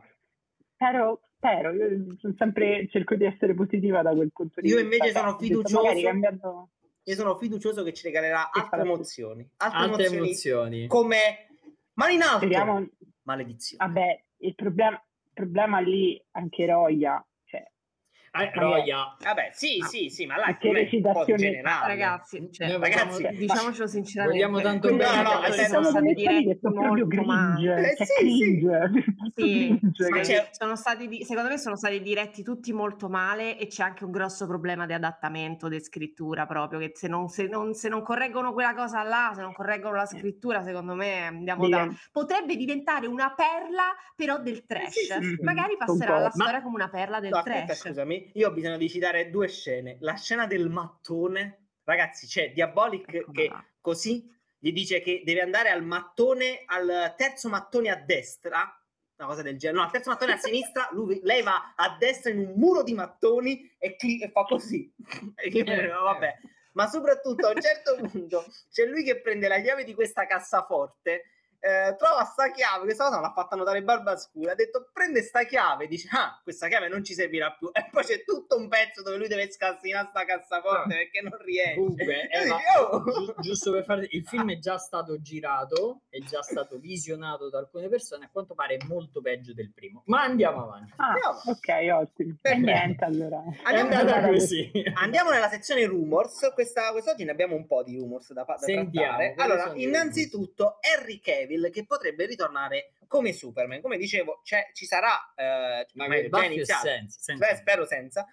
Spero, spero, io sono sempre cerco di essere positiva da quel punto di Io vista. invece cioè, sono ho detto, magari fiducioso. cambiando- Io sono fiducioso che ci regalerà Che altre farà più. emozioni. Altre, Altre emozioni, emozioni. come Mano in alto. Speriamo. Maledizione. Vabbè, il problema, il problema lì anche Roia, cioè, Ah, Ma Roia, Vabbè, sì, sì, sì, ma là Ma è che un po' in recitazione- generale. Ragazzi, cioè, Noi ragazzi, vogliamo- diciamocelo sinceramente, vogliamo tanto quelli bene degli no, attori eh, sono sono stati delle storie che diretti sono proprio molto male. cringe, Eh, cioè sì, sì. cringe, Sì, cringe, Ma che- c'è- sono stati di- secondo me sono stati diretti tutti molto male e c'è anche un grosso problema di adattamento, di scrittura proprio, che se non, se non- se non correggono quella cosa là, se non correggono la scrittura, secondo me andiamo da... Diven- Potrebbe diventare una perla però del trash. sì, sì, sì. Magari Mhm, passerà alla concordo. storia come una perla del No, aspetta, trash. scusami, io ho bisogno di citare due scene. La scena del mattone, ragazzi, c'è Diabolic Ecco, che là. così gli dice che deve andare al mattone, al terzo mattone a destra, una cosa del genere, no, al terzo mattone a sinistra, lui, lei va a destra in un muro di mattoni e, cli- e fa così. E io, Eh, vabbè. Ma soprattutto a un certo punto c'è lui che prende la chiave di questa cassaforte, eh, trova sta chiave, questa cosa me l'ha fatta notare Barbascura, ha detto prende sta chiave, dice ah questa chiave non ci servirà più, e poi c'è tutto un pezzo dove lui deve scassinare sta cassaforte perché non riesce. Comunque, E eh, ma- dici, oh! gi- giusto per fare il film è già stato girato, è già stato visionato da alcune persone, a quanto pare è molto peggio del primo. Ma andiamo avanti. Ah, Andiamo. ok, ottimo. E Perfetto. niente, allora. È Andiamo, andata andata così. andiamo nella sezione rumors. Questa, quest'oggi ne abbiamo un po' di rumors da, da Sentiamo, trattare. quali Allora, sono i innanzitutto Henry Cavill che potrebbe ritornare come Superman. Come dicevo, c'è, ci sarà eh, Ma meglio, con già baffi e iniziato. senza, senza. Beh, spero senza.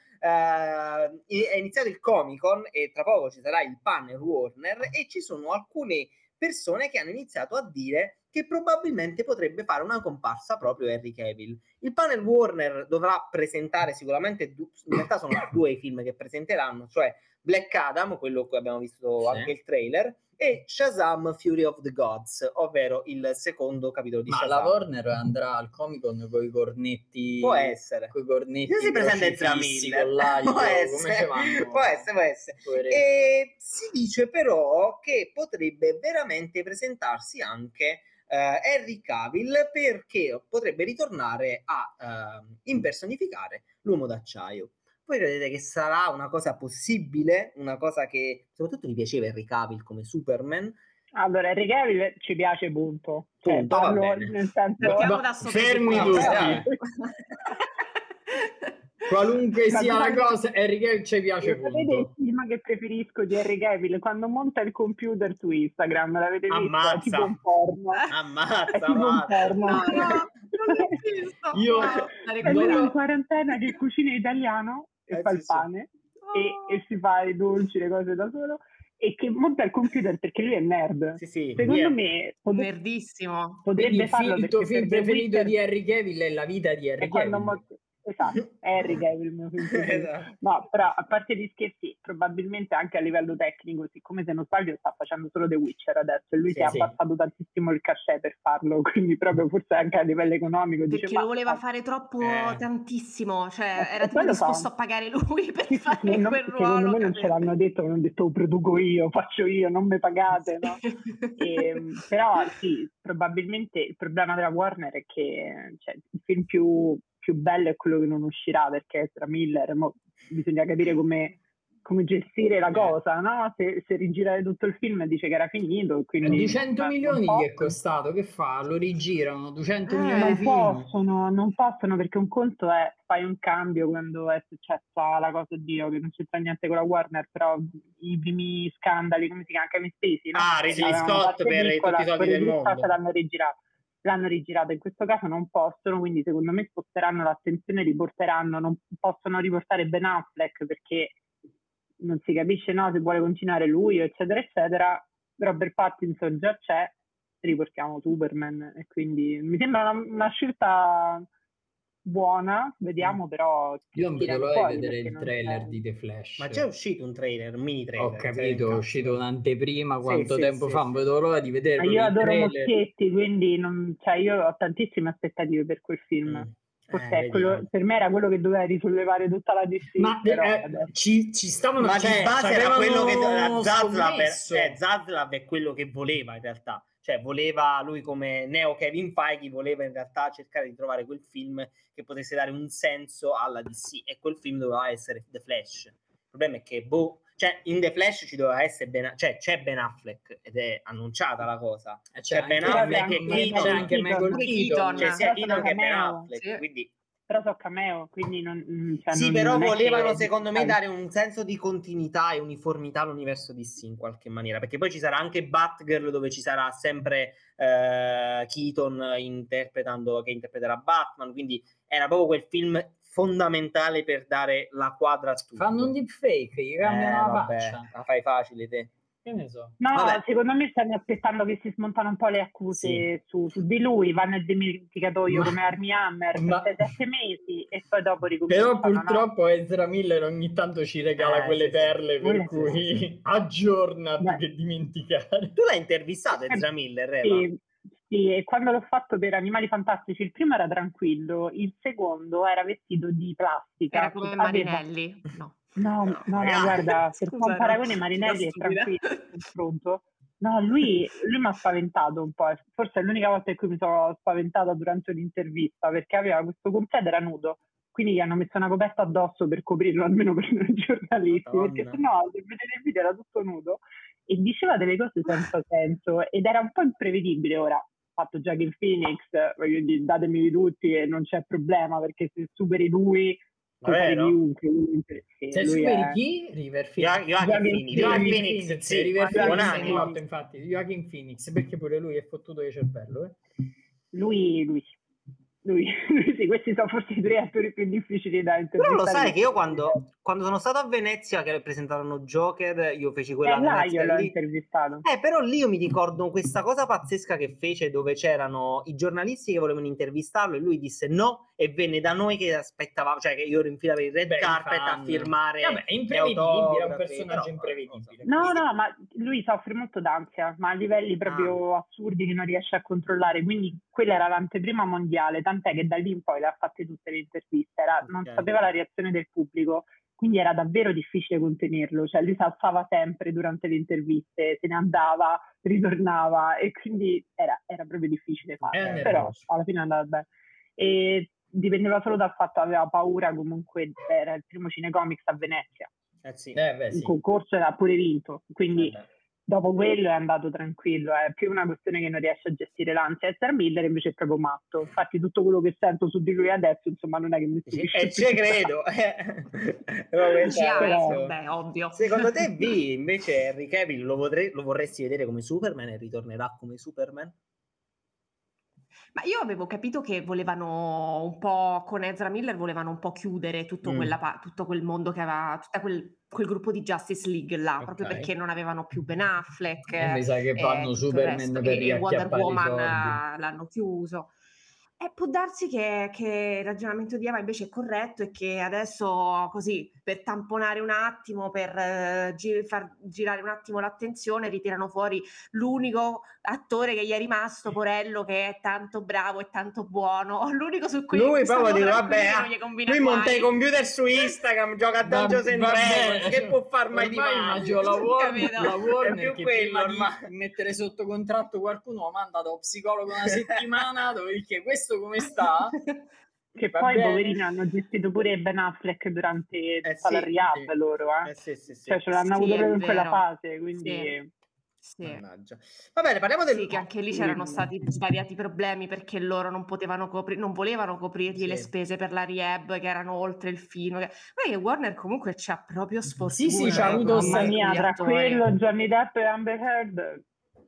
Eh, è iniziato il Comic Con e tra poco ci sarà il panel Warner e ci sono alcune persone che hanno iniziato a dire che probabilmente potrebbe fare una comparsa proprio Henry Cavill. Il panel Warner dovrà presentare sicuramente, du- in realtà sono due i film che presenteranno, cioè Black Adam, quello che abbiamo visto Sì. anche il trailer, e Shazam Fury of the Gods, ovvero il secondo capitolo di Ma Shazam. la Warner andrà al Comic Con con i cornetti. Può essere. Coi cornetti. Io si presenta Ezra crocifissi Miller. con l'aglio, Può come essere, ci vanno? può essere, può essere. Poveretti. E si dice però che potrebbe veramente presentarsi anche eh, Henry Cavill perché potrebbe ritornare a eh, impersonificare l'uomo d'acciaio. Voi credete che sarà una cosa possibile? Una cosa che soprattutto mi piaceva Henry Cavill come Superman? Allora, Henry Cavill ci piace, punto. Cioè, Punto, va parlo bene. nel senso... Partiamo da Fermi sopra. tutti. Qualunque Ma sia la guarda- cosa, Henry Cavill ci piace, Sapete il punto. film che preferisco di Henry Cavill? Quando monta il computer su Instagram, l'avete visto? Ammazza. È tipo un porno. È Ammazza, tipo un ammazza. porno. No, no, non l'ho visto. Io- No, da È lui recuperare. in quarantena che cucina italiano e Eh, fa sì, il sì. pane e, e si fa i dolci, le cose da solo e che monta il computer perché lui è nerd. Sì, sì. Secondo via. me pot- Nerdissimo. potrebbe Quindi il, farlo film, il tuo perché film per The preferito Witcher di Henry Cavill è La vita di è Henry quando Cavill. mo- esatto, è Henry Cavill il mio film preferito. Esatto. No, però a parte gli scherzi, probabilmente anche a livello tecnico, siccome se non sbaglio sta facendo solo The Witcher adesso e lui Sì, si è sì. abbassato tantissimo il cachet per farlo, quindi proprio forse anche a livello economico dice, Perché "Ma- lo voleva ma- fare troppo Eh. tantissimo, cioè Ma era tipo quello fa. disposto a pagare lui per Sì, sì, fare sì, no, quel secondo ruolo. me non ce l'hanno detto, hanno detto "Oh, produco io, faccio io, non mi pagate", no? Ehm, però sì, probabilmente il problema della Warner è che cioè, il film più, più bello è quello che non uscirà perché Ezra Miller, mo bisogna capire come, come gestire la Eh. cosa, no? Se, se rigirare tutto il film dice che era finito, E quindi duecento eh, milioni non gli è possono. costato, che fa? Lo rigirano, duecento Eh, milioni di Non film. possono, non possono perché un conto è fai un cambio quando è successa la cosa, oddio, che non c'entra niente con la Warner, però i primi scandali, come si chiama, Kevin Spacey, no? Ah, Che Ridley aveva una Scott parte per piccola, tutti i soldi poi del Ridley Scott mondo. l'hanno rigirato. L'hanno rigirato, in questo caso non possono, quindi secondo me sposteranno l'attenzione, riporteranno, non possono riportare Ben Affleck perché non si capisce, no, se vuole continuare lui, eccetera, eccetera. Robert Pattinson già c'è, riportiamo Superman e quindi mi sembra una, una scelta buona, vediamo però che Io non vedo tirano l'ora di fuori vedere perché il non trailer c'è. di The Flash. Ma c'è uscito un trailer, un mini trailer. Ho capito, è uscito un'anteprima Sì, quanto sì, tempo sì, fa, sì. non vedo l'ora di vedere Ma proprio io il adoro trailer. Moschietti, quindi non, cioè io ho tantissime aspettative per quel film. Mm. Forse Eh, è quello, vediamo. per me era quello che doveva risollevare tutta la D C, Ma però eh, adesso... ci, ci stavano, Ma cioè, di base ci era quello che avevano eh, Zaslav, è, scommesso. eh, Zaslav è quello che voleva in realtà, cioè voleva lui come neo Kevin Feige, voleva in realtà cercare di trovare quel film che potesse dare un senso alla D C e quel film doveva essere The Flash. Il problema è che boh, cioè in The Flash ci doveva essere Ben, cioè c'è Ben Affleck ed è annunciata la cosa. Eh, C'è Ben anche- Affleck c'è e anche Keaton, c'è anche Keaton. Michael Pure Keaton. Keaton. cioè sia Però Keaton sono che Ben cameo, Affleck, sì. quindi però so cameo, quindi non, cioè sì, non, però non è volevano che... secondo me dai. dare un senso di continuità e uniformità all'universo D C in qualche maniera, perché poi ci sarà anche Batgirl dove ci sarà sempre eh, Keaton interpretando, che interpreterà Batman, quindi era proprio quel film fondamentale per dare la quadra a tutto. Fanno un deepfake, gli cambiano Eh, la vabbè, faccia. la fai facile te. Che ne so. No, Vabbè. secondo me stanno aspettando che si smontano un po' le accuse Sì. su, su di lui, vanno nel dimenticatoio Ma- come Armie Hammer ma- per sei sette mesi e poi dopo ricominciano. Però no? purtroppo Ezra Miller ogni tanto ci regala Eh, quelle sì, sì. perle per Quelle- cui sì, sì. aggiorna più Beh. che dimenticare. Tu l'hai intervistato Ezra Miller, Eva? Sì, sì, e quando l'ho fatto per Animali Fantastici, il primo era tranquillo, il secondo era vestito di plastica. Era come Aveva- Marinelli? No. No, no, no, magari. guarda, per Scusa, fare un no. paragone Marinelli è Stupida. tranquillo in confronto. No, lui, lui mi ha spaventato un po', forse è l'unica volta in cui mi sono spaventata durante un'intervista, perché aveva questo completo, era nudo, quindi gli hanno messo una coperta addosso per coprirlo, almeno per noi giornalisti, Madonna. perché sennò se vedete il video era tutto nudo e diceva delle cose senza senso ed era un po' imprevedibile. Ora, fatto Joaquin Phoenix, voglio dire, datemi tutti e non c'è problema, perché se superi lui puoi fare Davvero? chiunque, quindi, sì, Se lui superi è- chi? River Io, Phoenix. io anche Joaquin Phoenix, Joaquin Phoenix, Phoenix, Phoenix, sì, River Joaquin Phoenix buon è Phoenix. morto, infatti. Joaquin Phoenix, perché pure lui è fottuto di cervello, eh? Lui, lui, lui, lui sì, questi sono forse i tre attori più difficili da intervistare. Però lo sai che io quando, quando sono stato a Venezia che presentarono Joker, io feci quella Eh, là Venezia io l'ho lì. intervistato. Eh, però lì io mi ricordo questa cosa pazzesca che fece dove c'erano i giornalisti che volevano intervistarlo e lui disse no e venne da noi che aspettavamo, cioè che io ero in fila per il red Beh, i carpet fan. a firmare Vabbè, è gli imprevedibile, è un autografi, personaggio però, imprevedibile. No, no, ma lui soffre molto d'ansia, ma a livelli proprio assurdi che non riesce a controllare, quindi quella era l'anteprima mondiale, tant'è che da lì in poi le ha fatte tutte le interviste, era- non Ok. sapeva la reazione del pubblico, quindi era davvero difficile contenerlo, cioè lui si alzava sempre durante le interviste, se ne andava, ritornava e quindi era, era proprio difficile farlo, Era però nervoso. alla fine è andata bene. E dipendeva solo dal fatto che aveva paura, comunque era il primo cinecomics a Venezia. Eh sì. Eh, beh, Il sì. concorso era pure vinto, quindi Eh beh. dopo quello è andato tranquillo, è più una questione che non riesce a gestire l'ansia. Ezra Miller invece è proprio matto, infatti tutto quello che sento su di lui adesso insomma non è che mi stupisce. E ci credo. Però questa Ci è la hai, questione. beh, ovvio. Secondo te V invece Henry Cavill lo, vorrei- lo vorresti vedere come Superman e ritornerà come Superman? Ma io avevo capito che volevano un po', con Ezra Miller, volevano un po' chiudere tutto, Mm. quella pa- tutto quel mondo che aveva, tutto quel, quel gruppo di Justice League là, proprio Ok. perché non avevano più Ben Affleck, E mi sa che eh, fanno tutto il Superman resto, per e, e Wonder riacchiappare i Woman soldi. eh, l'hanno chiuso. E può darsi che, che il ragionamento di Eva invece è corretto e che adesso così per tamponare un attimo, per eh, gi- far girare un attimo l'attenzione, ritirano fuori l'unico attore che gli è rimasto, Porello, che è tanto bravo e tanto buono, l'unico su cui Lui stanno proprio dico, tranquilli, vabbè, non gli combina lui monta guai. i computer su Instagram, gioca a Va- Dungeons and va Dragons, bene. che può far mai di Ormai male? immagino la Warner, Capito? la Warner È più che quello prima ormai. di mettere sotto contratto qualcuno lo manda dallo psicologo una settimana dove dice questo come sta? Che Va poi bene. poverini hanno gestito pure Ben Affleck durante tutta sì, la rehab sì. loro, eh. Eh, sì, sì, sì. Cioè ce l'hanno Sì, avuto è proprio in quella vero. fase, quindi Sì. Sì. Mannaggia. Va bene, parliamo del... Sì, che anche lì c'erano stati svariati problemi perché loro non potevano coprire, non volevano coprirgli le Sì. spese per la rehab che erano oltre il film. Che... Ma che Warner comunque c'ha proprio sfortuna. Sì, sì, c'ha eh, avuto con Mamma sta- mia, gli tra attori. quello, Johnny Depp e Amber Heard,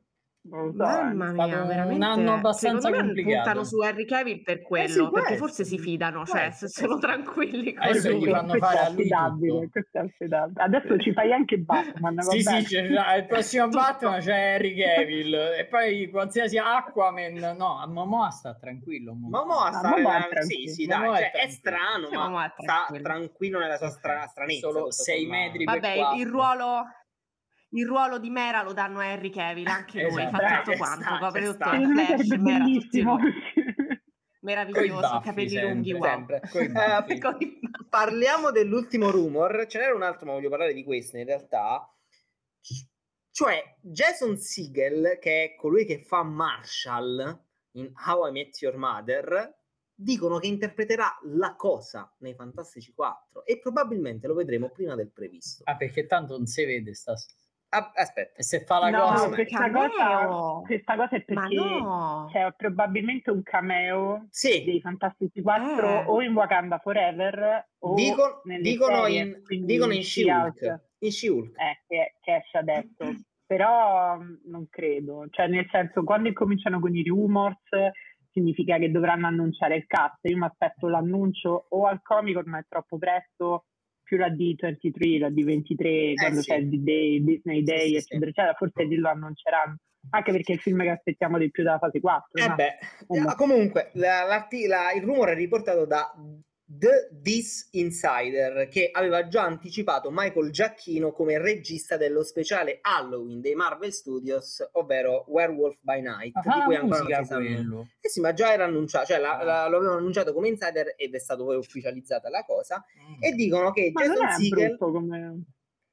non lo so, Mamma eh. stato mia, un veramente. anno abbastanza Secondo me complicato. puntano su Henry Cavill per Eh quello, sì, può perché essere, forse si fidano, può cioè essere, se sono può essere. tranquilli con Adesso gli lui. fanno Questo fare è a lui affidabile, tutto. questo è affidabile. Adesso ci fai anche Batman, va Sì, bene? sì, c'è già- il prossimo Tutto. Batman c'è Henry Cavill e poi qualsiasi Aquaman. No, Momoa sta tranquillo. Momoa. Momoa Ah, sta Momoa è nella... Sì, tranquillo. sì, dai, Momoa è cioè, è tranquillo. strano, Sì, ma Momoa è sta tranquillo. tranquillo nella sua Ok, stra- stranezza. solo tutto sei sommato. metri per Vabbè, il, quattro. il ruolo il ruolo di Mera lo danno a Henry Cavill, anche lui Esatto. fa Beh, tutto ci quanto, sta, copre ci tutto, sta. il Secondo me Flash, sarebbe Mera, tutti bellissimo. lui. Coi Meraviglioso, baffi capelli sempre, lunghi, wow. Sempre. Coi Eh, baffi. Con i baffi. Parliamo dell'ultimo rumor, ce n'era un altro, ma voglio parlare di questo in realtà. C- Cioè, Jason Segel, che è colui che fa Marshall in How I Met Your Mother, dicono che interpreterà la Cosa nei Fantastici quattro e probabilmente lo vedremo prima del previsto. Ah, perché tanto non si vede sta... Ah, aspetta. E se fa la No, cosa... un questa cameo? cosa, questa cosa è Ma perché no. c'è probabilmente un cameo Sì, dei Fantastici quattro Eh. o in Wakanda Forever o dicono, nelle dicono serie, in, quindi dicono in She-Hulk, She-Hulk. In She-Hulk. eh, che, che esce adesso. Però mh, non credo, cioè nel senso quando incominciano con i rumors significa che dovranno annunciare il cast. Io mi aspetto l'annuncio o al Comic Con, ma è troppo presto, più la D ventitré, la D ventitré, quando sì. c'è il D-Day, il Disney Day, Sì, sì, eccetera, sì. eccetera, forse lì lo annunceranno. Anche perché è il film che aspettiamo di più dalla fase quattro. Eh no? beh, Insomma. eh, comunque la- l'arti- la- il rumore è riportato da The This Insider, che aveva già anticipato Michael Giacchino come regista dello speciale Halloween dei Marvel Studios, ovvero Werewolf by Night, Ma fa di la cui ancora non musica si sa nulla. quello. Eh sì, ma già era annunciato, cioè la- Ah. la- lo avevano annunciato come insider ed è stato poi ufficializzata la cosa. Mm. E dicono che Ma non Jason è Segel... brutto come...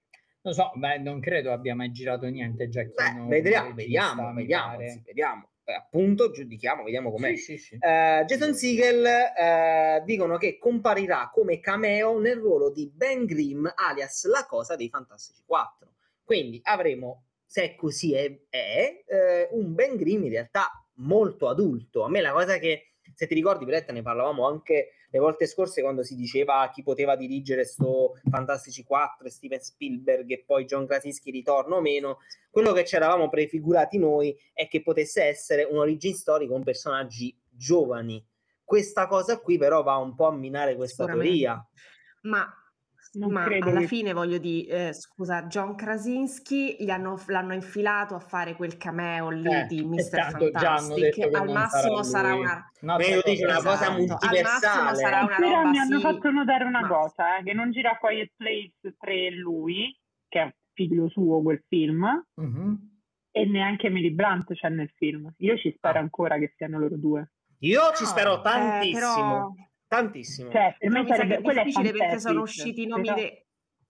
Lo so, beh, non credo abbia mai girato niente Giacchino. Beh, vedremo, come vediamo, regista, mi vediamo, pare. anzi, vediamo. Eh, appunto, giudichiamo, vediamo com'è. Sì, sì, sì. Eh, Jason Segel eh, dicono che comparirà come cameo nel ruolo di Ben Grimm, alias la Cosa dei Fantastici quattro. Quindi avremo, se così è, è eh, un Ben Grimm in realtà molto adulto. A me la cosa che, se ti ricordi, Bretta, ne parlavamo anche le volte scorse quando si diceva chi poteva dirigere sto Fantastici quattro, Steven Spielberg e poi John Krasinski ritorno o meno. Quello che ci eravamo prefigurati noi è che potesse essere un origin story con personaggi giovani. Questa cosa qui però va un po' a minare questa teoria. Ma, Non ma credo alla che- fine voglio dire, eh, scusa, John Krasinski gli hanno, l'hanno infilato a fare quel cameo lì Eh, di e mister tanto già hanno Fantastic. detto che Al non massimo sarà sarà lui. una... Un'altra Meglio dice una cosa Esatto. Al massimo multiversale. sarà una Però roba mi hanno sì, fatto notare una ma- cosa, eh, che non gira Quiet Place tre lui, che è figlio suo quel film, Mhm. e neanche Emily Blunt c'è nel film. Io ci spero Ah. ancora che siano loro due. Io ci Ah, spero Eh, tantissimo. però... Tantissimo. Cioè, per Però me mi sa che sarebbe... è Quello è difficile perché sono fanservice, usciti i nomi però- dei...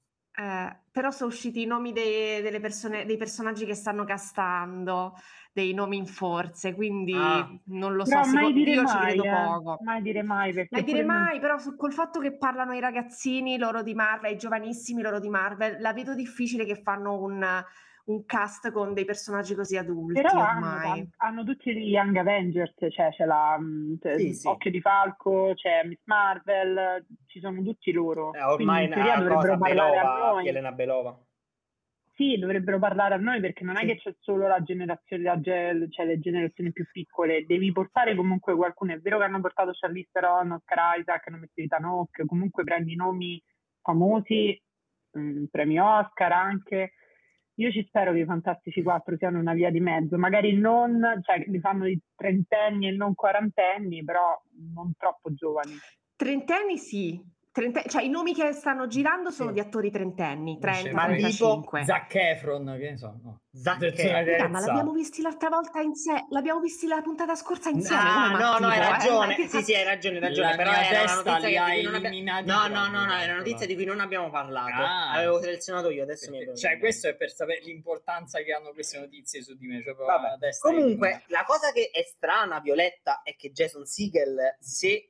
Eh, però sono usciti i nomi dei, delle persone, dei personaggi che stanno castando, dei nomi in forze, quindi Ah. non lo so, Però mai seco- dire io ci mai, credo eh. poco. Mai dire mai, perché Mai dire pure non- mai, però su- col fatto che parlano i ragazzini, loro di Marvel, i giovanissimi, loro di Marvel, la vedo difficile che fanno un, un cast con dei personaggi così adulti Però hanno, ormai. tan- hanno tutti gli Young Avengers, cioè c'è la mh, c'è Sì, sì. Occhio di Falco, c'è Miss Marvel, ci sono tutti loro. Eh, ormai Quindi in teoria una dovrebbero cosa parlare a Belova, noi. Elena Belova. Sì, dovrebbero parlare a noi perché non è Sì. che c'è solo la generazione, la ge- cioè le generazioni più piccole, devi portare comunque qualcuno. È vero che hanno portato Charlize Theron, Oscar Isaac, hanno messo Ethan Hawke, comunque prendi nomi famosi, mh, premi Oscar anche. Io ci spero che i Fantastici quattro siano una via di mezzo, magari non, cioè li fanno i trentenni e non quarantenni, però non troppo giovani. Trentenni sì, Trente- cioè i nomi che stanno girando sono Sì. di attori trentenni, Dice, trenta, ma tipo trentacinque. Zac Efron, che ne so. No. Zac Detto Efron. una Raga, ma cazzata. l'abbiamo visti l'altra volta insieme, l'abbiamo visti la puntata scorsa insieme, Ah, come no, no, Martino, hai eh, ragione. che Sì, sì, hai ragione, hai ragione. La però mia era una testa notizia li che ha di cui non abbiamo... eliminati No, no, proprio, no, no, è una calcola. notizia di cui non abbiamo parlato. Ah. Avevo selezionato io, adesso mi è venuto Cioè, in questo è per sapere l'importanza che hanno queste notizie su di me. Cioè, proprio Vabbè. la testa Comunque, eliminata. la cosa che è strana, Violetta, è che Jason Segel, se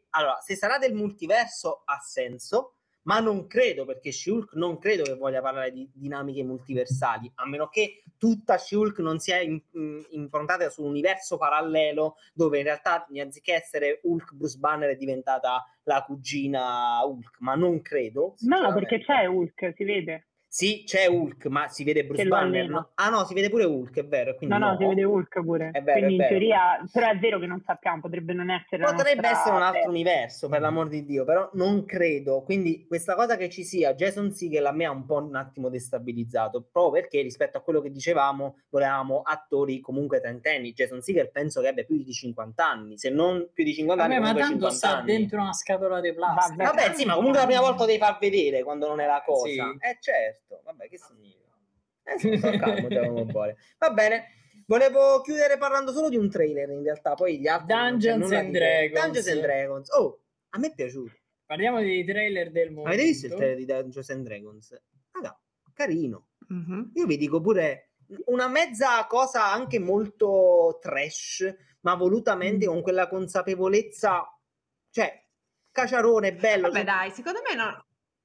allora, se sarà del multiverso ha senso, ma non credo, perché She-Hulk non credo che voglia parlare di dinamiche multiversali, a meno che tutta She-Hulk non sia in, in, improntata su un universo parallelo dove in realtà anziché essere Hulk, Bruce Banner è diventata la cugina Hulk, ma non credo. No, perché c'è Hulk, si vede. Sì, c'è Hulk, ma si vede Bruce Che lo Banner, allena. no? Ah no, si vede pure Hulk, è vero. Quindi No, no, no, si vede Hulk pure. È vero, Quindi è vero. in teoria, però è vero che non sappiamo, potrebbe non essere la Potrebbe nostra essere un altro Terra. universo, per l'amor di Dio, però non credo. Quindi questa cosa che ci sia Jason Segel a me ha un po' un attimo destabilizzato, proprio perché rispetto a quello che dicevamo, volevamo attori comunque trentenni. Jason Segel penso che abbia più di cinquanta anni, se non più di cinquanta Vabbè, anni, ma comunque tanto cinquanta sta anni. dentro una scatola di plastica. Vabbè, Vabbè, sì, ma comunque la prima volta devi far vedere quando non è la cosa. Sì. Eh certo, vabbè, che significa? Eh, sto, sto calmo, Giacomo Bore. Va bene. Volevo chiudere parlando solo di un trailer, in realtà, poi gli altri non c'è Dungeons nulla and di che. Dragons. Dungeons and Dragons. Oh, a me è piaciuto. Parliamo dei trailer del momento. Avete visto il trailer di Dungeons and Dragons? Raga, carino. Mhm. Io vi dico pure una mezza cosa anche molto trash, ma volutamente Mm. con quella consapevolezza, cioè caciarone, bello. Vabbè, dai, secondo me no.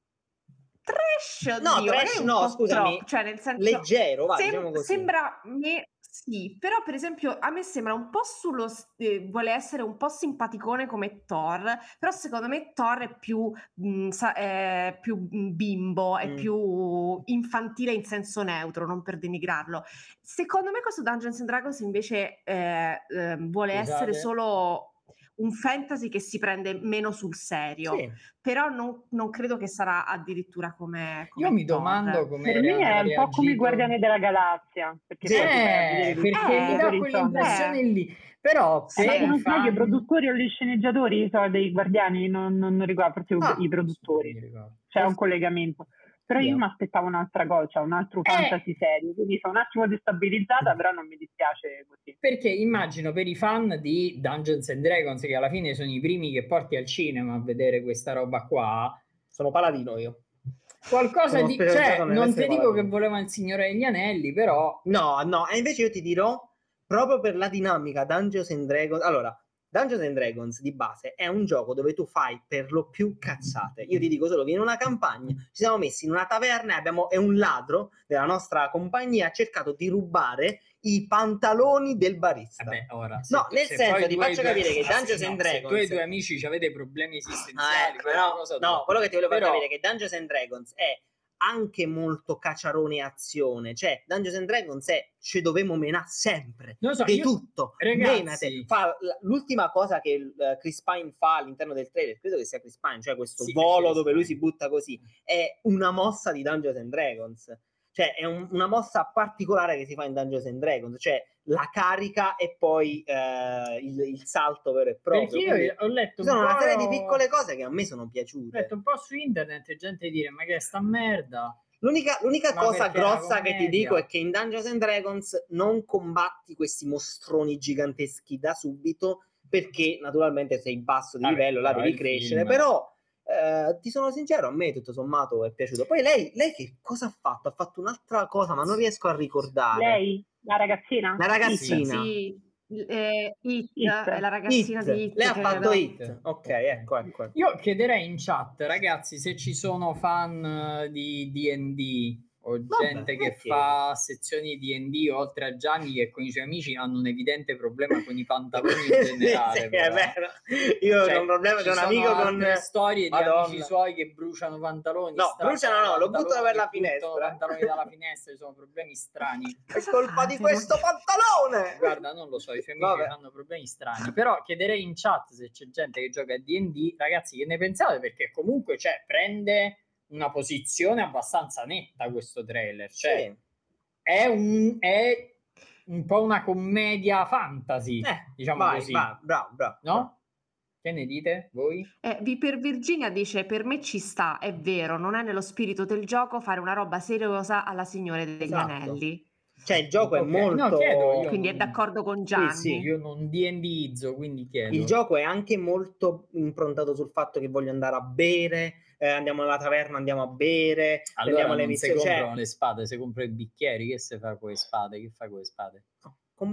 Trash, No, oddio, trash magari un no, po' scusami, troppo, cioè nel senso leggero, va, sem- diciamo così. sembra me sì, però per esempio a me sembra un po' sullo s- eh, vuole essere un po' simpaticone come Thor, però secondo me Thor è più mh, sa- è più mh, bimbo, è Mm. più infantile in senso neutro, non per denigrarlo. Secondo me questo Dungeons and Dragons invece eh, eh, vuole Scusate. essere solo un fantasy che si prende meno sul serio, Sì. però non, non credo che sarà addirittura come, come Io mi Thor. domando come Per me è un po' come i Guardiani della Galassia, perché Sì. poi ti vai a vedere Eh, tutti i perché mi dà sceneggiatori quell'impressione Eh. lì. Però sono. Eh, ma per se i non sbaglio, i fan... produttori o gli sceneggiatori sono dei Guardiani, non, non, non riguardo, forse Ah, i produttori. mi ricordo. C'è un collegamento. Però io mi aspettavo un'altra cosa, cioè un altro Eh. fantasy serio, quindi sono un attimo destabilizzata, però non mi dispiace così. Perché immagino per i fan di Dungeons and Dragons, che alla fine sono i primi che porti al cinema a vedere questa roba qua, Sono paladino io. qualcosa Sono di... specializzato Cioè, non nell'essere ti dico paladino. che voleva il Signore degli Anelli, però... No, no, e invece io ti dirò, proprio per la dinamica Dungeons and Dragons, allora, Dungeons and Dragons di base è un gioco dove tu fai per lo più cazzate. Io ti dico solo che in una campagna ci siamo messi in una taverna e, abbiamo, e un ladro della nostra compagnia ha cercato di rubare i pantaloni del barista. Vabbè, ora... se No, tu- nel se senso, poi ti tu hai faccio due- capire che ah, sì, Dungeons no, and se tu e i Dragons- tuoi amici avete problemi Ah, esistenziali, eh, quella è una no, cosa no, tua. quello che ti volevo far Però- capire è che Dungeons and Dragons è anche molto caciarone azione, cioè Dungeons and Dragons è ci dovemo menare sempre Non lo so, di io- tutto, ragazzi- menate. Fa l- l'ultima cosa che uh, Chris Pine fa all'interno del trailer, credo che sia Chris Pine, cioè questo Sì, volo Chris dove lui Pine. si butta così, è una mossa di Dungeons and Dragons, cioè è un- una mossa particolare che si fa in Dungeons and Dragons, cioè la carica e poi eh, il, il salto vero e proprio. Perché Quindi io ho letto ci un sono po'... una serie di piccole cose che a me sono Ho piaciute. letto un po' su internet gente dire ma che è sta merda. L'unica, l'unica Ma cosa perché è una grossa che ti commedia? dico è che in Dungeons and Dragons non combatti questi mostroni giganteschi da subito, perché naturalmente sei in basso di Vabbè, livello, là però devi il crescere, film- però eh, ti sono sincero, a me tutto sommato è piaciuto. Poi lei, lei che cosa ha fatto? Ha fatto un'altra cosa, ma non riesco a ricordare. Lei, la ragazzina? La ragazzina. Sì, eh, It, It. è la ragazzina Hit. di It. Lei ha credo. fatto Hit. Ok, ecco, ecco. ecco. Io chiederei in chat, ragazzi, se ci sono fan eh, di D and D o Vabbè, gente che perché? fa sezioni D and D, oltre a Gianni che con i suoi amici hanno un evidente problema con i pantaloni in Sì, generale. sì, è però. vero. Io Cioè, ho un problema ci con un sono amico con altre storie di Madonna. amici suoi che bruciano pantaloni. No, strappano bruciano no, lo pantaloni, buttano per la buttano finestra. pantaloni dalla finestra, ci sono problemi strani. È Cosa colpa di fate? questo pantalone. Guarda, non lo so, i suoi amici Vabbè. hanno problemi strani, però chiederei in chat se c'è gente che gioca a D and D, ragazzi, che ne pensate? Perché comunque, cioè, prende una posizione abbastanza netta questo trailer, cioè Sì. è, un, è un po' una commedia fantasy, Eh, diciamo vai, così, va, bravo, bravo. no? Che ne dite voi? Eh, vi- per Virginia dice: per me ci sta, è vero, non è nello spirito del gioco fare una roba seriosa alla Signore degli Esatto. Anelli. Cioè il gioco Ok, è molto... no, chiedo, io Quindi è non- d'accordo con Gianni. sì. Io non D and D-izzo, quindi chiedo. Il gioco è anche molto improntato sul fatto che voglio andare a bere, eh, andiamo alla taverna, andiamo a bere, Allora prendiamo le non si missioni. comprano Cioè, le spade, si compra i bicchieri, che si fa con le spade? Che fa con le spade? com-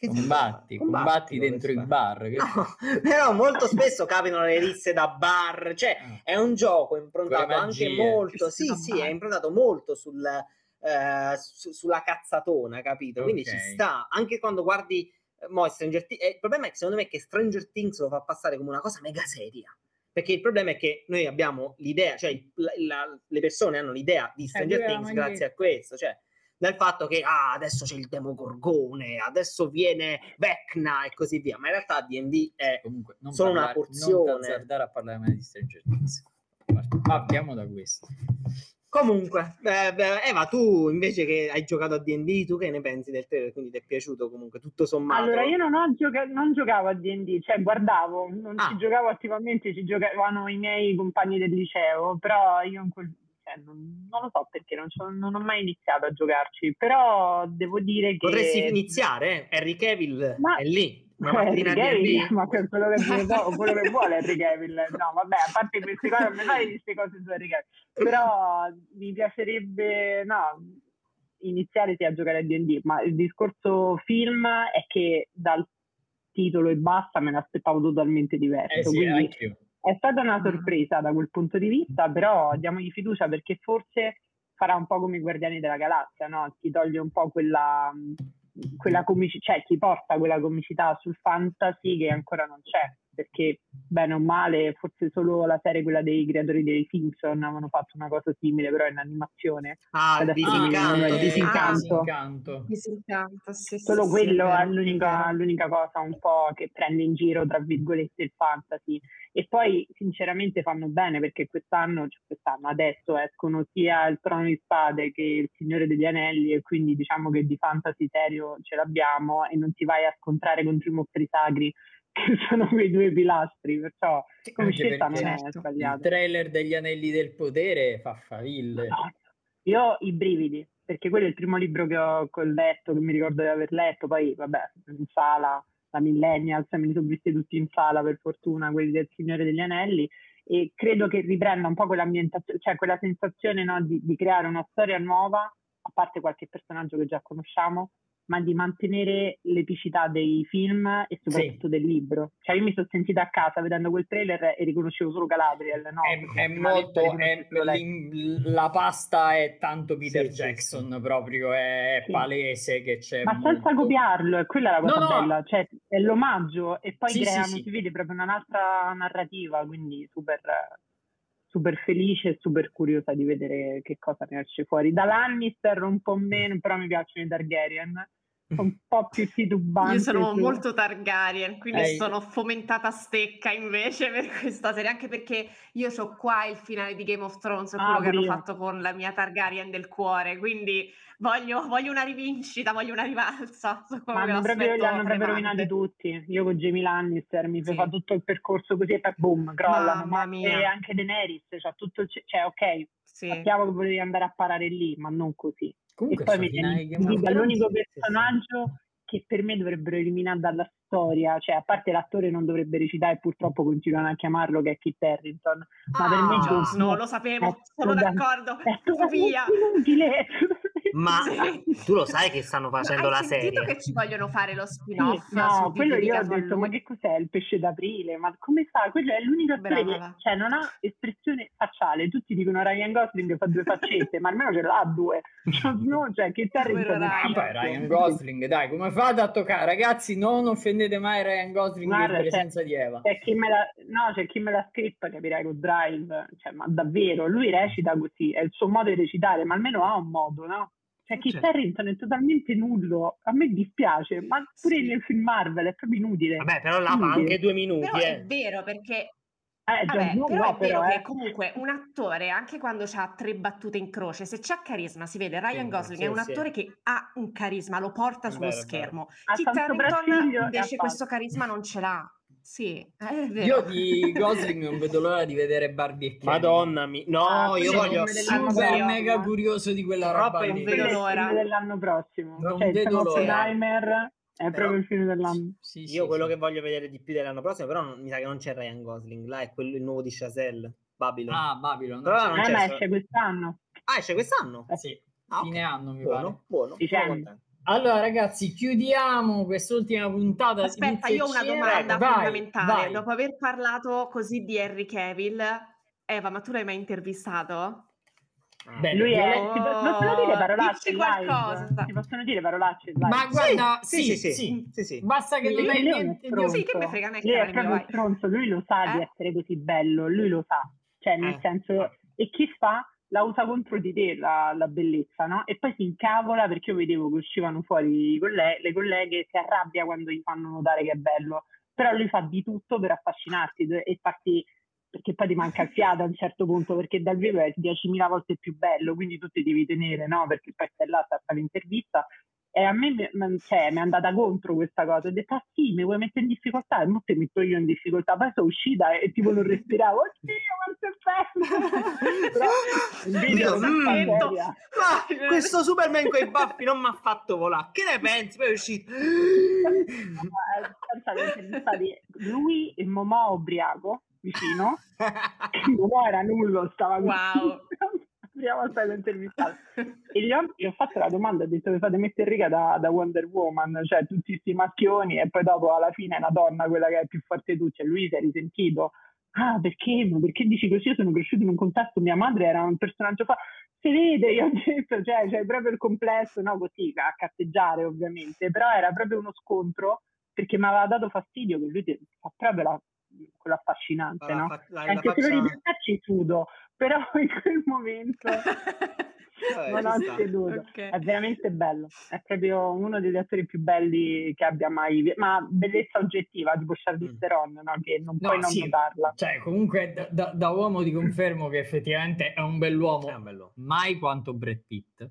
Che Combatti, combatti dentro i bar. Che... No, però molto spesso capitano le risse da bar, cioè Ah. è un gioco improntato Con le anche magie. molto, sì Da sì, bar. è improntato molto sul, eh, su- sulla cazzatona, capito? Quindi Ok. ci sta, anche quando guardi eh, mo Stranger Things, eh, il problema è che secondo me che Stranger Things lo fa passare come una cosa mega seria. Perché il problema è che noi abbiamo l'idea, cioè il- la- la- le persone hanno l'idea di Stranger lui ha la Things maglietta. grazie a questo, cioè dal fatto che ah, adesso c'è il Demogorgone, adesso viene Vecna e così via, ma in realtà D and D è Comunque, non solo una parlare- porzione. Non t'azzardare a parlare mai di Stranger Things. Partiamo da questo. Comunque, eh, beh, Eva, tu invece che hai giocato a D and D, tu che ne pensi del trailer? Quindi ti è piaciuto comunque tutto sommato? Allora, io non, ho gioca- non giocavo a D and D, cioè guardavo, non Ah. ci giocavo attivamente, ci giocavano i miei compagni del liceo, però io in quel- cioè, non, non lo so perché non, c'ho- non ho mai iniziato a giocarci, però devo dire che... Potresti iniziare, eh? Harry Cavill Ma- è lì, una Eh, mattina Harry a D and Cavill, D. ma per quello che, vuole- quello che vuole Harry Cavill, no vabbè, a parte queste cose, non mi fai queste cose su Harry Cavill, però mi piacerebbe, no, iniziare sì a giocare a D and D, ma il discorso film è che dal titolo e basta me l'aspettavo totalmente diverso, Eh sì, quindi anch'io. è stata una Mm. sorpresa da quel punto di vista, però diamogli fiducia perché forse farà un po' come i Guardiani della Galassia, no? Ti toglie un po' quella, quella comicità, cioè ti porta quella comicità sul fantasy che ancora non c'è, perché bene o male forse solo la serie, quella dei creatori dei Simpson, avevano fatto una cosa simile, però in animazione. Ah, il Adesso non mi viene il nome, disincanto. il sì. disincanto. Disincanto. Disincanto, sì, sì, Solo sì, quello è è vero, l'unica, è vero. l'unica cosa un po' che prende in giro, tra virgolette, il fantasy. E poi sinceramente fanno bene perché quest'anno, cioè quest'anno adesso escono sia il Trono di Spade che il Signore degli Anelli, e quindi diciamo che di fantasy serio ce l'abbiamo e non ti vai a scontrare contro i mostri sacri, che sono quei due pilastri, perciò come Anche scelta non perché è certo. il sbagliata. trailer degli Anelli del Potere fa faville. Madonna. Io ho i brividi, perché quello è il primo libro che ho, che ho letto, che mi ricordo di aver letto, poi vabbè, in sala, la Millennials, me li sono visti tutti in sala per fortuna, quelli del Signore degli Anelli, e credo che riprenda un po' quell'ambientazione, cioè quella sensazione, no, di, di creare una storia nuova, a parte qualche personaggio che già conosciamo, ma di mantenere l'epicità dei film e soprattutto del libro. Cioè io mi sono sentita a casa vedendo quel trailer e riconoscevo solo Galadriel, no? È, Perché è prima molto lettera è- riconoscevo solo lei. l'im- la pasta è tanto Peter Sì, sì, Jackson, proprio è Sì. palese che c'è Ma senza molto. copiarlo, è quella la cosa No, no. bella, cioè è l'omaggio e poi Sì, sì, creano, sì. si vede proprio un'altra narrativa, quindi super, super felice e super curiosa di vedere che cosa ne esce fuori. Da Lannister un po' meno, però mi piacciono i Targaryen, un po' più titubanti. Io sono su- molto Targaryen, quindi Eh, sono fomentata stecca invece per questa serie, anche perché io so qua il finale di Game of Thrones, Ah, quello che hanno pure io. fatto con la mia Targaryen del cuore, quindi voglio, voglio una rivincita, voglio una rivalsa, so come Ma me hanno proprio, li l'aspetto hanno proprio rovinati tremante. tutti. Io con Jamie Lannister mi Sì. fa tutto il percorso così e poi boom, crollano. Mamma Ma mia. e anche Daenerys, cioè tutto il, c- cioè ok, Sì. sappiamo che volevi andare a parare lì, ma non così. Comunque E poi sto mi finale viene di Game of intimidita Thrones, l'unico sì, sì. personaggio che per me dovrebbero eliminare dalla storia, cioè a parte l'attore non dovrebbe recitare e purtroppo continuano a chiamarlo, che è Kit Harington, ma per me Ah. Jon Jon Snow, Snow lo è sapevo, sono total- d'accordo. è totalmente Fobia. inutile. Ma Sì. tu lo sai che stanno Ma facendo hai la sentito serie? che ci vogliono fare lo Sì, spin-off su no, Pippi quello io ho dedicato a detto, ma lui? che cos'è il pesce d'aprile? Ma come fa? Quello è l'unico attore che, Brava. cioè, non ha espressione facciale. Tutti dicono Ryan Gosling fa due faccette, ma almeno ce l'ha due. Jon Snow, cioè, che Povero Harrington è Ryan. Vabbè, Ryan Gosling, dai, come fate a toccare? Ragazzi, non offendete mai Ryan Gosling Guarda, in c'è, presenza di Eva. c'è chi me la, no, c'è chi me l'ha scritta, capirai, con Drive, cioè, ma davvero, lui recita così, è il suo modo di recitare, ma almeno ha un modo, no? Cioè, Kit Certo. Harington è totalmente nullo, a me dispiace, ma pure Sì. nel film Marvel è proprio inutile. Vabbè, però là fa Inutile. anche due minuti, Però è eh. vero perché Eh, Jon Vabbè, Snow però no, è vero però, che eh. comunque un attore, anche quando ha tre battute in croce, se c'ha carisma, si vede, Ryan Sì, Gosling sì, è un sì. attore che ha un carisma, lo porta È sullo vero, è vero. schermo. Ha Kit tanto Harington soprasciglio e invece ha questo fatto. carisma non ce l'ha. Sì, è vero. Io di Gosling non vedo l'ora di vedere Barbie e Ken. Madonna mia. No, Ah, io quello è il voglio film dell'anno super prossimo, mega eh. curioso di quella Troppo roba non lì. vedo Quello è il l'ora. film dell'anno prossimo. Non Cioè, il vedo film l'ora. Oppenheimer è Però- proprio il film dell'anno. Sì, Io sì, quello sì. che voglio vedere di più dell'anno prossimo, però non- mi sa che non c'è Ryan Gosling, là è quello il nuovo di Chazelle, Babylon. Ah, Babylon. Però là non Eh, c'è ma solo- esce quest'anno. Ah, esce quest'anno? Eh, Sì, Ah, ok. fine anno mi Buono, pare. buono, sono Dicembre. contento. Allora ragazzi, chiudiamo quest'ultima puntata. Aspetta, io ho una domanda vai, fondamentale. Vai. Dopo aver parlato così di Henry Cavill, Eva, ma tu l'hai mai intervistato? Beh, lui è oh, ti possono dire parolacce in live? Ti possono dire parolacce in live? Ma guarda, sì, sì, sì, sì, sì, sì, sì. basta che lui, non hai niente di sì, che me frega me lui è proprio uno stronzo, lui lo sa eh? di essere così bello, lui lo sa, cioè nel eh. senso, e chi fa la usa contro di te la, la bellezza, no? E poi si incavola perché io vedevo che uscivano fuori colle- le colleghe, si arrabbia quando gli fanno notare che è bello, però lui fa di tutto per affascinarti e farti, perché poi ti manca il fiato a un certo punto, perché dal vivo è diecimila volte più bello, quindi tu ti devi tenere, no? Perché poi stai là a fare l'intervista, e a me cioè, mi è andata contro questa cosa, ho detto ah sì, mi vuoi mettere in difficoltà? E mo ti metto io in difficoltà, poi sono uscita e tipo non respiravo, oddio quanto è bello. Però il video mm, ma questo Superman con i baffi non mi ha fatto volare, che ne pensi? Poi è uscito lui e Momò ubriaco vicino, Momò era nullo, stava wow. prima volta che intervistato e gli ho, gli ho fatto la domanda, ho detto vi fate mettere riga da, da Wonder Woman, cioè tutti questi maschioni e poi dopo alla fine è una donna quella che è più forte di tutti, cioè lui si è risentito, ah perché? Ma perché dici così? Io sono cresciuto in un contesto, mia madre era un personaggio fa si vede, io ho detto, cioè c'è proprio il complesso, no così, a cazzeggiare ovviamente, però era proprio uno scontro perché mi aveva dato fastidio che lui fa proprio la, quello affascinante, la, no? La, la, anche la se faccia... lo ripeterci sudo, però in quel momento Vabbè, non ho seduto, okay. È veramente bello, è proprio uno degli attori più belli che abbia mai visto, ma bellezza oggettiva, tipo Charlize Theron, mm. no? Che non no, puoi non sì. notarla. Cioè, comunque da, da, da uomo ti confermo che effettivamente è un bell'uomo, è un bell'uomo. Mai quanto Brad Pitt.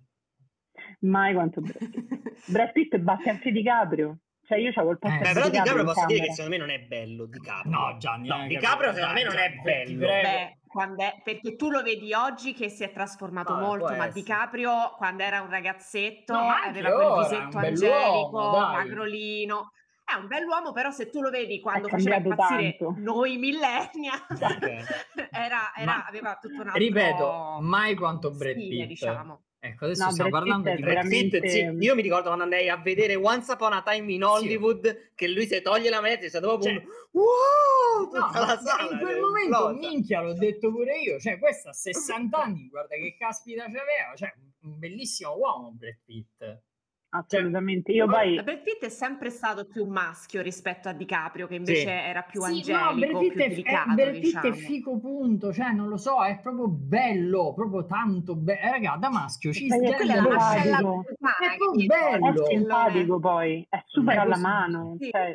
Mai quanto Brad Pitt. Brad Pitt batte anche DiCaprio. Cioè io c'avevo il posto eh, di però DiCaprio posso camera. dire che secondo me non è bello DiCaprio. No, Gianni, no, DiCaprio secondo me non è bello. Beh, quando è, perché tu lo vedi oggi che si è trasformato no, molto, ma DiCaprio quando era un ragazzetto no, aveva quel ora, visetto angelico, magrolino. È un bell'uomo, però se tu lo vedi quando faceva impazzire tanto. Noi millennial okay. era, era, ma, aveva tutto un altro ripeto, mai quanto Brad Pitt, diciamo. Ecco, adesso no, stiamo Brad parlando di Brad Pitt, veramente... sì. Io mi ricordo quando andai a vedere Once Upon a Time in Hollywood, sì. Che lui si toglie la maglietta e sta dopo cioè, un... wow, no, la sala, in quel momento esplosa. Minchia, l'ho detto pure io, cioè questo a sessanta anni, guarda che caspita c'aveva, cioè un bellissimo uomo Brad Pitt. Assolutamente, io poi Brad Pitt è sempre stato più maschio rispetto a DiCaprio che invece sì. era più sì, angelico, no, più è, delicato, è, Brad Pitt diciamo. è fico punto, cioè non lo so, è proprio bello, proprio tanto bello, eh, raga, da maschio ci stia è bello, è proprio bello, è simpatico poi, è super alla mano, sì. Cioè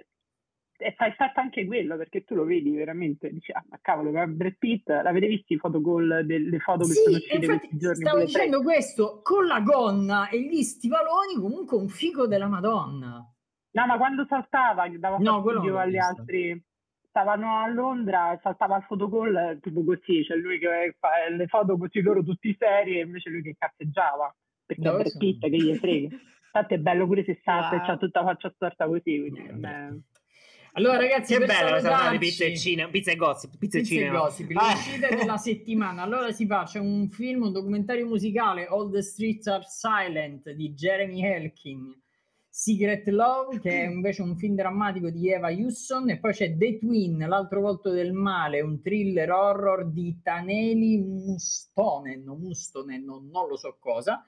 e fai fatto anche quello perché tu lo vedi veramente dici ah ma cavolo Brad Pitt l'avete visto i fotogol delle foto che sì, sono uscite questi giorni stavo dicendo tre. Questo con la gonna e gli stivaloni comunque un figo della Madonna no ma quando saltava dava no, fastidio agli visto. Altri stavano a Londra e saltava il fotogol tipo così cioè lui che fa le foto così loro tutti seri e invece lui che cazzeggiava perché no, Brad Pitt che gli frega infatti è bello pure se sa wow. c'ha tutta la faccia storta così quindi no, allora ragazzi, che bella questa cosa di pizza e cinema, pizza e gossip, pizza, pizza e cinema. Gossip, le uscite della settimana. Allora si fa, c'è un film, un documentario musicale, All the Streets Are Silent di Jeremy Helkin, Secret Love che è invece un film drammatico di Eva Hewson e poi c'è The Twin, l'altro volto del male, un thriller horror di Taneli Mustonen, Mustonen, non, non lo so cosa.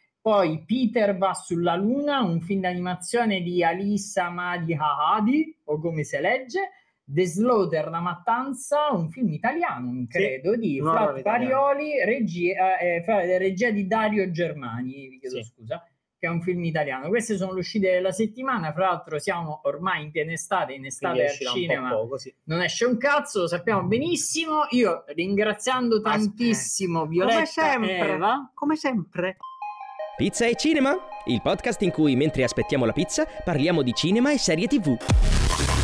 Poi Peter va sulla luna, un film d'animazione di Alissa Madi Hahadi, o come si legge, The Slaughter, La Mattanza, un film italiano, credo, sì, di Flat Parioli, regia, eh, regia di Dario Germani, vi chiedo sì. scusa, che è un film italiano. Queste sono le uscite della settimana, fra l'altro siamo ormai in piena estate, in estate al cinema poco, sì. Non esce un cazzo, lo sappiamo benissimo. Io ringraziando tantissimo Aspetta. Violetta come sempre, Eva, come sempre. Pizza e Cinema, il podcast in cui mentre aspettiamo la pizza parliamo di cinema e serie tivù.